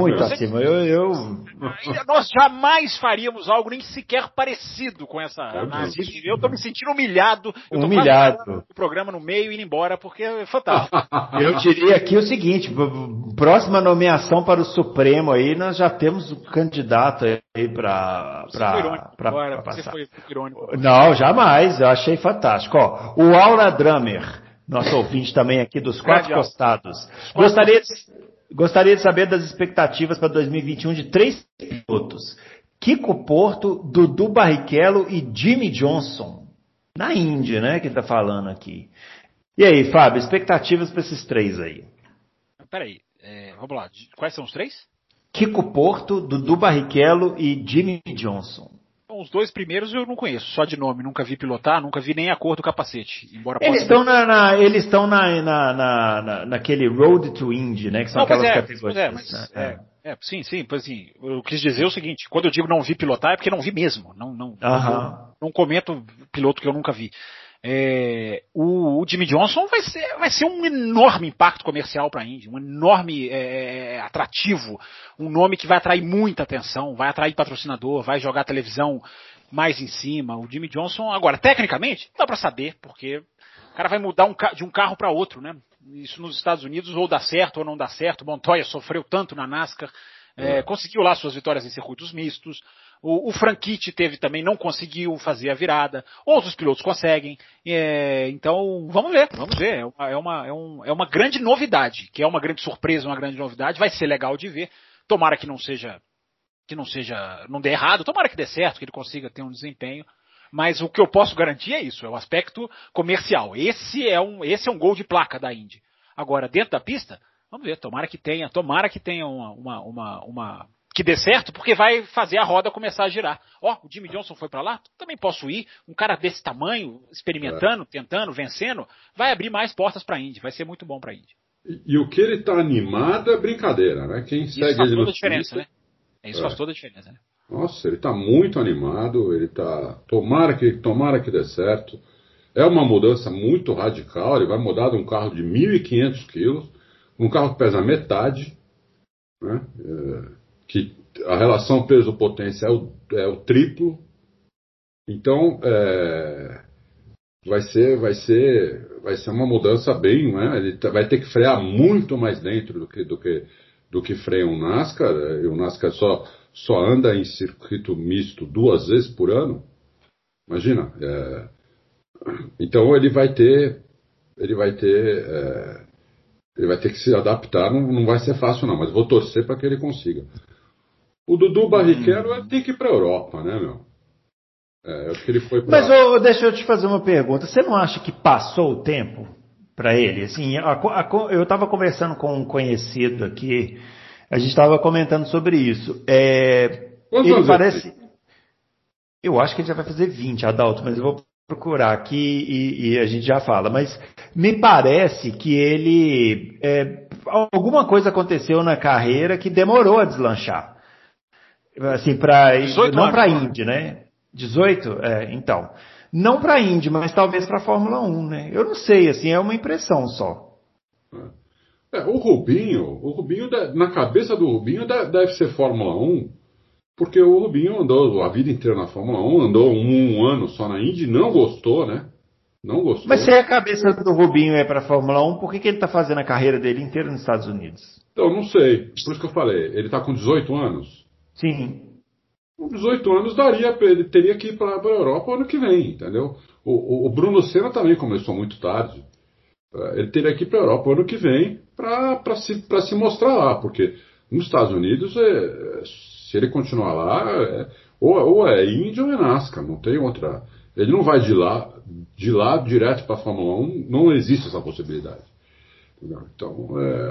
Speaker 4: Nós jamais faríamos algo nem sequer parecido com essa análise. Eu estou me sentindo humilhado. Eu estou quase o programa no meio e indo embora, porque é fantástico.
Speaker 2: Eu diria aqui o seguinte, próxima nomeação para o Supremo aí, nós já temos o candidato aí para passar.
Speaker 4: Você foi irônico.
Speaker 2: Não, jamais. Eu achei fantástico. Ó, o Aura Dramer, nosso ouvinte também aqui dos 4 costados. Gostaria de saber das expectativas para 2021 de 3 pilotos. Kiko Porto, Dudu Barrichello e Jimmy Johnson. Na Índia, né, que está falando aqui. E aí, Fábio, expectativas para esses 3 aí?
Speaker 4: Peraí, vamos lá. Quais são os 3?
Speaker 2: Kiko Porto, Dudu Barrichello e Jimmy Johnson.
Speaker 4: Os 2 primeiros eu não conheço, só de nome, nunca vi pilotar, nunca vi nem a cor do capacete. Embora
Speaker 2: eles estão naquele Road to Indy, né? Que são aquelas categorias.
Speaker 4: Sim, pois assim, eu quis dizer o seguinte, quando eu digo não vi pilotar é porque não vi mesmo, não comento piloto que eu nunca vi. O Jimmy Johnson vai ser um enorme impacto comercial para a Indy, um enorme atrativo, um nome que vai atrair muita atenção, vai atrair patrocinador, vai jogar a televisão mais em cima. O Jimmy Johnson, agora, tecnicamente, não dá para saber, porque o cara vai mudar de um carro para outro, né? Isso nos Estados Unidos ou dá certo ou não dá certo. Montoya sofreu tanto na NASCAR, conseguiu lá suas vitórias em circuitos mistos. O Franchitti também não conseguiu fazer a virada. Outros pilotos conseguem. Então, vamos ver. É uma grande novidade, que é uma grande surpresa, uma grande novidade. Vai ser legal de ver. Tomara que não dê errado. Tomara que dê certo, que ele consiga ter um desempenho. Mas o que eu posso garantir é isso, é o aspecto comercial. Esse é um gol de placa da Indy. Agora, dentro da pista, vamos ver. Tomara que tenha que dê certo, porque vai fazer a roda começar a girar. O Jimmy Johnson foi para lá, também posso ir. Um cara desse tamanho, experimentando, tentando, vencendo, vai abrir mais portas para a Indy. Vai ser muito bom para a Indy.
Speaker 3: E o que ele está animado é brincadeira, né? Quem segue ele no Twitter,
Speaker 4: isso faz toda a diferença, né?
Speaker 3: Nossa, ele está muito animado, ele está... Tomara que dê certo. É uma mudança muito radical, ele vai mudar de um carro de 1.500 quilos, um carro que pesa metade, né? Que a relação peso-potência é o triplo. Então, vai ser uma mudança bem, né? Ele vai ter que frear muito mais dentro do que freia um NASCAR. E o NASCAR só anda em circuito misto 2 vezes por ano. Imagina. Então ele vai ter que se adaptar. Não vai ser fácil não, mas vou torcer para que ele consiga. O Dudu Barrichello tem que ir para a Europa, né, meu? Que ele foi pra...
Speaker 2: Mas deixa eu te fazer uma pergunta. Você não acha que passou o tempo para ele? Assim, eu estava conversando com um conhecido aqui A gente estava comentando sobre isso.
Speaker 3: Quantos
Speaker 2: Ele
Speaker 3: anos
Speaker 2: parece. Eu acho que ele já vai fazer 20, Adalto, mas eu vou procurar aqui e a gente já fala. Mas me parece que ele. Alguma coisa aconteceu na carreira que demorou a deslanchar. Assim, não para a Indy, né? 18? Então. Não para a Indy, mas talvez para a Fórmula 1, né? Eu não sei, assim, é uma impressão só.
Speaker 3: O Rubinho, na cabeça do Rubinho deve ser Fórmula 1, porque o Rubinho andou a vida inteira na Fórmula 1, andou um ano só na Indy, não gostou, né? Não gostou.
Speaker 2: Mas se a cabeça do Rubinho é para a Fórmula 1, por que ele está fazendo a carreira dele inteira nos Estados Unidos?
Speaker 3: Então, não sei. Por isso que eu falei. Ele está com 18 anos?
Speaker 2: Sim.
Speaker 3: Com 18 anos ele teria que ir para a Europa ano que vem, entendeu? O Bruno Senna também começou muito tarde. Ele teria que ir para a Europa ano que vem para se mostrar lá, porque nos Estados Unidos, se ele continuar lá, ou é Indy ou é NASCAR, não tem outra. Ele não vai de lá direto para a Fórmula 1, não existe essa possibilidade. Entendeu? Então,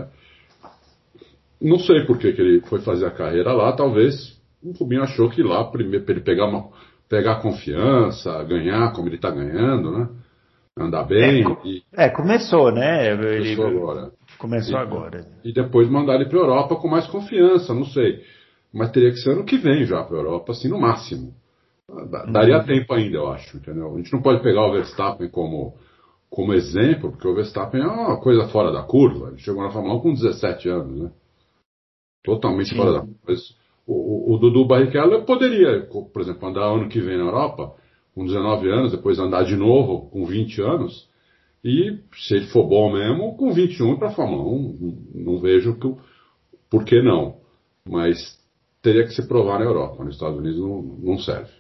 Speaker 3: não sei por que ele foi fazer a carreira lá, talvez o Rubinho achou que lá, primeiro, para ele pegar confiança, ganhar como ele está ganhando, né? Andar bem.
Speaker 2: Começou, né?
Speaker 3: Começou agora.
Speaker 2: Começou agora.
Speaker 3: E depois mandar ele para a Europa com mais confiança, não sei. Mas teria que ser ano que vem já para a Europa, assim, no máximo. Daria tempo ainda, eu acho, entendeu? A gente não pode pegar o Verstappen como exemplo, porque o Verstappen é uma coisa fora da curva. Ele chegou na Fórmula 1 com 17 anos, né? Totalmente fora da curva. Mas o Dudu Barrichello poderia, por exemplo, andar ano que vem na Europa com 19 anos, depois andar de novo com 20 anos, e se ele for bom mesmo, com 21 para a Fórmula 1, não vejo por que não. Mas teria que se provar na Europa, nos Estados Unidos não serve.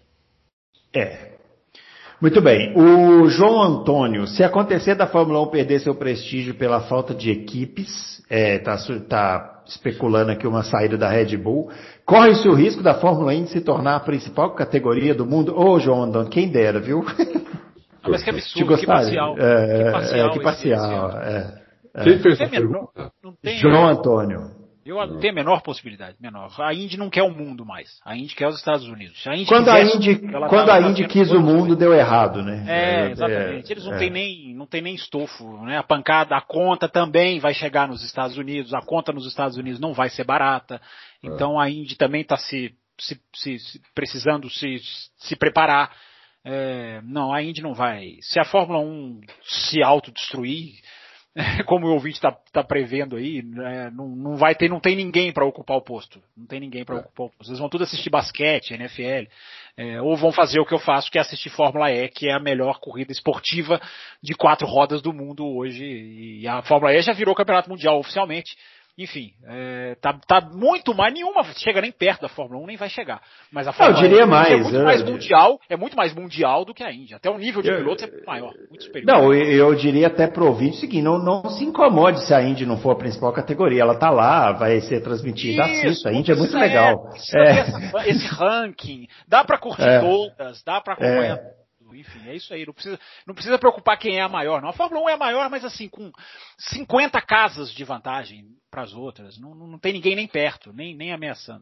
Speaker 2: Muito bem. O João Antônio, se acontecer da Fórmula 1 perder seu prestígio pela falta de equipes, tá especulando aqui uma saída da Red Bull, corre-se o risco da Fórmula Indy se tornar a principal categoria do mundo? João Antônio, quem dera, viu?
Speaker 4: Mas que absurdo, que parcial.
Speaker 2: Que parcial.
Speaker 3: Quem fez essa pergunta?
Speaker 2: João Antônio.
Speaker 4: Eu tenho a menor possibilidade, menor. A Indy não quer o mundo mais. A Indy quer os Estados Unidos.
Speaker 2: Quando a Indy quis o mundo, deu errado, né?
Speaker 4: Exatamente. Eles não tem nem estofo, né? A pancada, a conta também vai chegar nos Estados Unidos. A conta nos Estados Unidos não vai ser barata. Então a Indy também está precisando se preparar. Não, a Indy não vai. Se a Fórmula 1 se autodestruir, como o ouvinte está prevendo aí, não tem ninguém para ocupar o posto. Não tem ninguém para ocupar o posto. Eles vão tudo assistir basquete, NFL, ou vão fazer o que eu faço, que é assistir Fórmula E, que é a melhor corrida esportiva de 4 rodas do mundo hoje. E a Fórmula E já virou campeonato mundial oficialmente. Enfim, tá muito mais, nenhuma chega nem perto da Fórmula 1, nem vai chegar. Mas a Fórmula
Speaker 2: eu diria mais,
Speaker 4: é muito mais mundial do que a Indy. Até o nível de pilotos é maior, muito superior.
Speaker 2: Não, eu diria até pro ouvinte o seguinte, não se incomode se a Indy não for a principal categoria. Ela tá lá, vai ser transmitida, assista. A Indy é muito legal.
Speaker 4: Esse ranking, dá pra curtir todas, dá pra acompanhar. Enfim, é isso aí. Não precisa preocupar quem é a maior, não. A Fórmula 1 é a maior, mas assim, com 50 casas de vantagem para as outras. Não tem ninguém nem perto, nem ameaçando.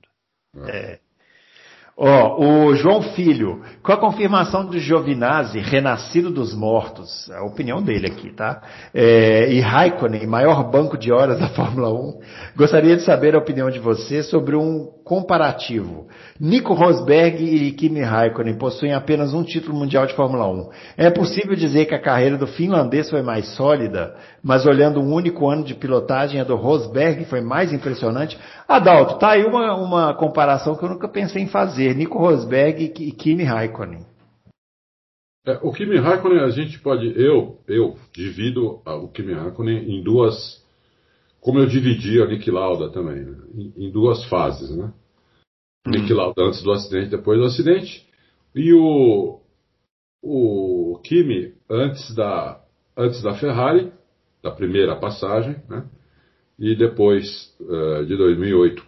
Speaker 2: O João Filho, com a confirmação do Giovinazzi, renascido dos mortos, a opinião dele aqui, tá? E Raikkonen, maior banco de horas da Fórmula 1, gostaria de saber a opinião de você sobre um comparativo. Nico Rosberg e Kimi Raikkonen possuem apenas um título mundial de Fórmula 1. É possível dizer que a carreira do finlandês foi mais sólida, mas olhando um único ano de pilotagem, a do Rosberg foi mais impressionante? Adalto, tá aí uma comparação que eu nunca pensei em fazer. Nico Rosberg e Kimi Raikkonen.
Speaker 3: O Kimi Raikkonen, a gente pode... Eu divido o Kimi Raikkonen em duas... Como eu dividi a Niki Lauda também, né? Em duas fases, né? Niki Lauda antes do acidente, depois do acidente. E o Kimi antes da Ferrari, da primeira passagem, né? E depois de 2008,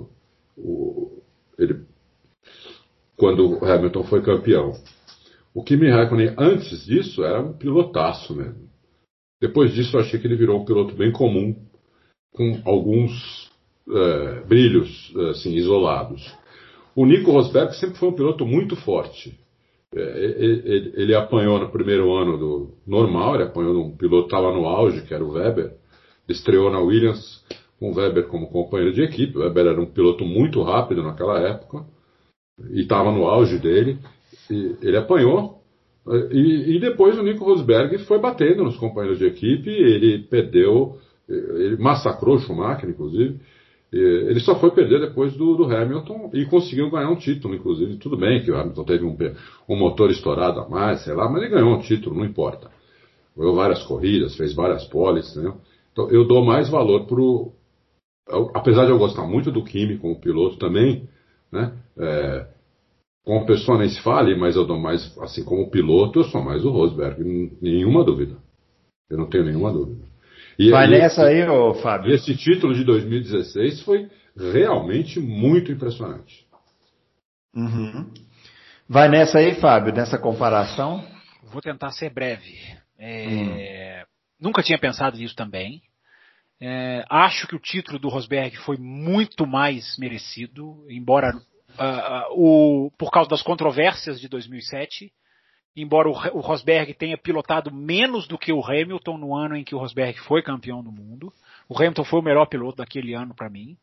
Speaker 3: quando o Hamilton foi campeão. O Kimi Raikkonen, antes disso, era um pilotaço mesmo. Depois disso, eu achei que ele virou um piloto bem comum, com alguns brilhos assim, isolados. O Nico Rosberg sempre foi um piloto muito forte. Ele apanhou no primeiro ano do normal, ele apanhou num piloto que estava no auge, que era o Webber. Estreou na Williams com o Webber como companheiro de equipe. O Webber era um piloto muito rápido naquela época e estava no auge dele. E ele apanhou. E depois o Nico Rosberg foi batendo nos companheiros de equipe. Ele perdeu, ele massacrou o Schumacher, inclusive. Ele só foi perder depois do Hamilton e conseguiu ganhar um título, inclusive. Tudo bem que o Hamilton teve um motor estourado a mais, sei lá, mas ele ganhou um título, não importa. Ganhou várias corridas, fez várias poles, entendeu? Então eu dou mais valor apesar de eu gostar muito do Kimi como piloto também, né? Como pessoa nem se fale, mas eu dou mais, assim, como piloto, eu sou mais o Rosberg, nenhuma dúvida. Eu não tenho nenhuma dúvida.
Speaker 2: Vai nessa aí, ô Fábio.
Speaker 3: E esse título de 2016 foi realmente muito impressionante.
Speaker 2: Uhum. Vai nessa aí, Fábio, nessa comparação?
Speaker 4: Vou tentar ser breve. Nunca tinha pensado nisso também. Acho que o título do Rosberg foi muito mais merecido, embora por causa das controvérsias de 2007. Embora o Rosberg tenha pilotado menos do que o Hamilton no ano em que o Rosberg foi campeão do mundo. O Hamilton foi o melhor piloto daquele ano para mim.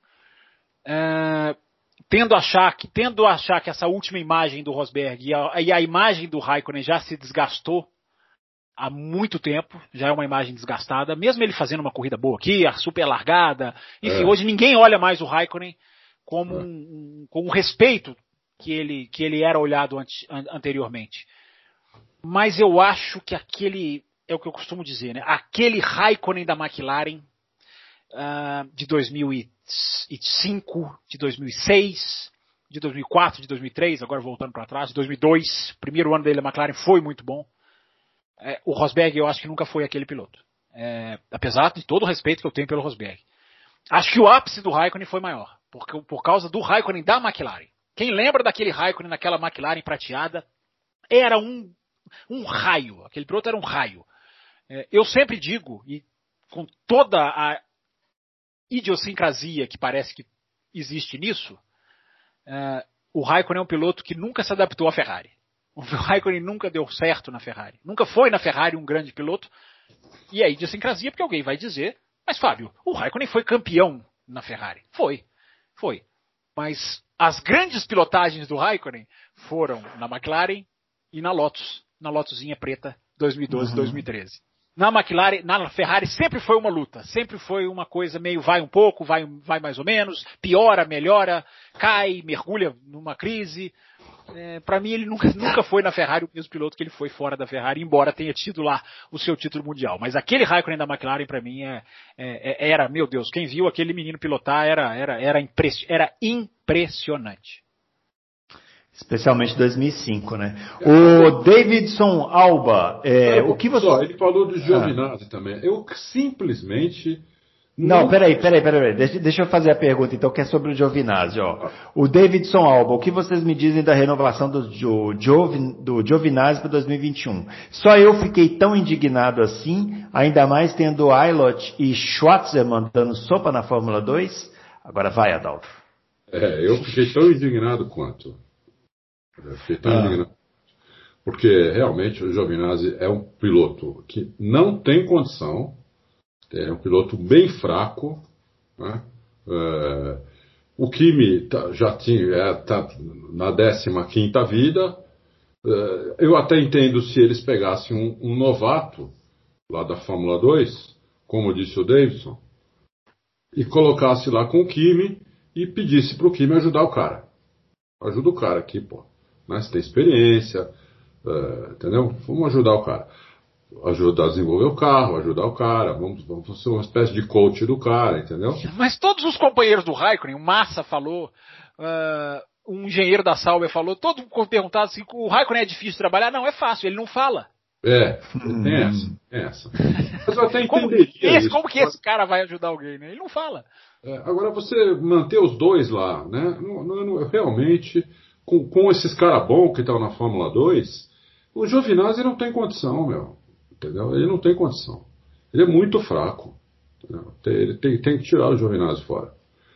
Speaker 4: Tendo a achar que essa última imagem do Rosberg e a imagem do Raikkonen já se desgastou há muito tempo, já é uma imagem desgastada, mesmo ele fazendo uma corrida boa aqui, a super largada, enfim, hoje ninguém olha mais o Raikkonen como com o respeito que ele era olhado anteriormente. Mas eu acho que aquele, é o que eu costumo dizer, né? Aquele Raikkonen da McLaren de 2005, de 2006, de 2004, de 2003, agora voltando para trás, de 2002, primeiro ano dele na McLaren foi muito bom. O Rosberg eu acho que nunca foi aquele piloto. Apesar de todo o respeito que eu tenho pelo Rosberg. Acho que o ápice do Raikkonen foi maior, por causa do Raikkonen da McLaren. Quem lembra daquele Raikkonen naquela McLaren prateada, era um raio, aquele piloto era um raio. Eu sempre digo, e com toda a idiosincrasia que parece que existe nisso, o Raikkonen é um piloto que nunca se adaptou à Ferrari. O Raikkonen nunca deu certo na Ferrari. Nunca foi na Ferrari um grande piloto. E a idiosincrasia, porque alguém vai dizer, mas Fábio, o Raikkonen foi campeão na Ferrari. Foi. Mas as grandes pilotagens do Raikkonen foram na McLaren e na Lotus. Na Lotusinha preta 2012, 2013. Na McLaren, na Ferrari sempre foi uma luta, sempre foi uma coisa meio vai um pouco, vai mais ou menos, piora, melhora, cai, mergulha numa crise. Para mim ele nunca foi na Ferrari o mesmo piloto que ele foi fora da Ferrari, embora tenha tido lá o seu título mundial. Mas aquele Raikkonen da McLaren para mim era, meu Deus, quem viu aquele menino pilotar era impressionante.
Speaker 2: Especialmente 2005, né? O Davidson Alba, o que você...
Speaker 3: Ele falou do Giovinazzi também. Eu simplesmente...
Speaker 2: Não, peraí. Deixa eu fazer a pergunta, então, que é sobre o Giovinazzi, ó. O Davidson Alba, o que vocês me dizem da renovação do Giovinazzi para 2021? Só eu fiquei tão indignado assim, ainda mais tendo Aylot e Schwartzman dando sopa na Fórmula 2? Agora vai, Adalto.
Speaker 3: Eu fiquei tão indignado quanto... Porque realmente o Giovinazzi é um piloto que não tem condição, é um piloto bem fraco, né? O Kimi já tá na 15ª vida. Eu até entendo se eles pegassem um novato lá da Fórmula 2, como disse o Davidson, e colocasse lá com o Kimi e pedisse para o Kimi ajudar o cara. Ajuda o cara aqui, pô. Mas tem experiência, entendeu? Vamos ajudar o cara. Ajudar a desenvolver o carro, ajudar o cara. Vamos ser uma espécie de coach do cara, entendeu?
Speaker 4: Mas todos os companheiros do Raikkonen, o Massa falou, um engenheiro da Sauber falou, todo mundo perguntado assim, o Raikkonen é difícil de trabalhar? Não, é fácil, ele não fala.
Speaker 3: Tem essa. Mas eu até entenderia isso.
Speaker 4: Como que esse cara vai ajudar alguém, né? Ele não fala.
Speaker 3: Agora, você manter os dois lá, né? Realmente... Com esses caras bons que estão na Fórmula 2, o Giovinazzi não tem condição, meu. Entendeu? Ele não tem condição. Ele é muito fraco. Ele tem que tirar o Giovinazzi fora.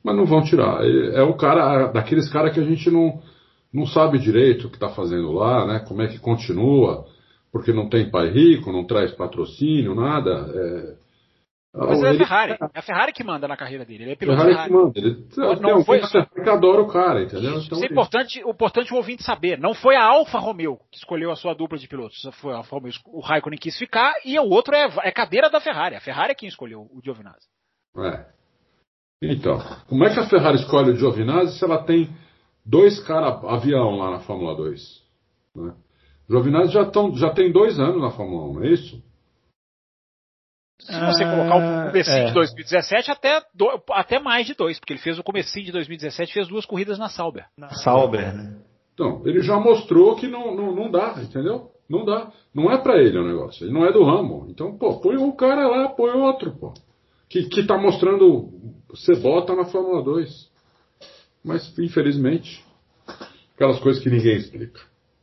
Speaker 3: Mas não vão tirar. É o cara, daqueles caras que a gente não sabe direito o que está fazendo lá, né? Como é que continua, porque não tem pai rico, não traz patrocínio, nada.
Speaker 4: Mas é a Ferrari. É a Ferrari que manda na carreira dele. Ele é piloto
Speaker 3: Ferrari.
Speaker 4: Ferrari.
Speaker 3: Não foi que adora o cara, entendeu?
Speaker 4: Isso é importante o ouvinte saber. Não foi a Alfa Romeo que escolheu a sua dupla de pilotos. Foi a Alfa Romeo, o Raikkonen quis ficar e o outro é cadeira da Ferrari. A Ferrari é quem escolheu o Giovinazzi.
Speaker 3: Então, como é que a Ferrari escolhe o Giovinazzi se ela tem 2 caras avião lá na Fórmula 2? Né? O Giovinazzi já tem 2 anos na Fórmula 1, não é isso?
Speaker 4: Se você colocar o comecinho de 2017, até mais de 2, porque ele fez o comecinho de 2017, fez 2 corridas na Sauber.
Speaker 2: Na Sauber, né?
Speaker 3: Então, ele já mostrou que não dá, entendeu? Não dá. Não é pra ele o negócio, ele não é do ramo. Então, põe um cara lá, põe outro, que tá mostrando você bota na Fórmula 2. Mas, infelizmente, aquelas coisas que ninguém explica.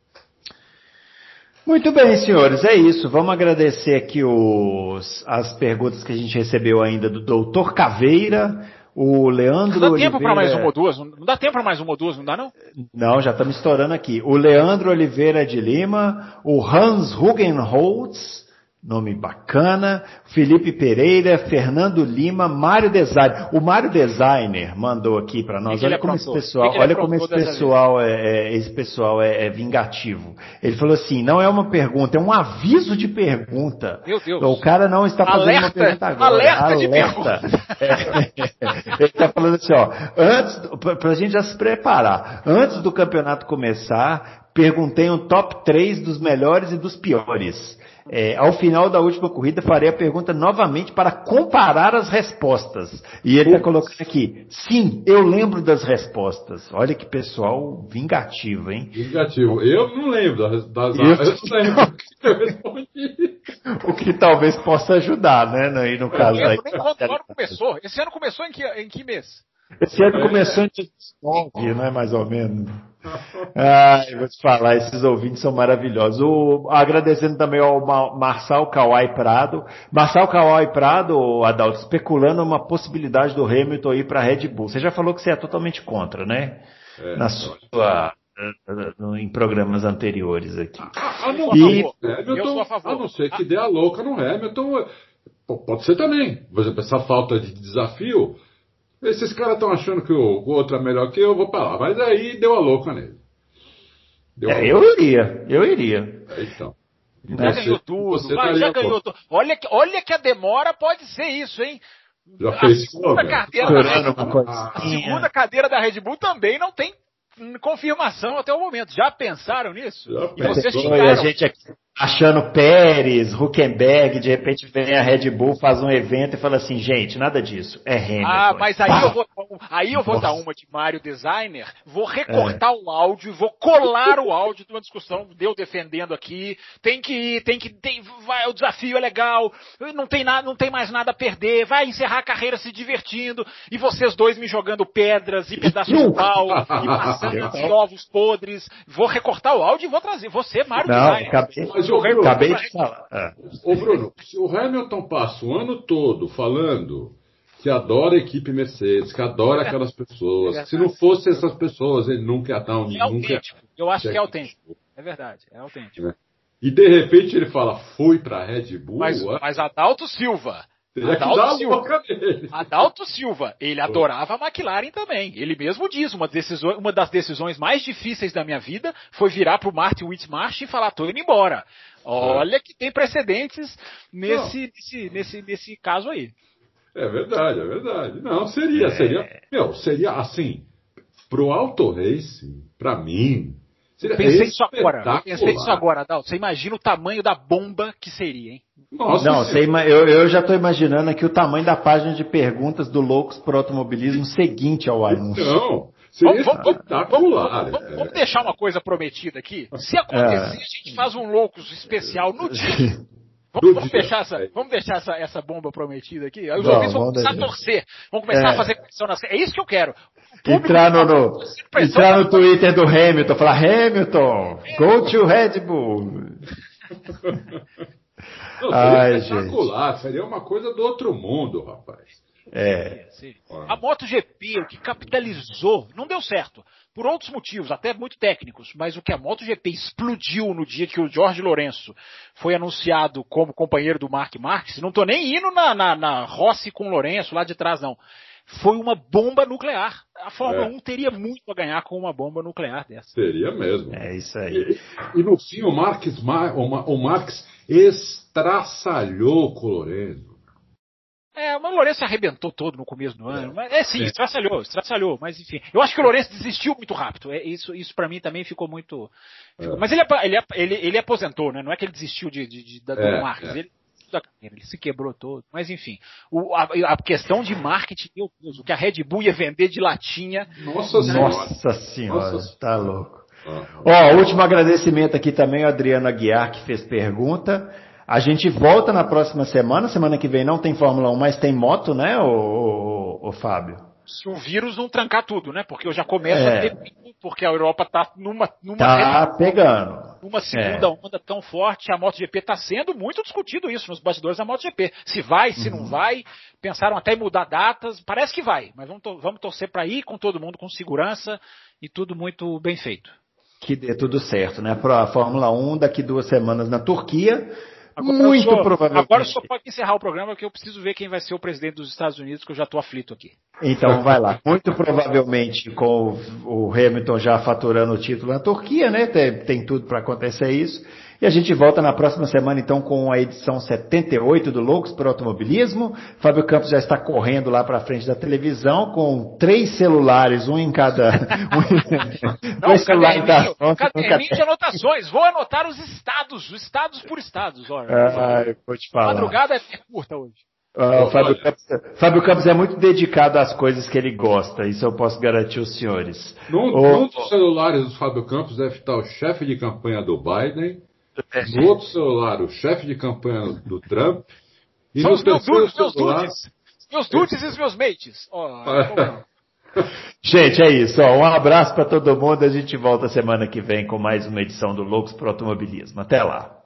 Speaker 2: Muito bem, senhores, é isso. Vamos agradecer aqui as perguntas que a gente recebeu ainda do Doutor Caveira, o Leandro
Speaker 4: Não dá
Speaker 2: Oliveira...
Speaker 4: tempo para mais uma ou duas? Não dá tempo para mais uma ou duas, não dá não?
Speaker 2: Não, já estamos estourando aqui. O Leandro Oliveira de Lima, o Hans Hugenholtz, nome bacana, Felipe Pereira, Fernando Lima, Mário Designer. O Mário Designer mandou aqui para nós. Olha como esse pessoal é vingativo. Ele falou assim, não é uma pergunta, é um aviso de pergunta.
Speaker 4: Meu Deus.
Speaker 2: O cara não está fazendo uma pergunta agora.
Speaker 4: Alerta de pergunta.
Speaker 2: Ele está falando assim, para a gente já se preparar. Antes do campeonato começar, perguntei um top 3 dos melhores e dos piores. Ao final da última corrida, farei a pergunta novamente para comparar as respostas. E ele está colocando aqui, sim, eu lembro das respostas. Olha que pessoal vingativo, hein?
Speaker 3: Vingativo. Eu não lembro das eu lembro que eu respondi.
Speaker 2: O que talvez possa ajudar, né? Aí no caso aí.
Speaker 4: Nem quando o ano começou. Esse ano começou em que mês?
Speaker 2: Esse ano começou em 2019, né? Mais ou menos. Eu vou te falar, esses ouvintes são maravilhosos. Agradecendo também ao Marçal Kawai Prado. Marçal Kawai Prado, Adalto, especulando uma possibilidade do Hamilton ir para a Red Bull. Você já falou que você é totalmente contra, né? Em programas anteriores aqui.
Speaker 4: Eu sou a favor.
Speaker 3: A não ser que dê a louca no Hamilton. Pode ser também. Por exemplo, essa falta de desafio. Esses caras estão achando que o outro é melhor que eu vou pra lá. Mas aí deu a louca nele.
Speaker 2: Eu iria.
Speaker 3: Então.
Speaker 4: Já ganhou tudo. Já ganhou tudo. Olha que a demora pode ser isso, hein?
Speaker 3: Já fez
Speaker 4: segunda cadeira da Red Bull também não tem confirmação até o momento. Já pensaram nisso?
Speaker 2: E vocês xingaram. A gente aqui achando Pérez, Hülkenberg, de repente vem a Red Bull, faz um evento e fala assim, gente, nada disso, é Hamilton.
Speaker 4: Mas aí eu vou dar uma de Mário Designer, vou recortar o áudio, vou colar o áudio de uma discussão, eu defendendo aqui, o desafio é legal, não tem mais nada a perder, vai encerrar a carreira se divertindo, e vocês dois me jogando pedras e pedaços de pau, e passando de ovos podres, vou recortar o áudio e vou trazer, você, Mário Designer.
Speaker 2: Acabei de falar.
Speaker 3: Ô Bruno, se o Hamilton passa o ano todo falando que adora a equipe Mercedes, que adora aquelas pessoas, se não fosse essas pessoas, ele nunca ia estar
Speaker 4: É autêntico. Eu acho que é autêntico. É verdade, é autêntico.
Speaker 3: E de repente ele fala, fui pra Red Bull.
Speaker 4: Mas Adalto Silva. Adalto Silva, ele adorava a McLaren também. Ele mesmo diz, uma das decisões mais difíceis da minha vida foi virar pro Martin Whitmarsh e falar, tô indo embora. Olha que tem precedentes nesse caso aí.
Speaker 3: É verdade. Não, seria assim, pro Auto Racing, pra mim, seria
Speaker 4: pensei nisso agora, Adalto. Você imagina o tamanho da bomba que seria, hein?
Speaker 2: Nossa, eu já estou imaginando aqui o tamanho da página de perguntas do Loucos por Automobilismo seguinte ao anúncio.
Speaker 3: Não, seria espetacular.
Speaker 4: Vamos deixar uma coisa prometida aqui. Se acontecer, a gente faz um Loucos especial no dia. Vamos deixar essa bomba prometida aqui? Os ouvintes vão começar a torcer. Vão começar a fazer pressão nas... É isso que eu quero.
Speaker 2: Entrar no Twitter do Hamilton, falar, Hamilton, go to Red Bull.
Speaker 3: Não, seria espetacular, seria uma coisa do outro mundo, rapaz.
Speaker 4: Seria. A MotoGP, o que capitalizou, não deu certo. Por outros motivos, até muito técnicos, mas o que a MotoGP explodiu no dia que o Jorge Lourenço foi anunciado como companheiro do Marc Marquez, não tô nem indo na Rossi com o Lourenço lá de trás, não. Foi uma bomba nuclear. A Fórmula 1 teria muito a ganhar com uma bomba nuclear dessa.
Speaker 3: Seria mesmo.
Speaker 2: É isso aí.
Speaker 3: E no fim o Marques estraçalhou com o Lourenço.
Speaker 4: O Lourenço arrebentou todo no começo do ano. Mas, sim, estraçalhou. Mas enfim, eu acho que o Lourenço desistiu muito rápido. Isso para mim também ficou muito. Mas ele aposentou, né? Não é que ele desistiu do Marques. Ele se quebrou todo. Mas enfim, a questão de marketing, meu Deus, o que a Red Bull ia vender de latinha.
Speaker 2: Nossa senhora, tá louco. Último agradecimento aqui também ao Adriano Aguiar, que fez pergunta. A gente volta na próxima semana. Semana que vem não tem Fórmula 1, mas tem moto, né, o Fábio?
Speaker 4: Se o vírus não trancar tudo, né? Porque eu já começo a ter medo, porque a Europa tá numa
Speaker 2: pegando.
Speaker 4: Uma segunda onda tão forte. A MotoGP tá sendo muito discutido isso nos bastidores da MotoGP. Se vai, se não vai. Pensaram até em mudar datas. Parece que vai, mas vamos torcer para ir com todo mundo, com segurança e tudo muito bem feito.
Speaker 2: Que dê tudo certo, né? Para a Fórmula 1 daqui 2 semanas na Turquia. Provavelmente.
Speaker 4: Agora o senhor pode encerrar o programa, porque eu preciso ver quem vai ser o presidente dos Estados Unidos, que eu já estou aflito aqui.
Speaker 2: Então vai lá. Muito provavelmente com o Hamilton já faturando o título na Turquia, né? Tem tudo para acontecer isso. E a gente volta na próxima semana, então, com a edição 78 do Loucos por Automobilismo. Fábio Campos já está correndo lá para frente da televisão com 3 celulares, um em cada...
Speaker 4: Dois celulares caderninho de anotações. Vou anotar os estados por estados.
Speaker 2: Vou te falar.
Speaker 4: A madrugada é curta hoje.
Speaker 2: Fábio Campos é muito dedicado às coisas que ele gosta, isso eu posso garantir aos senhores.
Speaker 3: Num dos celulares do Fábio Campos deve estar o chefe de campanha do Biden, no outro celular o chefe de campanha do Trump, e
Speaker 4: são
Speaker 3: no
Speaker 4: os meus
Speaker 3: dudes
Speaker 4: e os meus mates.
Speaker 2: Gente, é isso. Um abraço para todo mundo, a gente volta semana que vem com mais uma edição do Loucos por Automobilismo. Até lá.